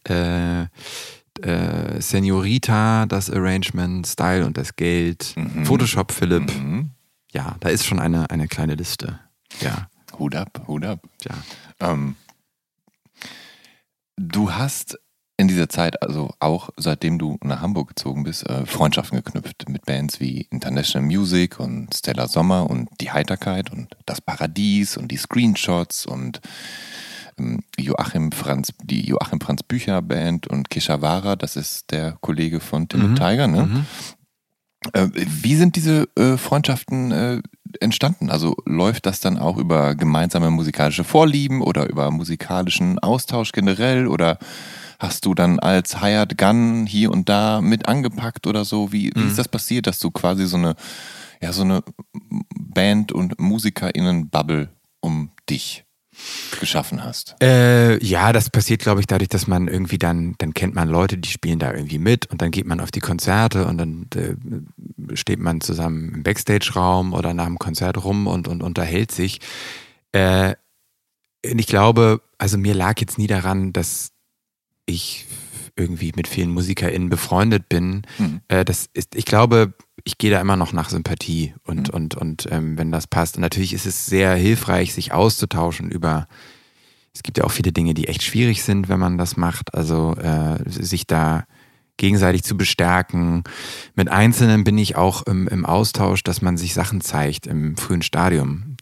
Senorita, das Arrangement, Style und das Geld, Photoshop Philipp. Ja, da ist schon eine kleine Liste. Ja. Hut ab. Ja. Du hast in dieser Zeit, also auch seitdem du nach Hamburg gezogen bist, Freundschaften geknüpft mit Bands wie International Music und Stella Sommer und Die Heiterkeit und Das Paradies und die Screenshots und die Joachim Franz Bücher Band und Keshawara, das ist der Kollege von Tim Tiger, ne? Wie sind diese Freundschaften entstanden? Also läuft das dann auch über gemeinsame musikalische Vorlieben oder über musikalischen Austausch generell oder hast du dann als Hired Gun hier und da mit angepackt oder so? Wie ist das passiert, dass du quasi so eine Band- und MusikerInnen-Bubble um dich geschaffen hast? Ja, das passiert, glaube ich, dadurch, dass man irgendwie dann kennt man Leute, die spielen da irgendwie mit und dann geht man auf die Konzerte und dann steht man zusammen im Backstage-Raum oder nach dem Konzert rum und unterhält sich. Und ich glaube, also mir lag jetzt nie daran, dass ich irgendwie mit vielen MusikerInnen befreundet bin. Ich glaube, ich gehe da immer noch nach Sympathie und wenn das passt. Und natürlich ist es sehr hilfreich, sich auszutauschen es gibt ja auch viele Dinge, die echt schwierig sind, wenn man das macht. Also sich da gegenseitig zu bestärken. Mit Einzelnen bin ich auch im Austausch, dass man sich Sachen zeigt im frühen Stadium.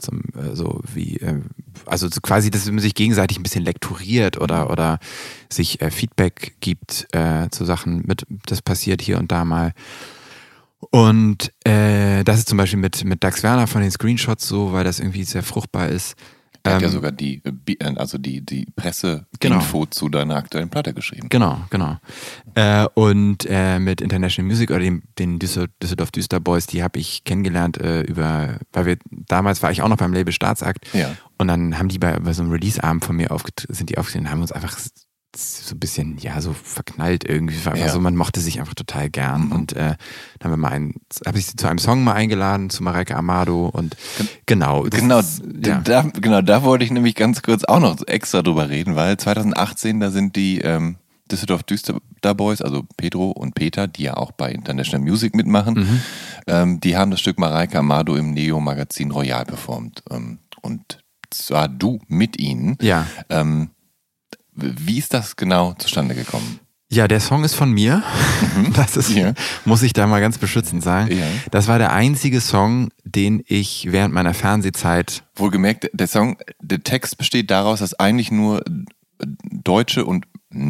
Quasi, dass man sich gegenseitig ein bisschen lektoriert oder sich Feedback gibt zu Sachen, das passiert hier und da mal. Und das ist zum Beispiel mit Dax Werner von den Screenshots so, weil das irgendwie sehr fruchtbar ist. Er hat ja sogar die Presse-Info zu deiner aktuellen Platte geschrieben. Genau. Und mit International Music oder den Düsseldorf Düster Boys, die habe ich kennengelernt damals war ich auch noch beim Label Staatsakt. Ja. Und dann haben die bei so einem Release-Abend von mir aufgetreten, haben uns einfach so ein bisschen, so verknallt irgendwie. Also man mochte sich einfach total gern. Und dann habe ich sie zu einem Song mal eingeladen, zu Mareike Amado und genau. Da wollte ich nämlich ganz kurz auch noch extra drüber reden, weil 2018, da sind die Düsseldorf Düster Boys, also Pedro und Peter, die ja auch bei International Music mitmachen, die haben das Stück Mareike Amado im Neo-Magazin Royal performt. Und zwar du mit ihnen. Ja. Wie ist das genau zustande gekommen? Ja, der Song ist von mir. Das ist, muss ich da mal ganz beschützend sagen. Ja. Das war der einzige Song, den ich während meiner Fernsehzeit... Wohlgemerkt, der Text besteht daraus, dass eigentlich nur deutsche und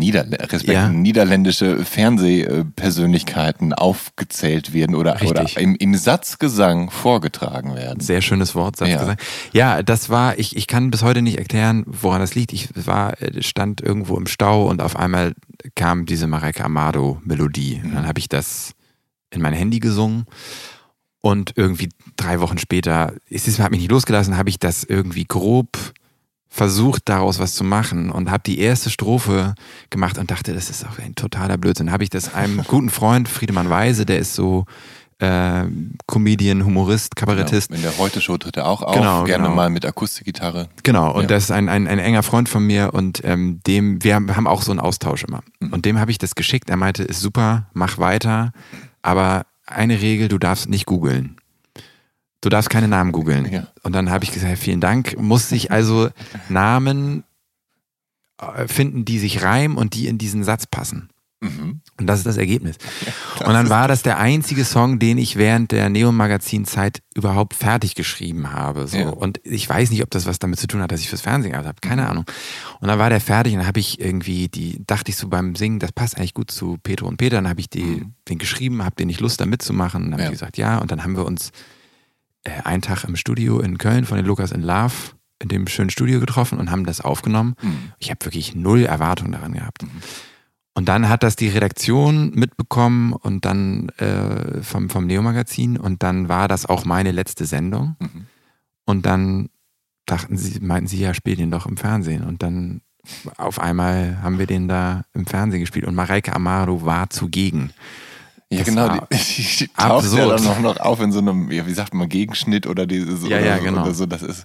niederländische Fernsehpersönlichkeiten aufgezählt werden oder im Satzgesang vorgetragen werden. Sehr schönes Wort, Satzgesang. Ja, das war, ich kann bis heute nicht erklären, woran das liegt. Ich stand irgendwo im Stau und auf einmal kam diese Mareike Amado-Melodie. Und dann habe ich das in mein Handy gesungen und irgendwie 3 Wochen später, es hat mich nicht losgelassen, habe ich das irgendwie grob versucht, daraus was zu machen und habe die erste Strophe gemacht und dachte, das ist auch ein totaler Blödsinn. Habe ich das einem guten Freund, Friedemann Weise, der ist so Comedian, Humorist, Kabarettist. Genau. In der Heute-Show tritt er auch auf, gerne mal mit Akustikgitarre. Genau, und das ist ein enger Freund von mir und wir haben auch so einen Austausch immer. Und dem habe ich das geschickt, er meinte, ist super, mach weiter, aber eine Regel, du darfst nicht googeln. Du darfst keine Namen googeln. Ja. Und dann habe ich gesagt, vielen Dank. Muss ich also Namen finden, die sich reimen und die in diesen Satz passen. Und das ist das Ergebnis. Ja, und dann war das der einzige Song, den ich während der Neon-Magazin-Zeit überhaupt fertig geschrieben habe. So. Ja. Und ich weiß nicht, ob das was damit zu tun hat, dass ich fürs Fernsehen gehabt habe. Keine Ahnung. Und dann war der fertig und dann habe ich irgendwie dachte ich so beim Singen, das passt eigentlich gut zu Petro und Peter. Dann habe ich den geschrieben, habe den nicht Lust, da mitzumachen. Dann habe ich gesagt, ja. Und dann haben wir uns einen Tag im Studio in Köln von den Lukas in Love in dem schönen Studio getroffen und haben das aufgenommen. Ich habe wirklich 0 Erwartungen daran gehabt. Und dann hat das die Redaktion mitbekommen und dann vom Neo-Magazin und dann war das auch meine letzte Sendung. Und dann meinten sie, ja, spiel den doch im Fernsehen. Und dann auf einmal haben wir den da im Fernsehen gespielt und Mareike Amado war zugegen. Ja, das genau, die taucht ja dann noch auf in so einem, wie sagt man, Gegenschnitt oder dieses genau. Oder so. Das ist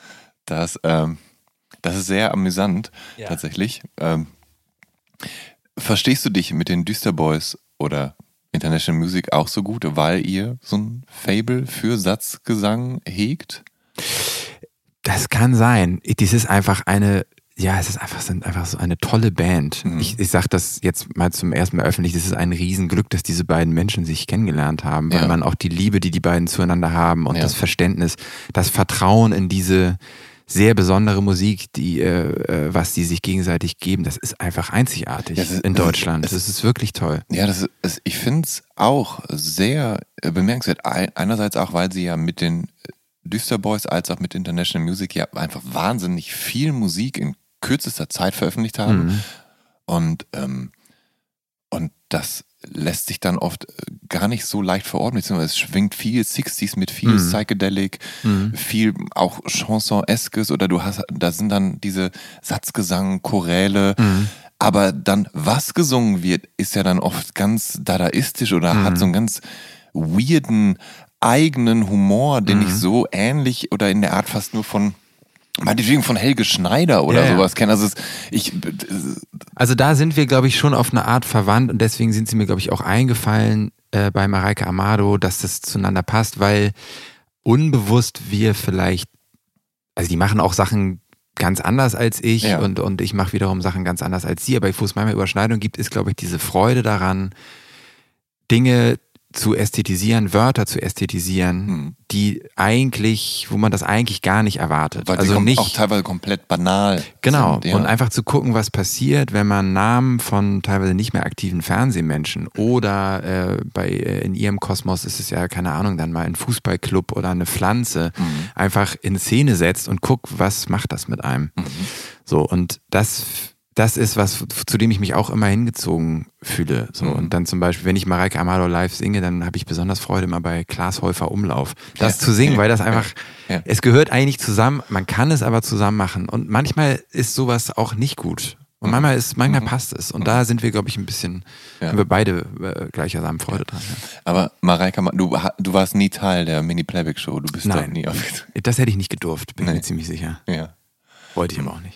sehr amüsant, tatsächlich. Verstehst du dich mit den Düsterboys oder International Music auch so gut, weil ihr so ein Faible für Satzgesang hegt? Das kann sein. Es ist einfach sind einfach so eine tolle Band. Ich sage das jetzt mal zum ersten Mal öffentlich, das ist ein Riesenglück, dass diese beiden Menschen sich kennengelernt haben, weil man auch die Liebe, die beiden zueinander haben und das Verständnis, das Vertrauen in diese sehr besondere Musik, was die sich gegenseitig geben, das ist einfach einzigartig in Deutschland. Das ist wirklich toll. Ja, ich finde es auch sehr bemerkenswert. Einerseits auch, weil sie ja mit den Düsterboys als auch mit International Music ja einfach wahnsinnig viel Musik in kürzester Zeit veröffentlicht haben. Und das lässt sich dann oft gar nicht so leicht verorten, beziehungsweise es schwingt viel 60s mit viel Psychedelic, viel auch Chanson-eskes oder da sind dann diese Satzgesang, Choräle, aber dann was gesungen wird, ist ja dann oft ganz dadaistisch oder hat so einen ganz weirden eigenen Humor, den ich so ähnlich oder in der Art fast nur von Helge Schneider oder sowas kenne. Also da sind wir, glaube ich, schon auf eine Art verwandt und deswegen sind sie mir, glaube ich, auch eingefallen bei Mareike Amado, dass das zueinander passt, weil unbewusst wir vielleicht, also die machen auch Sachen ganz anders als ich und ich mache wiederum Sachen ganz anders als sie, aber wo es manchmal Überschneidung gibt, ist, glaube ich, diese Freude daran, Dinge zu ästhetisieren, Wörter zu ästhetisieren, wo man das eigentlich gar nicht erwartet. Weil also nicht auch teilweise komplett banal. Genau. Sind, und einfach zu gucken, was passiert, wenn man Namen von teilweise nicht mehr aktiven Fernsehmenschen oder in ihrem Kosmos ist es ja, keine Ahnung, dann mal ein Fußballclub oder eine Pflanze einfach in Szene setzt und guckt, was macht das mit einem. So, und das ist was, zu dem ich mich auch immer hingezogen fühle. So. Und dann zum Beispiel, wenn ich Mareike Amado live singe, dann habe ich besonders Freude immer bei Klaas Häufer Umlauf. Das zu singen, weil das einfach, es gehört eigentlich zusammen, man kann es aber zusammen machen. Und manchmal ist sowas auch nicht gut. Und manchmal passt es. Und da sind wir, glaube ich, ein bisschen, haben wir beide gleichermaßen Freude dran. Ja. Aber Mareike, du warst nie Teil der Mini-Playback-Show. Du bist dort nie aufgetreten. Das hätte ich nicht gedurft, bin mir ziemlich sicher. Ja. Wollte ich aber auch nicht.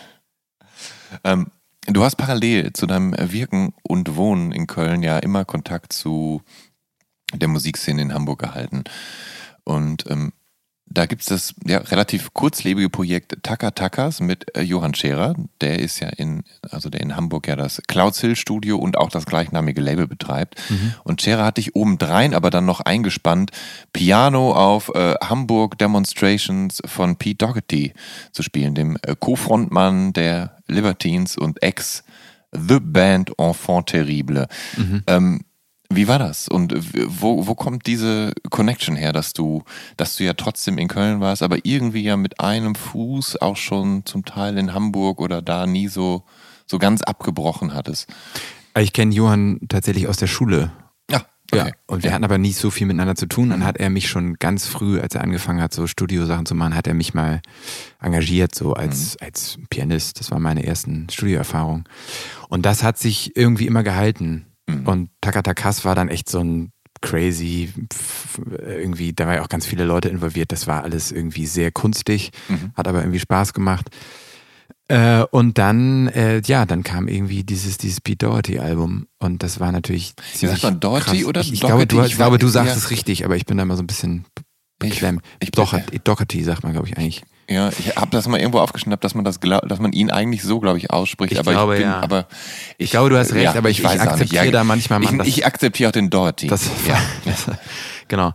Du hast parallel zu deinem Wirken und Wohnen in Köln ja immer Kontakt zu der Musikszene in Hamburg gehalten. Und da gibt es das relativ kurzlebige Projekt Taka Takas mit Johann Scherer. Der ist ja der in Hamburg ja das Clouds Hill Studio und auch das gleichnamige Label betreibt. Und Scherer hat dich obendrein aber dann noch eingespannt, Piano auf Hamburg Demonstrations von Pete Doherty zu spielen, dem Co-Frontmann der Libertines und Ex-The Band Enfant Terrible. Wie war das? Und wo kommt diese Connection her, dass du ja trotzdem in Köln warst, aber irgendwie ja mit einem Fuß auch schon zum Teil in Hamburg oder da nie so ganz abgebrochen hattest? Ich kenne Johann tatsächlich aus der Schule. Ja, okay. Ja, und wir hatten aber nicht so viel miteinander zu tun. Dann hat er mich schon ganz früh, als er angefangen hat, so Studiosachen zu machen, hat er mich mal engagiert, so als Pianist. Das war meine ersten Studioerfahrung. Und das hat sich irgendwie immer gehalten. Und Taka Takas war dann echt so ein crazy, irgendwie, da war ja auch ganz viele Leute involviert, das war alles irgendwie sehr kunstig, hat aber irgendwie Spaß gemacht. Und dann kam irgendwie dieses Pete Doherty-Album und das war natürlich ziemlich sagt man Doherty krass. oder ich Doherty? glaube, du sagst es richtig, aber ich bin da mal so ein bisschen beklemmt. Doherty sagt man, glaube ich, eigentlich. Ja, ich habe das mal irgendwo aufgeschnappt, dass man ihn eigentlich so, glaube ich, ausspricht. Ich glaube, du hast recht, aber ich akzeptiere da manchmal ich akzeptiere auch den Doherty. Genau.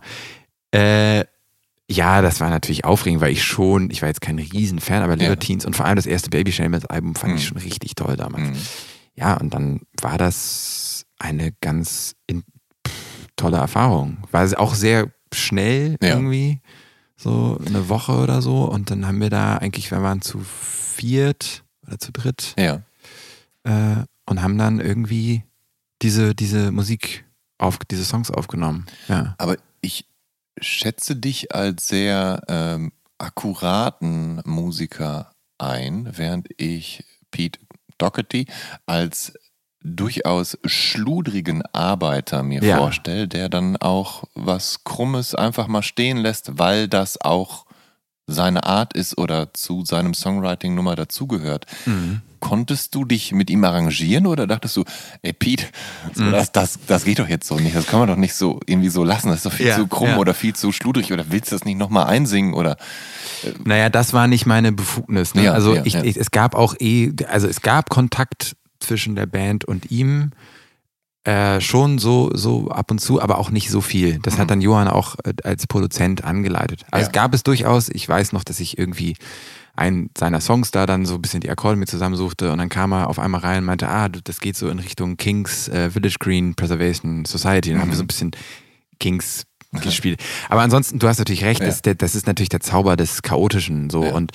Das war natürlich aufregend, weil ich war jetzt kein Riesenfan, aber Libertines und vor allem das erste Baby Shambles-Album fand ich schon richtig toll damals. Ja, und dann war das eine ganz tolle Erfahrung. War auch sehr schnell irgendwie. So eine Woche oder so und dann haben wir wir waren zu 4 oder zu 3 und haben dann irgendwie diese diese Songs aufgenommen. Ja. Aber ich schätze dich als sehr akkuraten Musiker ein, während ich Pete Doherty als durchaus schludrigen Arbeiter mir vorstelle, der dann auch was Krummes einfach mal stehen lässt, weil das auch seine Art ist oder zu seinem Songwriting nun mal dazugehört. Konntest du dich mit ihm arrangieren oder dachtest du, ey Pete, das geht doch jetzt so nicht, das kann man doch nicht so irgendwie so lassen, das ist doch viel zu krumm oder viel zu schludrig oder willst du das nicht nochmal einsingen oder... Naja, das war nicht meine Befugnis. Ne? Es gab auch es gab Kontakt zwischen der Band und ihm schon so ab und zu, aber auch nicht so viel. Das hat dann Johann auch als Produzent angeleitet. Also es gab es durchaus, ich weiß noch, dass ich irgendwie einen seiner Songs da dann so ein bisschen die Akkorde mit zusammensuchte und dann kam er auf einmal rein und meinte, das geht so in Richtung Kings Village Green Preservation Society. Dann haben wir so ein bisschen Kings gespielt. Aber ansonsten, du hast natürlich recht, das ist natürlich der Zauber des Chaotischen so und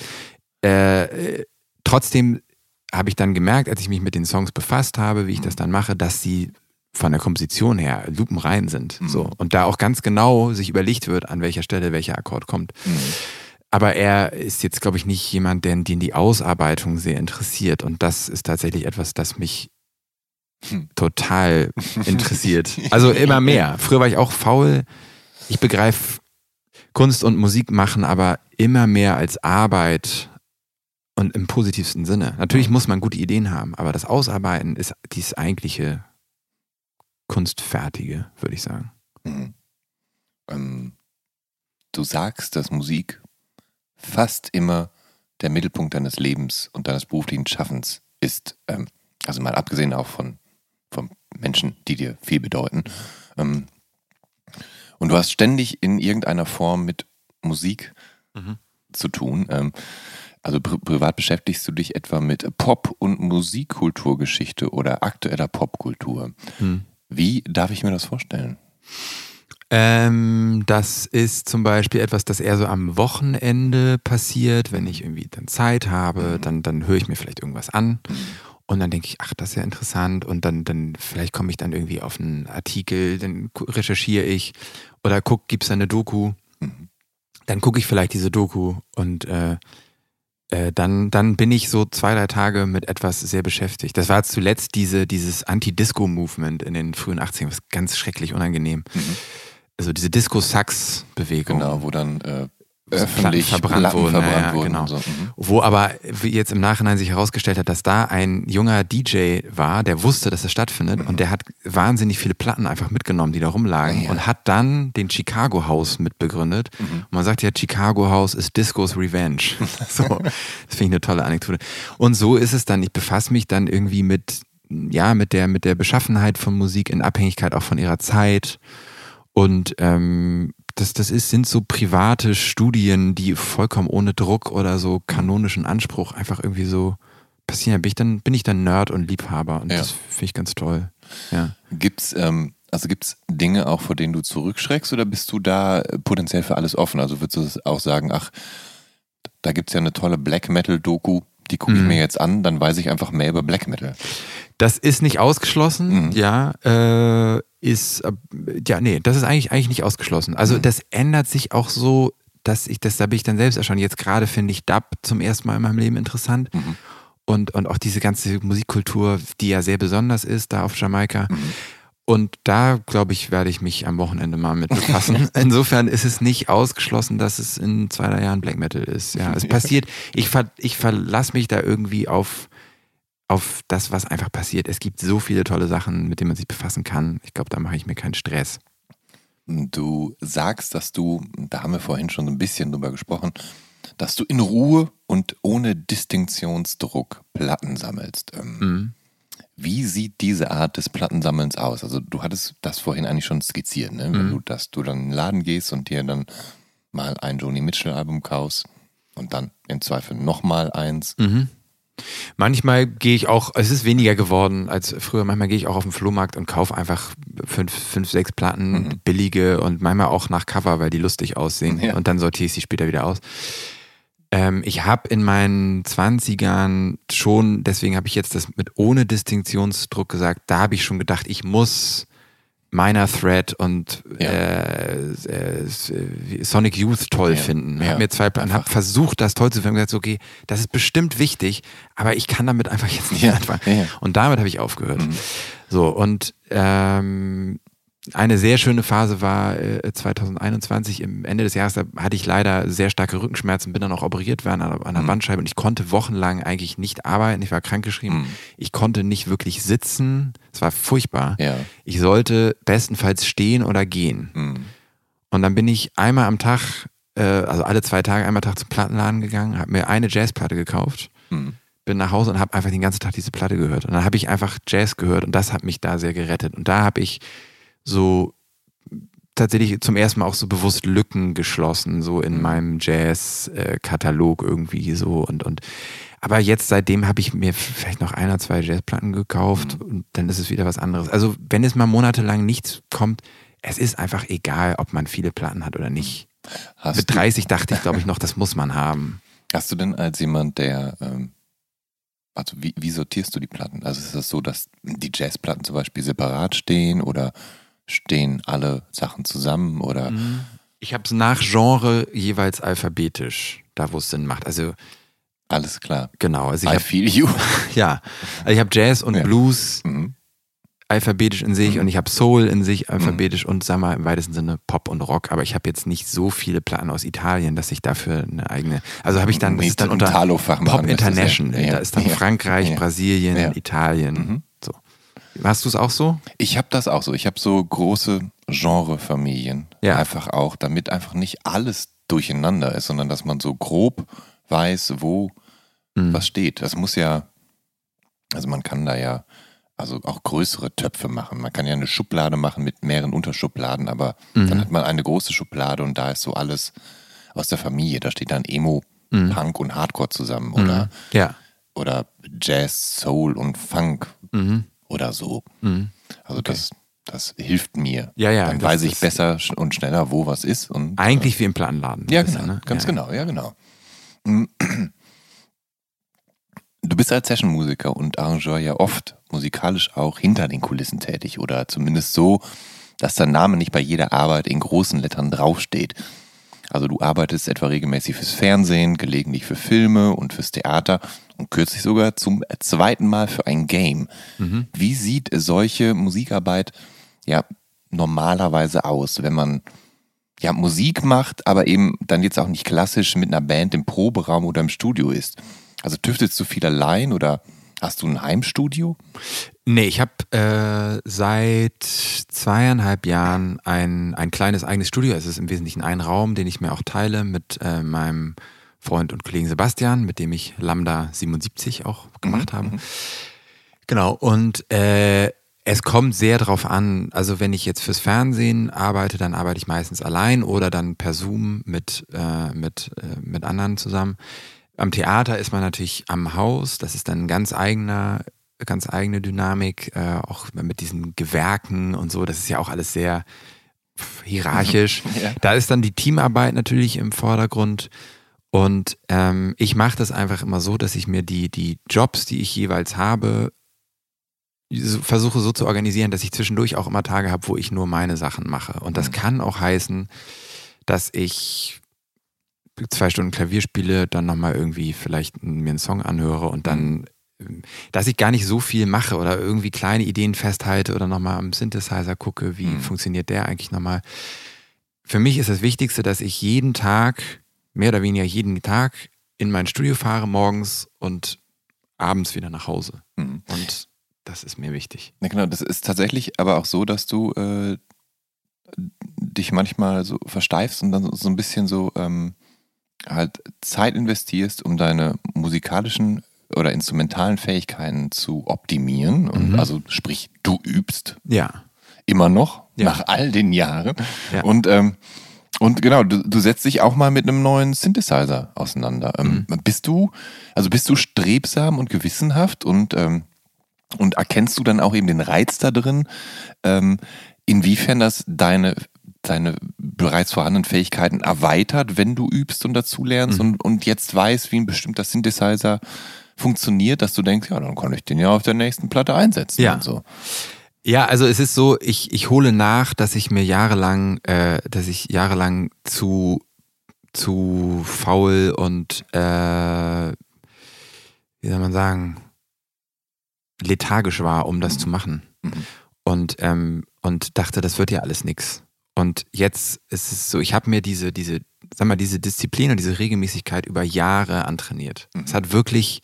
trotzdem habe ich dann gemerkt, als ich mich mit den Songs befasst habe, wie ich das dann mache, dass sie von der Komposition her lupenrein sind. So. Und da auch ganz genau sich überlegt wird, an welcher Stelle welcher Akkord kommt. Aber er ist jetzt, glaube ich, nicht jemand, den die Ausarbeitung sehr interessiert. Und das ist tatsächlich etwas, das mich total interessiert. Also immer mehr. Früher war ich auch faul. Ich begreife Kunst und Musik machen aber immer mehr als Arbeit. Und im positivsten Sinne. Natürlich muss man gute Ideen haben, aber das Ausarbeiten ist dieses eigentliche Kunstfertige, würde ich sagen. Du sagst, dass Musik fast immer der Mittelpunkt deines Lebens und deines beruflichen Schaffens ist. Also mal abgesehen auch von Menschen, die dir viel bedeuten. Und du hast ständig in irgendeiner Form mit Musik zu tun. Also privat beschäftigst du dich etwa mit Pop- und Musikkulturgeschichte oder aktueller Popkultur. Wie darf ich mir das vorstellen? Das ist zum Beispiel etwas, das eher so am Wochenende passiert, wenn ich irgendwie dann Zeit habe, dann höre ich mir vielleicht irgendwas an und dann denke ich, ach, das ist ja interessant und dann vielleicht komme ich dann irgendwie auf einen Artikel, dann recherchiere ich oder gibt es da eine Doku, dann gucke ich vielleicht diese Doku und dann bin ich so 2-3 Tage mit etwas sehr beschäftigt. Das war zuletzt dieses Anti-Disco-Movement in den frühen 80ern, was ganz schrecklich unangenehm. Also diese Disco-Sax-Bewegung. Genau, wo dann öffentlich verbrannt wurden. Genau. Und so. Wo aber jetzt im Nachhinein sich herausgestellt hat, dass da ein junger DJ war, der wusste, dass es stattfindet und der hat wahnsinnig viele Platten einfach mitgenommen, die da rumlagen und hat dann den Chicago House mitbegründet. Und man sagt ja, Chicago House ist Discos Revenge. So, das finde ich eine tolle Anekdote. Und so ist es dann, ich befasse mich dann irgendwie mit der Beschaffenheit von Musik in Abhängigkeit auch von ihrer Zeit und sind so private Studien, die vollkommen ohne Druck oder so kanonischen Anspruch einfach irgendwie so passieren. Bin ich dann Nerd und Liebhaber und das finde ich ganz toll. Ja. Gibt's Dinge auch, vor denen du zurückschreckst oder bist du da potenziell für alles offen? Also würdest du auch sagen, ach, da gibt's ja eine tolle Black Metal Doku, die gucke ich mir jetzt an, dann weiß ich einfach mehr über Black Metal. Das ist nicht ausgeschlossen, das ist eigentlich nicht ausgeschlossen. Also das ändert sich auch so, da bin ich dann selbst erstaunt. Jetzt gerade finde ich Dub zum ersten Mal in meinem Leben interessant und auch diese ganze Musikkultur, die ja sehr besonders ist, da auf Jamaika. Und da, glaube ich, werde ich mich am Wochenende mal mit befassen. Insofern ist es nicht ausgeschlossen, dass es in 2-3 Jahren Black Metal ist. Ja, es passiert. Ich verlasse mich da irgendwie auf das, was einfach passiert. Es gibt so viele tolle Sachen, mit denen man sich befassen kann. Ich glaube, da mache ich mir keinen Stress. Du sagst, dass du, da haben wir vorhin schon so ein bisschen drüber gesprochen, dass du in Ruhe und ohne Distinktionsdruck Platten sammelst. Wie sieht diese Art des Plattensammelns aus? Also du hattest das vorhin eigentlich schon skizziert, ne? Wenn du dann in den Laden gehst und dir dann mal ein Joni Mitchell Album kaufst und dann im Zweifel nochmal eins. Manchmal gehe ich auch, es ist weniger geworden als früher, manchmal gehe ich auch auf den Flohmarkt und kaufe einfach 5, 6 Platten, billige und manchmal auch nach Cover, weil die lustig aussehen und dann sortiere ich sie später wieder aus. Ich habe in meinen 20ern schon, deswegen habe ich jetzt das mit ohne Distinktionsdruck gesagt, da habe ich schon gedacht, ich muss Minor Threat und Sonic Youth toll finden. Habe mir 2 Platten, habe versucht, das toll zu finden und gesagt, okay, das ist bestimmt wichtig, aber ich kann damit einfach jetzt nicht anfangen. Und damit habe ich aufgehört. So, und eine sehr schöne Phase war 2021, im Ende des Jahres, da hatte ich leider sehr starke Rückenschmerzen, bin dann auch operiert worden an der Bandscheibe und ich konnte wochenlang eigentlich nicht arbeiten, ich war krankgeschrieben, ich konnte nicht wirklich sitzen, es war furchtbar. Ich sollte bestenfalls stehen oder gehen. Und dann bin ich einmal am Tag, also alle 2 Tage, einmal am Tag zum Plattenladen gegangen, habe mir eine Jazzplatte gekauft, bin nach Hause und habe einfach den ganzen Tag diese Platte gehört. Und dann habe ich einfach Jazz gehört und das hat mich da sehr gerettet. Und da habe ich so tatsächlich zum ersten Mal auch so bewusst Lücken geschlossen, so in meinem Jazz-Katalog irgendwie so und aber jetzt seitdem habe ich mir vielleicht noch 1 oder 2 Jazzplatten gekauft und dann ist es wieder was anderes. Also wenn es mal monatelang nichts kommt, es ist einfach egal, ob man viele Platten hat oder nicht. Mit 30 dachte ich, glaube ich, noch, das muss man haben. Hast du denn als jemand, der also wie sortierst du die Platten? Also ist das so, dass die Jazzplatten zum Beispiel separat stehen oder stehen alle Sachen zusammen oder? Ich habe es nach Genre jeweils alphabetisch, da wo es Sinn macht. Also alles klar. Genau. Also I feel you. Ja, also ich habe Jazz und Blues alphabetisch in sich und ich habe Soul in sich alphabetisch und sag mal im weitesten Sinne Pop und Rock, aber ich habe jetzt nicht so viele Platten aus Italien, dass ich dafür eine eigene, also habe ich dann, das ist dann unter Pop International, da ist dann Frankreich, Brasilien, Italien, so. Hast du es auch so? Ich habe das auch so. Ich habe so große Genrefamilien. Einfach auch, damit einfach nicht alles durcheinander ist, sondern dass man so grob weiß, wo was steht. Das muss ja, also man kann da ja also auch größere Töpfe machen. Man kann ja eine Schublade machen mit mehreren Unterschubladen, aber dann hat man eine große Schublade und da ist so alles aus der Familie. Da steht dann Emo, Punk und Hardcore zusammen oder Jazz, Soul und Funk. Oder so. Also das hilft mir. Dann weiß ich besser und schneller, wo was ist. Und, eigentlich wie im Plattenladen. Ja, genau, ne? Ganz genau, ja genau. Du bist als Session-Musiker und Arrangeur ja oft musikalisch auch hinter den Kulissen tätig oder zumindest so, dass dein Name nicht bei jeder Arbeit in großen Lettern draufsteht. Also du arbeitest etwa regelmäßig fürs Fernsehen, gelegentlich für Filme und fürs Theater und kürzlich sogar zum 2. Mal für ein Game. Wie sieht solche Musikarbeit ja normalerweise aus, wenn man Musik macht, aber eben dann jetzt auch nicht klassisch mit einer Band im Proberaum oder im Studio ist. Also tüftelst du viel allein oder hast du ein Heimstudio? Nee, ich habe seit 2,5 Jahren ein kleines eigenes Studio. Es ist im Wesentlichen ein Raum, den ich mir auch teile mit meinem Freund und Kollegen Sebastian, mit dem ich Lambda 77 auch gemacht habe. Genau, und es kommt sehr drauf an, also wenn ich jetzt fürs Fernsehen arbeite, dann arbeite ich meistens allein oder dann per Zoom mit anderen zusammen. Am Theater ist man natürlich am Haus, das ist dann ganz eigene Dynamik, auch mit diesen Gewerken und so, das ist ja auch alles sehr hierarchisch. Ja. Da ist dann die Teamarbeit natürlich im Vordergrund und ich mache das einfach immer so, dass ich mir die Jobs, die ich jeweils habe, versuche so zu organisieren, dass ich zwischendurch auch immer Tage habe, wo ich nur meine Sachen mache. Und das kann auch heißen, dass ich 2 Stunden Klavier spiele, dann nochmal irgendwie vielleicht mir einen Song anhöre und dann, dass ich gar nicht so viel mache oder irgendwie kleine Ideen festhalte oder nochmal am Synthesizer gucke, wie funktioniert der eigentlich nochmal. Für mich ist das Wichtigste, dass ich jeden Tag, mehr oder weniger jeden Tag, in mein Studio fahre morgens und abends wieder nach Hause. Und das ist mir wichtig. Ja, genau, das ist tatsächlich aber auch so, dass du dich manchmal so versteifst und dann so ein bisschen so halt Zeit investierst, um deine musikalischen oder instrumentalen Fähigkeiten zu optimieren. Und also sprich, du übst. Ja. Immer noch, nach all den Jahren. Ja. Und genau, du setzt dich auch mal mit einem neuen Synthesizer auseinander. Bist du strebsam und gewissenhaft und erkennst du dann auch eben den Reiz da drin, inwiefern das deine bereits vorhandenen Fähigkeiten erweitert, wenn du übst und dazu lernst und jetzt weißt, wie ein bestimmter Synthesizer funktioniert, dass du denkst, ja, dann kann ich den ja auf der nächsten Platte einsetzen und so. Ja, also es ist so, ich hole nach, dass ich jahrelang zu faul und wie soll man sagen, lethargisch war, um das zu machen. Und dachte, das wird ja alles nix. Und jetzt ist es so, ich habe mir diese Disziplin und diese Regelmäßigkeit über Jahre antrainiert. Es hat wirklich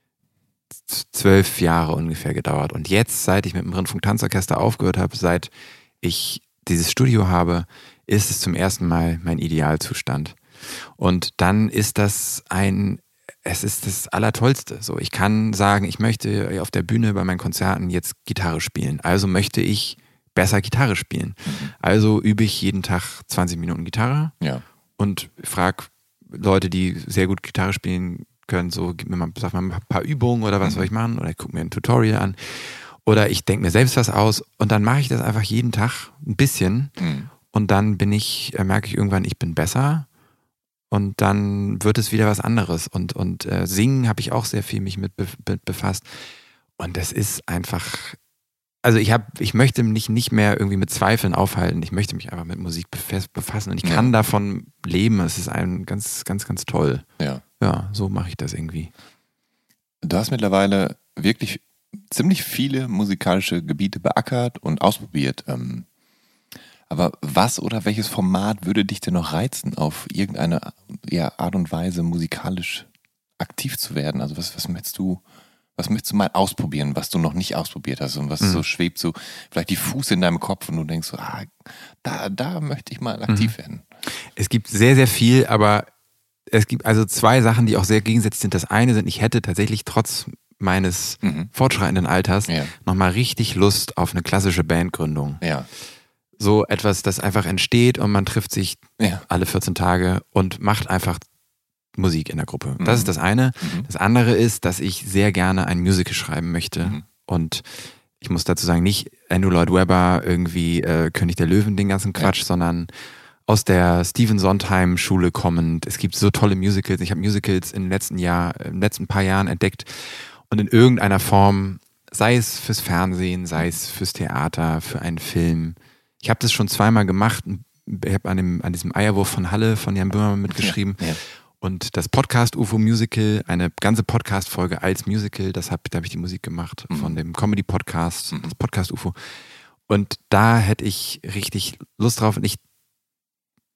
12 Jahre ungefähr gedauert. Und jetzt, seit ich mit dem Rundfunk-Tanzorchester aufgehört habe, seit ich dieses Studio habe, ist es zum ersten Mal mein Idealzustand. Und dann ist es ist das Allertollste. So, ich kann sagen, ich möchte auf der Bühne bei meinen Konzerten jetzt Gitarre spielen. Also möchte ich besser Gitarre spielen. Also übe ich jeden Tag 20 Minuten Gitarre und frage Leute, die sehr gut Gitarre spielen können, so, sag mal ein paar Übungen oder was soll ich machen? Oder ich gucke mir ein Tutorial an. Oder ich denke mir selbst was aus und dann mache ich das einfach jeden Tag ein bisschen und dann merke ich irgendwann, ich bin besser und dann wird es wieder was anderes. Und Singen habe ich auch sehr viel mich mit befasst. Und das ist einfach, also ich möchte mich nicht mehr irgendwie mit Zweifeln aufhalten. Ich möchte mich einfach mit Musik befassen und ich kann davon leben. Es ist einem ganz, ganz, ganz toll. Ja, so mache ich das irgendwie. Du hast mittlerweile wirklich ziemlich viele musikalische Gebiete beackert und ausprobiert. Aber was oder welches Format würde dich denn noch reizen, auf irgendeine Art und Weise musikalisch aktiv zu werden? Also was möchtest du mal ausprobieren, was du noch nicht ausprobiert hast und was so schwebt, so vielleicht die Fuß in deinem Kopf und du denkst so, da möchte ich mal aktiv werden. Es gibt sehr, sehr viel, aber es gibt also 2 Sachen, die auch sehr gegensätzlich sind. Das eine sind, ich hätte tatsächlich trotz meines fortschreitenden Alters nochmal richtig Lust auf eine klassische Bandgründung. Ja. So etwas, das einfach entsteht und man trifft sich alle 14 Tage und macht einfach Musik in der Gruppe. Das ist das eine. Das andere ist, dass ich sehr gerne ein Musical schreiben möchte. Und ich muss dazu sagen, nicht Andrew Lloyd Webber, irgendwie König der Löwen, den ganzen Quatsch, sondern aus der Stephen Sondheim-Schule kommend. Es gibt so tolle Musicals. Ich habe Musicals im letzten paar Jahren entdeckt und in irgendeiner Form, sei es fürs Fernsehen, sei es fürs Theater, für einen Film. Ich habe das schon 2-mal gemacht. Ich habe an diesem Eierwurf von Halle von Jan Böhmermann mitgeschrieben. Ja. Und das Podcast-UFO-Musical, eine ganze Podcast-Folge als Musical, da habe ich die Musik gemacht von dem Comedy-Podcast, das Podcast-UFO. Und da hätte ich richtig Lust drauf. Und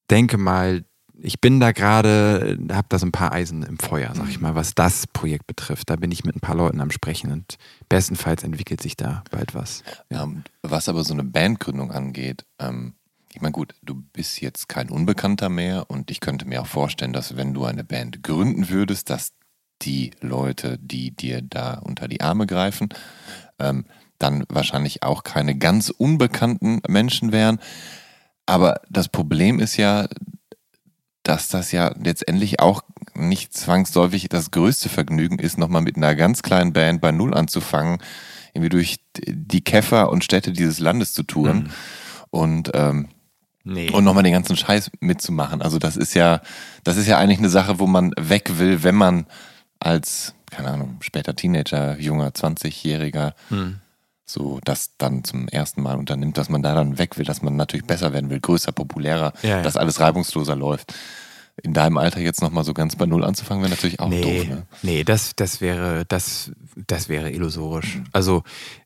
denke mal, ich bin da gerade, habe da so ein paar Eisen im Feuer, sag ich mal, was das Projekt betrifft. Da bin ich mit ein paar Leuten am Sprechen und bestenfalls entwickelt sich da bald was. Ja, was aber so eine Bandgründung angeht, ich meine gut, du bist jetzt kein Unbekannter mehr und ich könnte mir auch vorstellen, dass wenn du eine Band gründen würdest, dass die Leute, die dir da unter die Arme greifen, dann wahrscheinlich auch keine ganz unbekannten Menschen wären. Aber das Problem ist ja, dass das ja letztendlich auch nicht zwangsläufig das größte Vergnügen ist, nochmal mit einer ganz kleinen Band bei Null anzufangen, irgendwie durch die Käfer und Städte dieses Landes zu touren und nochmal den ganzen Scheiß mitzumachen. Also das ist ja eigentlich eine Sache, wo man weg will, wenn man als, keine Ahnung, später Teenager, junger 20-Jähriger so das dann zum ersten Mal unternimmt, dass man da dann weg will, dass man natürlich besser werden will, größer, populärer, dass alles reibungsloser läuft. In deinem Alter jetzt nochmal so ganz bei Null anzufangen, wäre natürlich auch doof. Ne? Nee, das wäre illusorisch. Also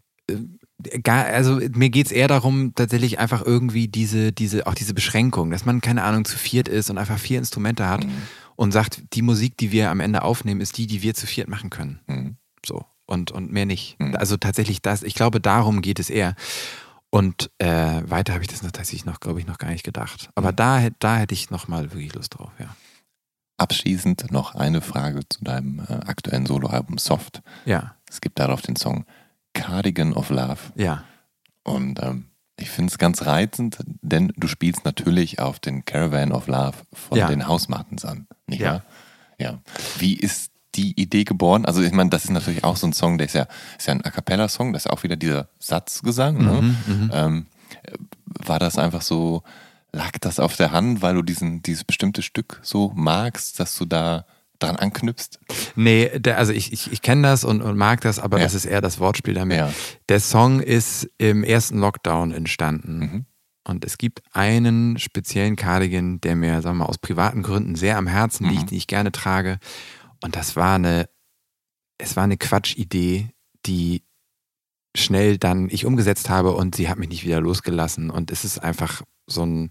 mir geht es eher darum, tatsächlich einfach irgendwie diese Beschränkung, dass man, keine Ahnung, zu viert ist und einfach 4 Instrumente hat und sagt, die Musik, die wir am Ende aufnehmen, ist die wir zu viert machen können. So. Und mehr nicht. Also tatsächlich das, ich glaube, darum geht es eher. Und weiter habe ich das tatsächlich noch, glaube ich, noch gar nicht gedacht. Aber da hätte ich noch mal wirklich Lust drauf, ja. Abschließend noch eine Frage zu deinem aktuellen Soloalbum Soft. Ja. Es gibt darauf den Song Cardigan of Love. Ja. Und ich finde es ganz reizend, denn du spielst natürlich auf den Caravan of Love von den Hausmartens an, nicht wahr? Ja. Wie ist die Idee geboren? Also ich meine, das ist natürlich auch so ein Song, der ist ja ein A-Cappella-Song, das ist auch wieder dieser Satzgesang. Ne? War das einfach so, lag das auf der Hand, weil du dieses bestimmte Stück so magst, dass du da dran anknüpfst? Nee, also ich kenne das und mag das, aber das ist eher das Wortspiel damit. Ja. Der Song ist im ersten Lockdown entstanden. Und es gibt einen speziellen Cardigan, der mir, sagen wir mal, aus privaten Gründen sehr am Herzen liegt, den ich gerne trage. Und es war eine Quatschidee, die schnell dann ich umgesetzt habe und sie hat mich nicht wieder losgelassen. Und es ist einfach so ein,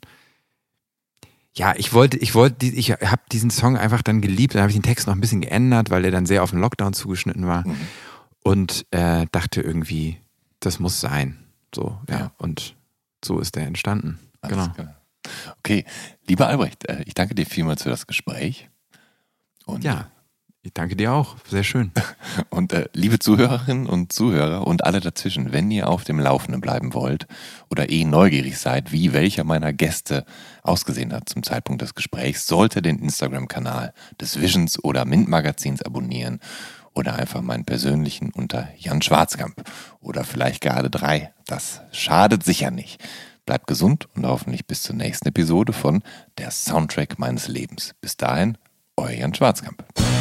ja, ich habe diesen Song einfach dann geliebt. Dann habe ich den Text noch ein bisschen geändert, weil der dann sehr auf den Lockdown zugeschnitten war. Und dachte irgendwie, das muss sein. So, ja. Und so ist der entstanden. Alles klar. Okay, lieber Albrecht, ich danke dir vielmals für das Gespräch. Und ja. Ich danke dir auch, sehr schön. Und liebe Zuhörerinnen und Zuhörer und alle dazwischen, wenn ihr auf dem Laufenden bleiben wollt oder neugierig seid, wie welcher meiner Gäste ausgesehen hat zum Zeitpunkt des Gesprächs, sollt ihr den Instagram-Kanal des Visions oder Mint-Magazins abonnieren oder einfach meinen persönlichen unter Jan Schwarzkamp oder vielleicht gerade 3. Das schadet sicher nicht. Bleibt gesund und hoffentlich bis zur nächsten Episode von Der Soundtrack meines Lebens. Bis dahin, euer Jan Schwarzkamp.